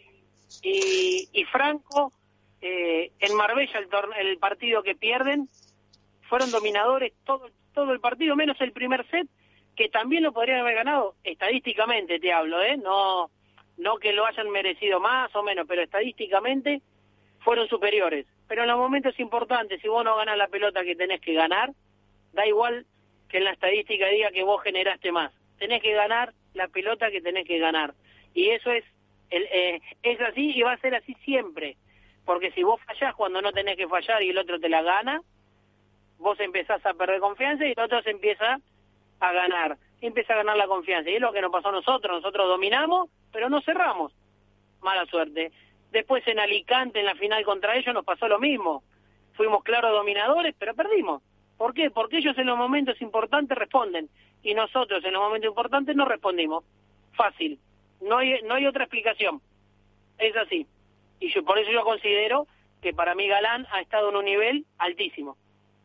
y, y Franco eh, en Marbella, el, torne- el partido que pierden, fueron dominadores todo, todo el partido, menos el primer set, que también lo podrían haber ganado. Estadísticamente te hablo, ¿eh? No... No que lo hayan merecido más o menos, pero estadísticamente fueron superiores. Pero en los momentos importantes, si vos no ganás la pelota que tenés que ganar, da igual que en la estadística diga que vos generaste más. Tenés que ganar la pelota que tenés que ganar. Y eso es, el, eh, es así y va a ser así siempre. Porque si vos fallás cuando no tenés que fallar y el otro te la gana, vos empezás a perder confianza y el otro se empieza a ganar. Empieza a ganar la confianza. Y es lo que nos pasó a nosotros. Nosotros dominamos, pero no cerramos. Mala suerte. Después en Alicante, en la final contra ellos, nos pasó lo mismo. Fuimos claros dominadores, pero perdimos. ¿Por qué? Porque ellos en los momentos importantes responden. Y nosotros en los momentos importantes no respondimos. Fácil. No hay, no hay otra explicación. Es así. Y yo, por eso yo considero que para mí Galán ha estado en un nivel altísimo.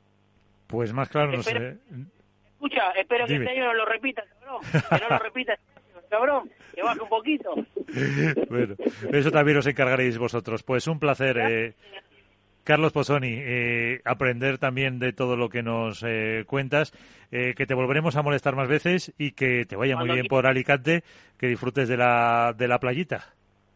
Pues más claro no espero, sé. Escucha, espero Dime. que este año no lo repitas, cabrón. Que no lo repitas, cabrón. Que baje un poquito. Bueno, eso también os encargaréis vosotros. Pues un placer, eh, Carlos Pozzoni, eh, aprender también de todo lo que nos eh, cuentas, eh, que te volveremos a molestar más veces y que te vaya muy bien por Alicante, que disfrutes de la de la playita.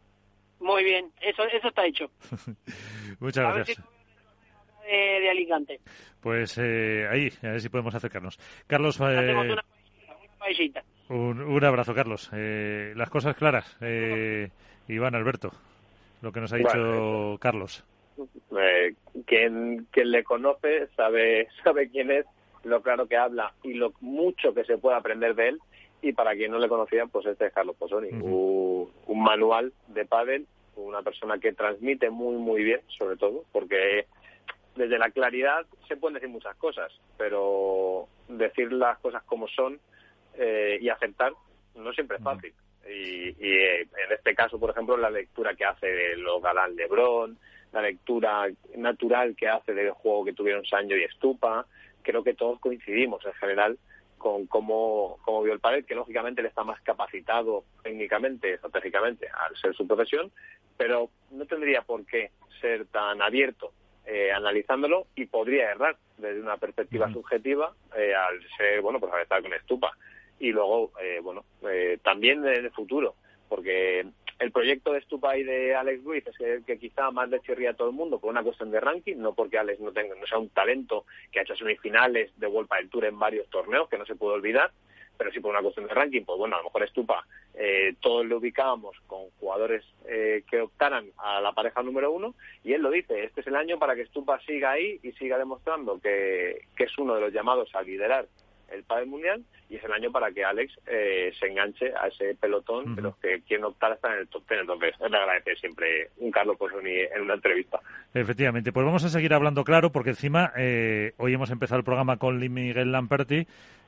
Muy bien, eso eso está hecho. Muchas a gracias. Ver si de, de Alicante. Pues eh, ahí, a ver si podemos acercarnos. Carlos, eh, hacemos una paellita, una paellita. Un, un abrazo, Carlos. Eh, las cosas claras, eh, Iván, Alberto, lo que nos ha dicho bueno, Carlos. Eh, quien, quien le conoce sabe sabe quién es, lo claro que habla y lo mucho que se puede aprender de él. Y para quien no le conocía, pues este es Carlos Pozzoni, uh-huh. un, un manual de pádel, una persona que transmite muy muy bien, sobre todo, porque desde la claridad se pueden decir muchas cosas, pero decir las cosas como son eh, y aceptar no siempre es fácil. Y, y eh, en este caso, por ejemplo, la lectura que hace de lo galán LeBron, la lectura natural que hace del juego que tuvieron Sancho y Stupa, creo que todos coincidimos en general con cómo, cómo vio el pádel, que lógicamente él está más capacitado técnicamente, estratégicamente, al ser su profesión, pero no tendría por qué ser tan abierto eh, analizándolo, y podría errar desde una perspectiva uh-huh. subjetiva eh, al ser, bueno, pues al estar con Stupa. Y luego, eh, bueno, eh, también en el futuro, porque el proyecto de Stupa y de Alex Ruiz es el que quizá más le chirría a todo el mundo por una cuestión de ranking, no porque Alex no tenga, no sea un talento que ha hecho semifinales de World Padel Tour en varios torneos, que no se puede olvidar, pero sí por una cuestión de ranking. Pues bueno, a lo mejor Stupa eh, todos lo ubicábamos con jugadores eh, que optaran a la pareja número uno, y él lo dice, este es el año para que Stupa siga ahí y siga demostrando que, que es uno de los llamados a liderar el pádel mundial, y es el año para que Alex eh, se enganche a ese pelotón uh-huh. de los que quieren optar hasta en el top ten. Entonces, le agradece siempre un Carlos Pozzoni en una entrevista. Efectivamente, pues vamos a seguir hablando claro, porque encima eh, hoy hemos empezado el programa con Miguel Lamperti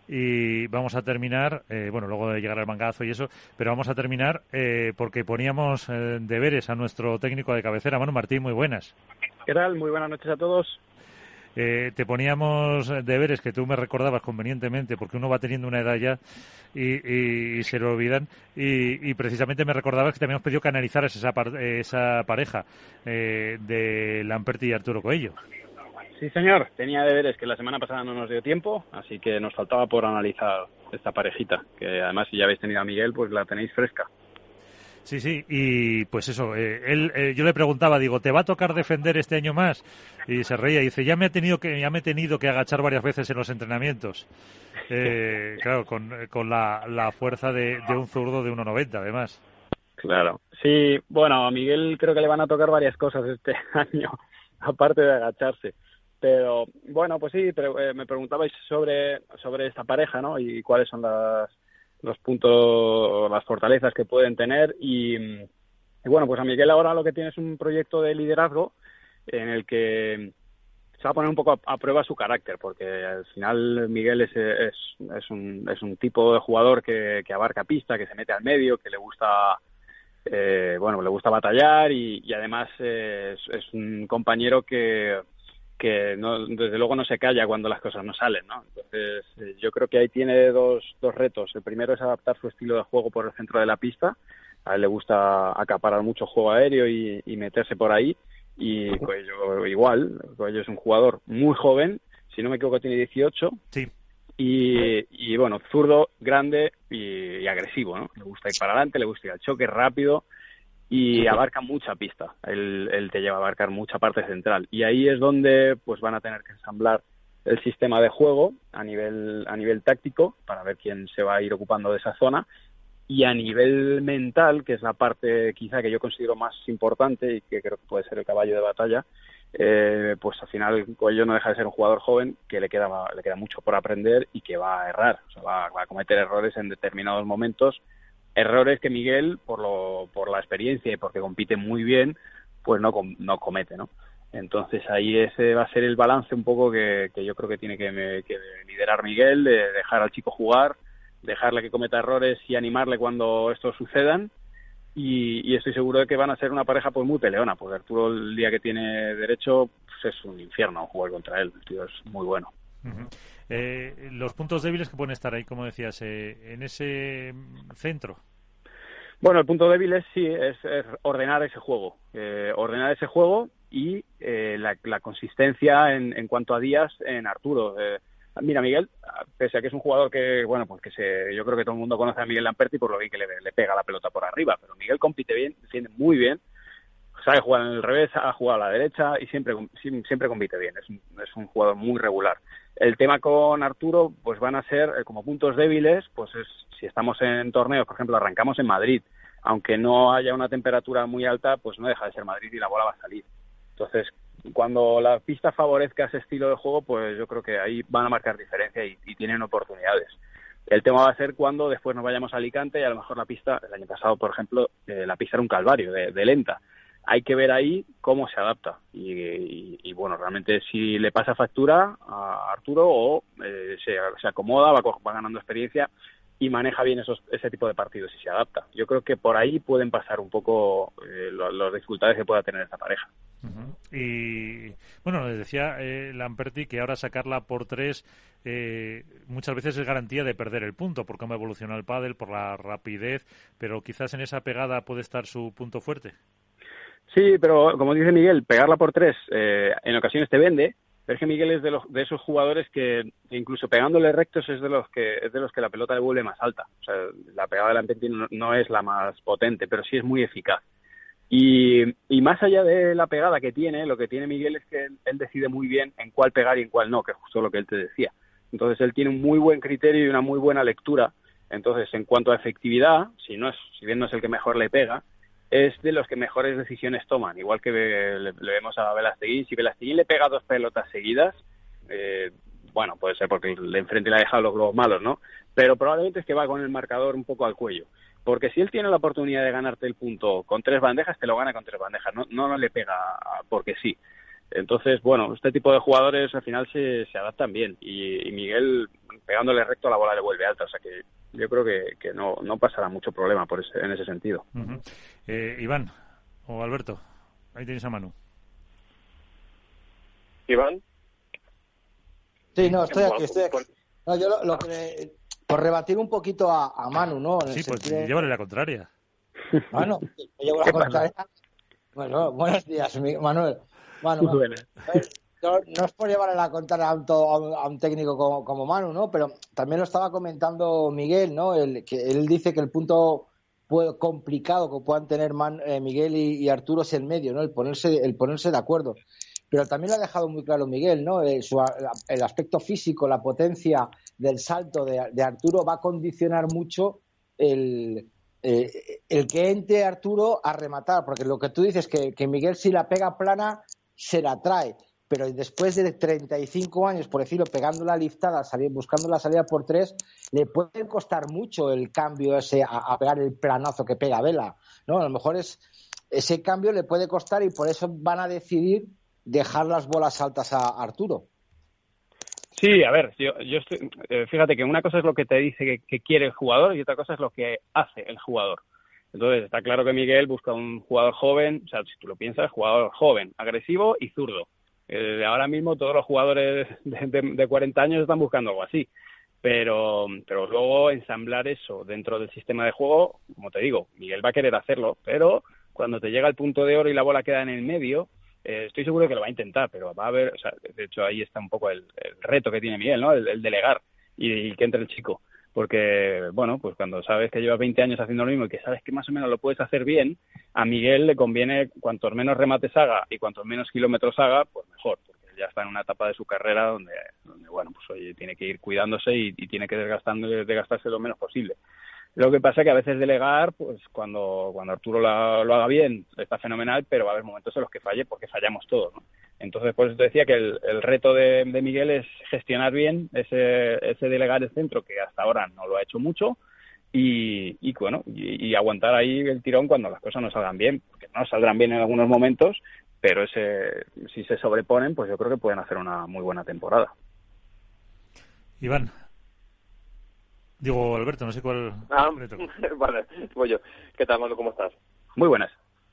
y vamos a terminar, eh, bueno, luego de llegar al mangazo y eso, pero vamos a terminar eh, porque poníamos eh, deberes a nuestro técnico de cabecera, Manu Martín. Muy buenas. ¿Qué tal? Muy buenas noches a todos. Eh, te poníamos deberes que tú me recordabas convenientemente, porque uno va teniendo una edad ya y, y, y se lo olvidan, y, y precisamente me recordabas que te habíamos pedido que analizaras esa, par, esa pareja eh, de Lamperti y Arturo Coello. Sí, señor, tenía deberes que la semana pasada no nos dio tiempo, así que nos faltaba por analizar esta parejita, que además si ya habéis tenido a Miguel, pues la tenéis fresca. Sí, sí, y pues eso, eh, él, eh, yo le preguntaba, digo, ¿te va a tocar defender este año más? Y se reía y dice, ya me, ha tenido que, ya me he tenido que agachar varias veces en los entrenamientos. Eh, claro, con, con la, la fuerza de, de un zurdo de uno noventa, además. Claro, sí, bueno, a Miguel creo que le van a tocar varias cosas este año, aparte de agacharse. Pero, bueno, pues sí, pero, eh, me preguntabais sobre, sobre esta pareja, ¿no? Y cuáles son las... los puntos, las fortalezas que pueden tener, y, y bueno, pues a Miguel ahora lo que tiene es un proyecto de liderazgo en el que se va a poner un poco a, a prueba su carácter, porque al final Miguel es, es, es, un, es un tipo de jugador que, que abarca pista, que se mete al medio, que le gusta eh, bueno, le gusta batallar, y, y además eh, es, es un compañero que que no, desde luego no se calla cuando las cosas no salen, ¿no? Entonces, eh, yo creo que ahí tiene dos, dos retos. El primero es adaptar su estilo de juego por el centro de la pista. A él le gusta acaparar mucho juego aéreo y, y meterse por ahí. Y Coello igual. Coello es un jugador muy joven, si no me equivoco tiene dieciocho. Sí. Y, y bueno, zurdo, grande y, y agresivo, ¿no? Le gusta ir para adelante, le gusta ir al choque rápido, y abarca mucha pista. Él, él te lleva a abarcar mucha parte central, y ahí es donde pues van a tener que ensamblar el sistema de juego a nivel a nivel táctico para ver quién se va a ir ocupando de esa zona, y a nivel mental, que es la parte quizá que yo considero más importante y que creo que puede ser el caballo de batalla, eh, pues al final Coello no deja de ser un jugador joven que le queda le queda mucho por aprender y que va a errar, o sea, va, va a cometer errores en determinados momentos. Errores que Miguel, por lo por la experiencia y porque compite muy bien, pues no no comete, ¿no? Entonces ahí ese va a ser el balance un poco que, que yo creo que tiene que, que liderar Miguel, de dejar al chico jugar, dejarle que cometa errores y animarle cuando estos sucedan, y, y estoy seguro de que van a ser una pareja pues muy peleona, porque Arturo el día que tiene derecho pues es un infierno jugar contra él, el tío es muy bueno. Uh-huh. Eh, los puntos débiles que pueden estar ahí, como decías, eh, en ese centro. Bueno, el punto débil es sí, es, es ordenar ese juego, eh, ordenar ese juego y eh, la, la consistencia en, en cuanto a días en Arturo. Eh, mira, Miguel, pese a que es un jugador que, bueno, pues que se, yo creo que todo el mundo conoce a Miguel Lamperti por lo bien que le, le pega la pelota por arriba, pero Miguel compite bien, defiende muy bien, sabe jugar en el revés, ha jugado a la derecha y siempre siempre compite bien, es un, es un jugador muy regular. El tema con Arturo, pues van a ser eh, como puntos débiles, pues es si estamos en torneos, por ejemplo, arrancamos en Madrid, aunque no haya una temperatura muy alta, pues no deja de ser Madrid y la bola va a salir. Entonces, cuando la pista favorezca ese estilo de juego, pues yo creo que ahí van a marcar diferencia y, y tienen oportunidades. El tema va a ser cuando después nos vayamos a Alicante y a lo mejor la pista, el año pasado, por ejemplo, eh, la pista era un calvario de, de lenta. hay que ver ahí cómo se adapta. Y, y, y bueno, realmente si le pasa factura a Arturo o eh, se, se acomoda, va, va ganando experiencia y maneja bien esos, ese tipo de partidos y se adapta. Yo creo que por ahí pueden pasar un poco eh, las dificultades que pueda tener esta pareja. Uh-huh. Y bueno, les decía eh, Lamperti que ahora sacarla por tres eh, muchas veces es garantía de perder el punto, por cómo evoluciona el pádel, por la rapidez, pero quizás en esa pegada puede estar su punto fuerte. Sí, pero como dice Miguel, pegarla por tres eh, en ocasiones te vende. Pero es que Miguel es de, los, de esos jugadores que incluso pegándole rectos es de los que es de los que la pelota devuelve más alta. O sea, la pegada de Lamperti no, no es la más potente, pero sí es muy eficaz. Y, y más allá de la pegada que tiene, lo que tiene Miguel es que él, él decide muy bien en cuál pegar y en cuál no, que es justo lo que él te decía. Entonces él tiene un muy buen criterio y una muy buena lectura. Entonces, en cuanto a efectividad, si no es, si bien no es el que mejor le pega, es de los que mejores decisiones toman, igual que le, le vemos a Velasteguín. Si Velasteguín le pega dos pelotas seguidas, eh, bueno, puede ser porque de enfrente le ha dejado los globos malos, ¿no? Pero probablemente es que va con el marcador un poco al cuello. Porque si él tiene la oportunidad de ganarte el punto con tres bandejas, te lo gana con tres bandejas, no, no, no le pega porque sí. Entonces, bueno, este tipo de jugadores al final se, se adaptan bien y, y Miguel pegándole recto la bola le vuelve alta, o sea que yo creo que, que no, no pasará mucho problema por ese, en ese sentido. Uh-huh. eh, Iván o Alberto, ahí tenéis a Manu. Iván. Sí, no, estoy aquí, estoy aquí. No, yo lo, lo que... Por rebatir un poquito a, a Manu, ¿no? En sí, el pues de... llévale la contraria. Bueno, me llevo la contraria. Bueno, buenos días, Manuel. Bueno, bueno, no, no es por llevarle la contraria a un, to, a un técnico como, como Manu, ¿no? Pero también lo estaba comentando Miguel, ¿no? El, que él dice que el punto puede, complicado que puedan tener Man, eh, Miguel y, y Arturo es el medio, ¿no? El ponerse, el ponerse de acuerdo. Pero también lo ha dejado muy claro Miguel, ¿no? El, su, el aspecto físico, la potencia del salto de, de Arturo va a condicionar mucho el, eh, el que entre Arturo a rematar, porque lo que tú dices que, que Miguel si la pega plana se la trae, pero después de treinta y cinco años, por decirlo, pegando la liftada, salir, buscando la salida por tres, le puede costar mucho el cambio ese a, a pegar el planazo que pega Vela, ¿no? A lo mejor es ese cambio le puede costar y por eso van a decidir dejar las bolas altas a Arturo. Sí, a ver, yo, yo estoy, eh, fíjate que una cosa es lo que te dice que, que quiere el jugador y otra cosa es lo que hace el jugador. Entonces, está claro que Miguel busca un jugador joven, o sea, si tú lo piensas, jugador joven, agresivo y zurdo. Eh, ahora mismo todos los jugadores de, de, de cuarenta años están buscando algo así. Pero, pero luego ensamblar eso dentro del sistema de juego, como te digo, Miguel va a querer hacerlo, pero cuando te llega el punto de oro y la bola queda en el medio, Eh, estoy seguro que lo va a intentar, pero va a haber, o sea, de hecho ahí está un poco el, el reto que tiene Miguel, ¿no? El, el delegar y, y que entre el chico, porque, bueno, pues cuando sabes que llevas veinte años haciendo lo mismo y que sabes que más o menos lo puedes hacer bien, a Miguel le conviene cuantos menos remates haga y cuantos menos kilómetros haga, pues mejor, porque ya está en una etapa de su carrera donde, donde bueno, pues oye, tiene que ir cuidándose y, y tiene que desgastando, desgastarse lo menos posible. Lo que pasa es que a veces delegar, pues cuando cuando Arturo lo, lo haga bien, está fenomenal, pero va a haber momentos en los que falle, porque fallamos todos, ¿no? Entonces, por eso te decía que el, el reto de, de Miguel es gestionar bien ese, ese delegar el centro, que hasta ahora no lo ha hecho mucho, y, y bueno, y, y aguantar ahí el tirón cuando las cosas no salgan bien, porque no saldrán bien en algunos momentos, pero ese si se sobreponen, pues yo creo que pueden hacer una muy buena temporada. Iván. Digo, Alberto, no sé cuál... Ah, vale, voy yo. ¿Qué tal, Manu? ¿Cómo estás? Muy buenas.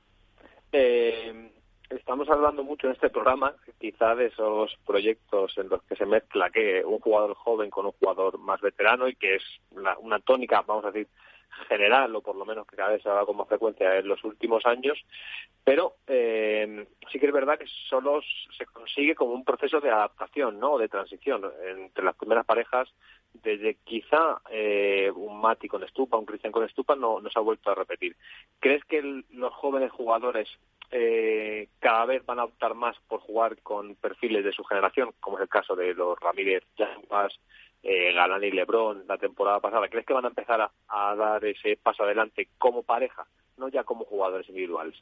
Eh, estamos hablando mucho en este programa, quizá de esos proyectos en los que se mezcla que un jugador joven con un jugador más veterano y que es una, una tónica, vamos a decir, general, o por lo menos que cada vez se haga con más frecuencia en los últimos años, pero eh, sí que es verdad que solo se consigue como un proceso de adaptación, ¿no?, de transición entre las primeras parejas, desde quizá eh, un Mati con Estupa, un Cristian con Estupa, no, no se ha vuelto a repetir. ¿Crees que el, los jóvenes jugadores eh, cada vez van a optar más por jugar con perfiles de su generación, como es el caso de los Ramírez, Llamas, Eh, Galán y Lebrón la temporada pasada? ¿Crees que van a empezar a, a dar ese paso adelante como pareja, no ya como jugadores individuales?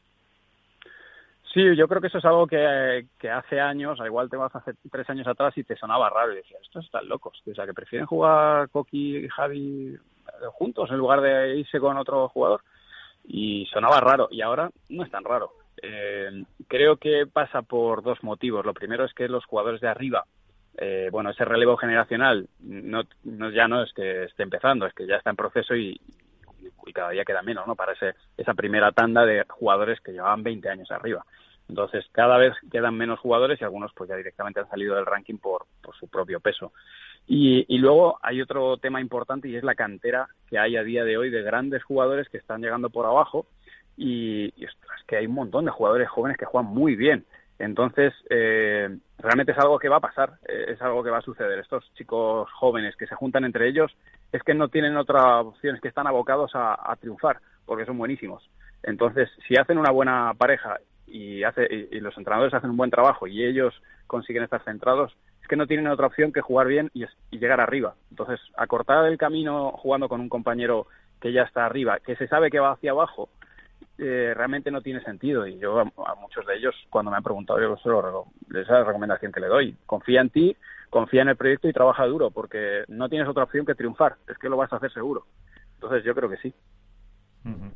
Sí, yo creo que eso es algo que, que hace años, al igual te vas hace tres años atrás y te sonaba raro y decías, estos están locos, o sea, que prefieren jugar Coqui y Javi juntos en lugar de irse con otro jugador, y sonaba raro, y ahora no es tan raro. Eh, creo que pasa por dos motivos. Lo primero es que los jugadores de arriba, eh, bueno, ese relevo generacional no, no ya no es que esté empezando, es que ya está en proceso y, y cada día queda menos, ¿no? Para ese, esa primera tanda de jugadores que llevaban veinte años arriba. Entonces, cada vez quedan menos jugadores y algunos pues ya directamente han salido del ranking por, por su propio peso. Y, y luego hay otro tema importante y es la cantera que hay a día de hoy de grandes jugadores que están llegando por abajo y, y ostras, que hay un montón de jugadores jóvenes que juegan muy bien. Entonces, eh, realmente es algo que va a pasar, eh, es algo que va a suceder. Estos chicos jóvenes que se juntan entre ellos es que no tienen otra opción, es que están abocados a, a triunfar porque son buenísimos. Entonces, si hacen una buena pareja y, hace, y, y los entrenadores hacen un buen trabajo y ellos consiguen estar centrados, es que no tienen otra opción que jugar bien y, y llegar arriba. Entonces, acortar el camino jugando con un compañero que ya está arriba, que se sabe que va hacia abajo, eh, realmente no tiene sentido. Y yo a, a muchos de ellos, cuando me han preguntado, yo solo, esa es la recomendación que le doy. Confía en ti, confía en el proyecto y trabaja duro, porque no tienes otra opción que triunfar. Es que lo vas a hacer seguro. Entonces, yo creo que sí. Uh-huh.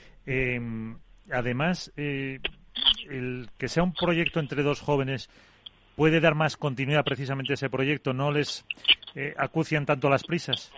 Eh, además, eh, el que sea un proyecto entre dos jóvenes puede dar más continuidad precisamente a ese proyecto, ¿no les eh, acucian tanto las prisas?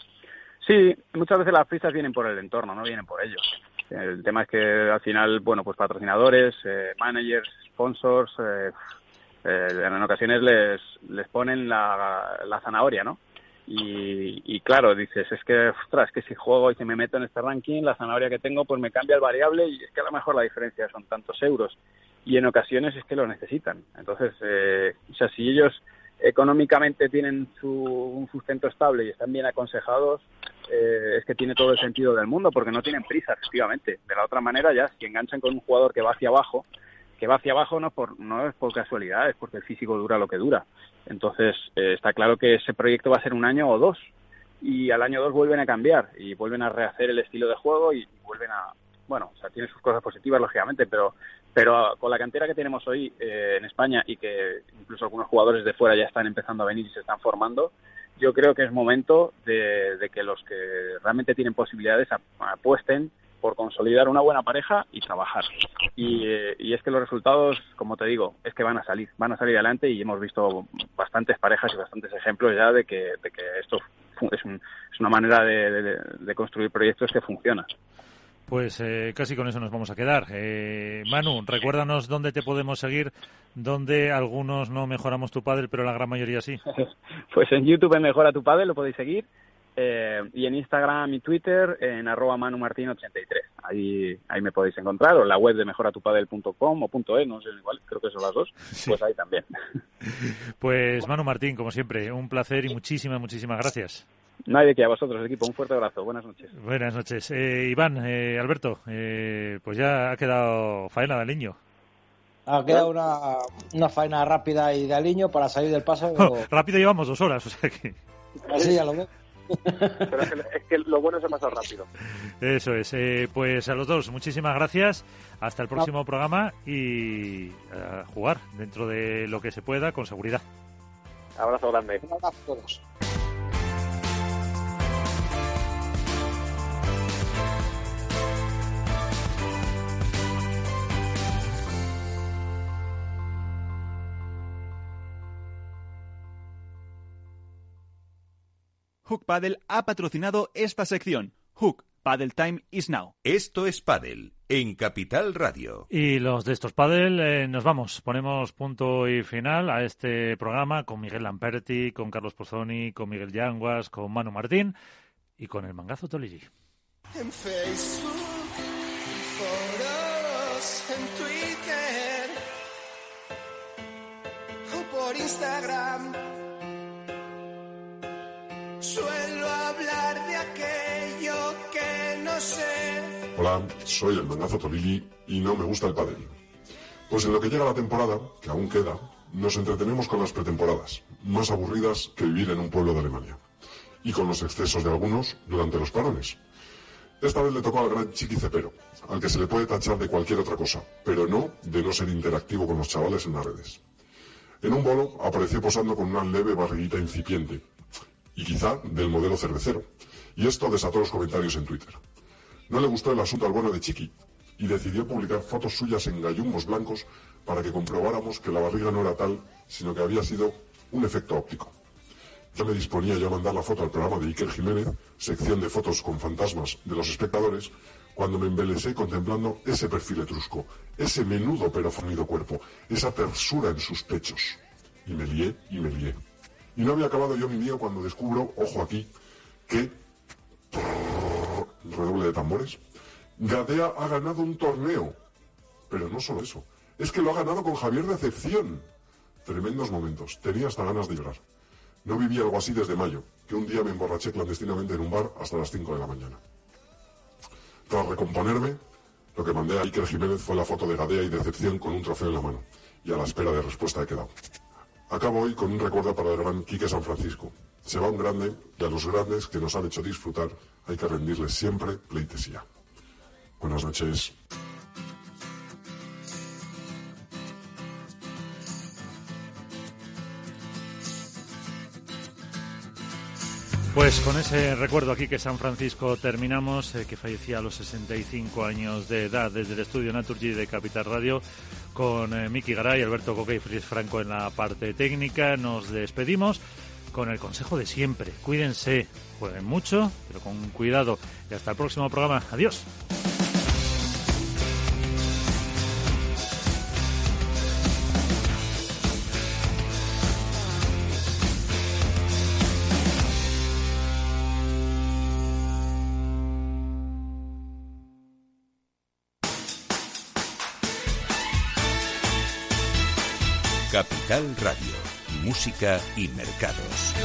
Sí, muchas veces las prisas vienen por el entorno, no vienen por ellos. El tema es que al final, bueno, pues patrocinadores, eh, managers, sponsors, eh, eh, en ocasiones les les ponen la, la zanahoria, ¿no? Y, y claro, dices, es que, ostras, que si juego y si me meto en este ranking, la zanahoria que tengo, pues me cambia el variable y es que a lo mejor la diferencia son tantos euros. Y en ocasiones es que lo necesitan. Entonces, eh, o sea, si ellos económicamente tienen su, un sustento estable y están bien aconsejados, eh, es que tiene todo el sentido del mundo, porque no tienen prisa, efectivamente. De la otra manera, ya, si enganchan con un jugador que va hacia abajo, que va hacia abajo no, por, no es por casualidad, es porque el físico dura lo que dura. Entonces, eh, está claro que ese proyecto va a ser un año o dos, y al año dos vuelven a cambiar, y vuelven a rehacer el estilo de juego, y, y vuelven a... Bueno, o sea, tiene sus cosas positivas, lógicamente, pero pero con la cantera que tenemos hoy eh, en España y que incluso algunos jugadores de fuera ya están empezando a venir y se están formando, yo creo que es momento de, de que los que realmente tienen posibilidades apuesten por consolidar una buena pareja y trabajar. Y, eh, y es que los resultados, como te digo, es que van a salir, van a salir adelante y hemos visto bastantes parejas y bastantes ejemplos ya de que, de que esto es, un, es una manera de, de, de construir proyectos que funciona. Pues eh, casi con eso nos vamos a quedar. Eh, Manu, recuérdanos dónde te podemos seguir, donde algunos no mejoramos tu pádel, pero la gran mayoría sí. Pues en YouTube en Mejora tu Pádel lo podéis seguir, eh, y en Instagram y Twitter en arroba Manu Martín ochenta y tres. Ahí ahí me podéis encontrar, o en la web de mejora tu pádel punto com o .e, no sé igual, creo que son las dos, sí. Pues ahí también. Pues Manu Martín, como siempre, un placer y muchísimas, muchísimas gracias. No hay de qué, a vosotros, el equipo. Un fuerte abrazo. Buenas noches. Buenas noches. Eh, Iván, eh, Alberto, eh, pues ya ha quedado faena de Aliño. Ha quedado una, una faena rápida y de Aliño para salir del paso. Oh, rápido llevamos dos horas, o sea que... Así ya lo veo. Pero es que, es que lo bueno es pasar rápido. Eso es. Eh, pues a los dos, muchísimas gracias. Hasta el próximo no. programa y a jugar dentro de lo que se pueda, con seguridad. Abrazo grande. Un abrazo a todos. Hook Paddle ha patrocinado esta sección. Hook Paddle Time is now. Esto es Paddle en Capital Radio. Y los de estos Paddle eh, nos vamos. Ponemos punto y final a este programa con Miguel Lamperti, con Carlos Pozzoni, con Miguel Yanguas, con Manu Martín y con el Mangazo Toligi. En Facebook, en foros, en Twitter o por Instagram. Suelo hablar de aquello que no sé. Hola, soy el Mangazo Tolili y no me gusta el pádel. Pues en lo que llega la temporada, que aún queda, nos entretenemos con las pretemporadas, más aburridas que vivir en un pueblo de Alemania. Y con los excesos de algunos durante los parones. Esta vez le tocó al gran Chiqui Cepero, al que se le puede tachar de cualquier otra cosa, pero no de no ser interactivo con los chavales en las redes. En un bolo apareció posando con una leve barriguita incipiente, y quizá del modelo cervecero, y esto desató los comentarios en Twitter. No le gustó el asunto al bueno de Chiqui, y decidió publicar fotos suyas en gallumbos blancos para que comprobáramos que la barriga no era tal, sino que había sido un efecto óptico. Ya me disponía yo a mandar la foto al programa de Iker Jiménez, sección de fotos con fantasmas de los espectadores, cuando me embelesé contemplando ese perfil etrusco, ese menudo pero fornido cuerpo, esa tersura en sus pechos. Y me lié y me lié. Y no había acabado yo mi lío cuando descubro, ojo aquí, que... redoble de tambores. Gadea ha ganado un torneo. Pero no solo eso, es que lo ha ganado con Javier de Acepción. Tremendos momentos, tenía hasta ganas de llorar. No viví algo así desde mayo, que un día me emborraché clandestinamente en un bar hasta las cinco de la mañana. Tras recomponerme, lo que mandé a Iker Jiménez fue la foto de Gadea y Decepción con un trofeo en la mano, y a la espera de respuesta he quedado. Acabo hoy con un recuerdo para el gran Quique San Francisco. Se va un grande, y a los grandes que nos han hecho disfrutar hay que rendirles siempre pleitesía. Buenas noches. Pues con ese recuerdo aquí que San Francisco terminamos, eh, que fallecía a los sesenta y cinco años de edad, desde el estudio Naturgy de Capital Radio, con eh, Miki Garay, Alberto Coca y Fritz Franco en la parte técnica. Nos despedimos con el consejo de siempre. Cuídense, jueguen mucho, pero con cuidado. Y hasta el próximo programa. Adiós. Capital Radio, música y mercados.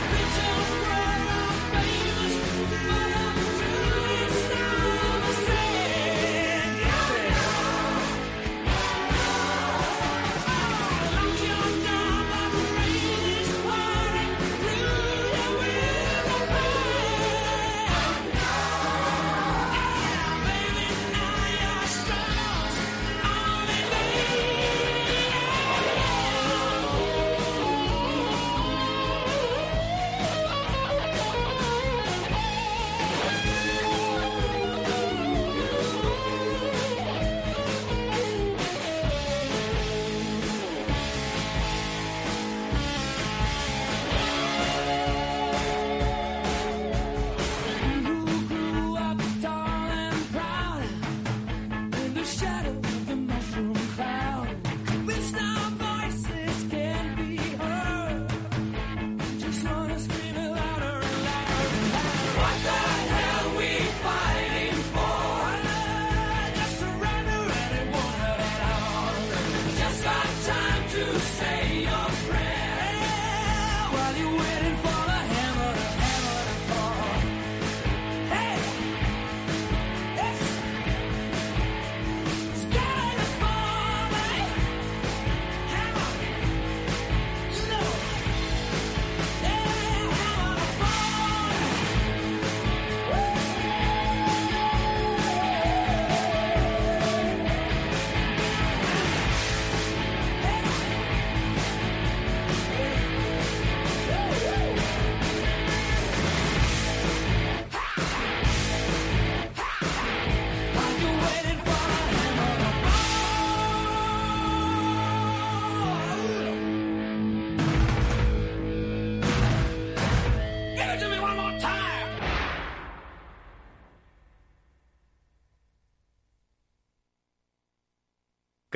Say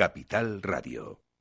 Capital Radio.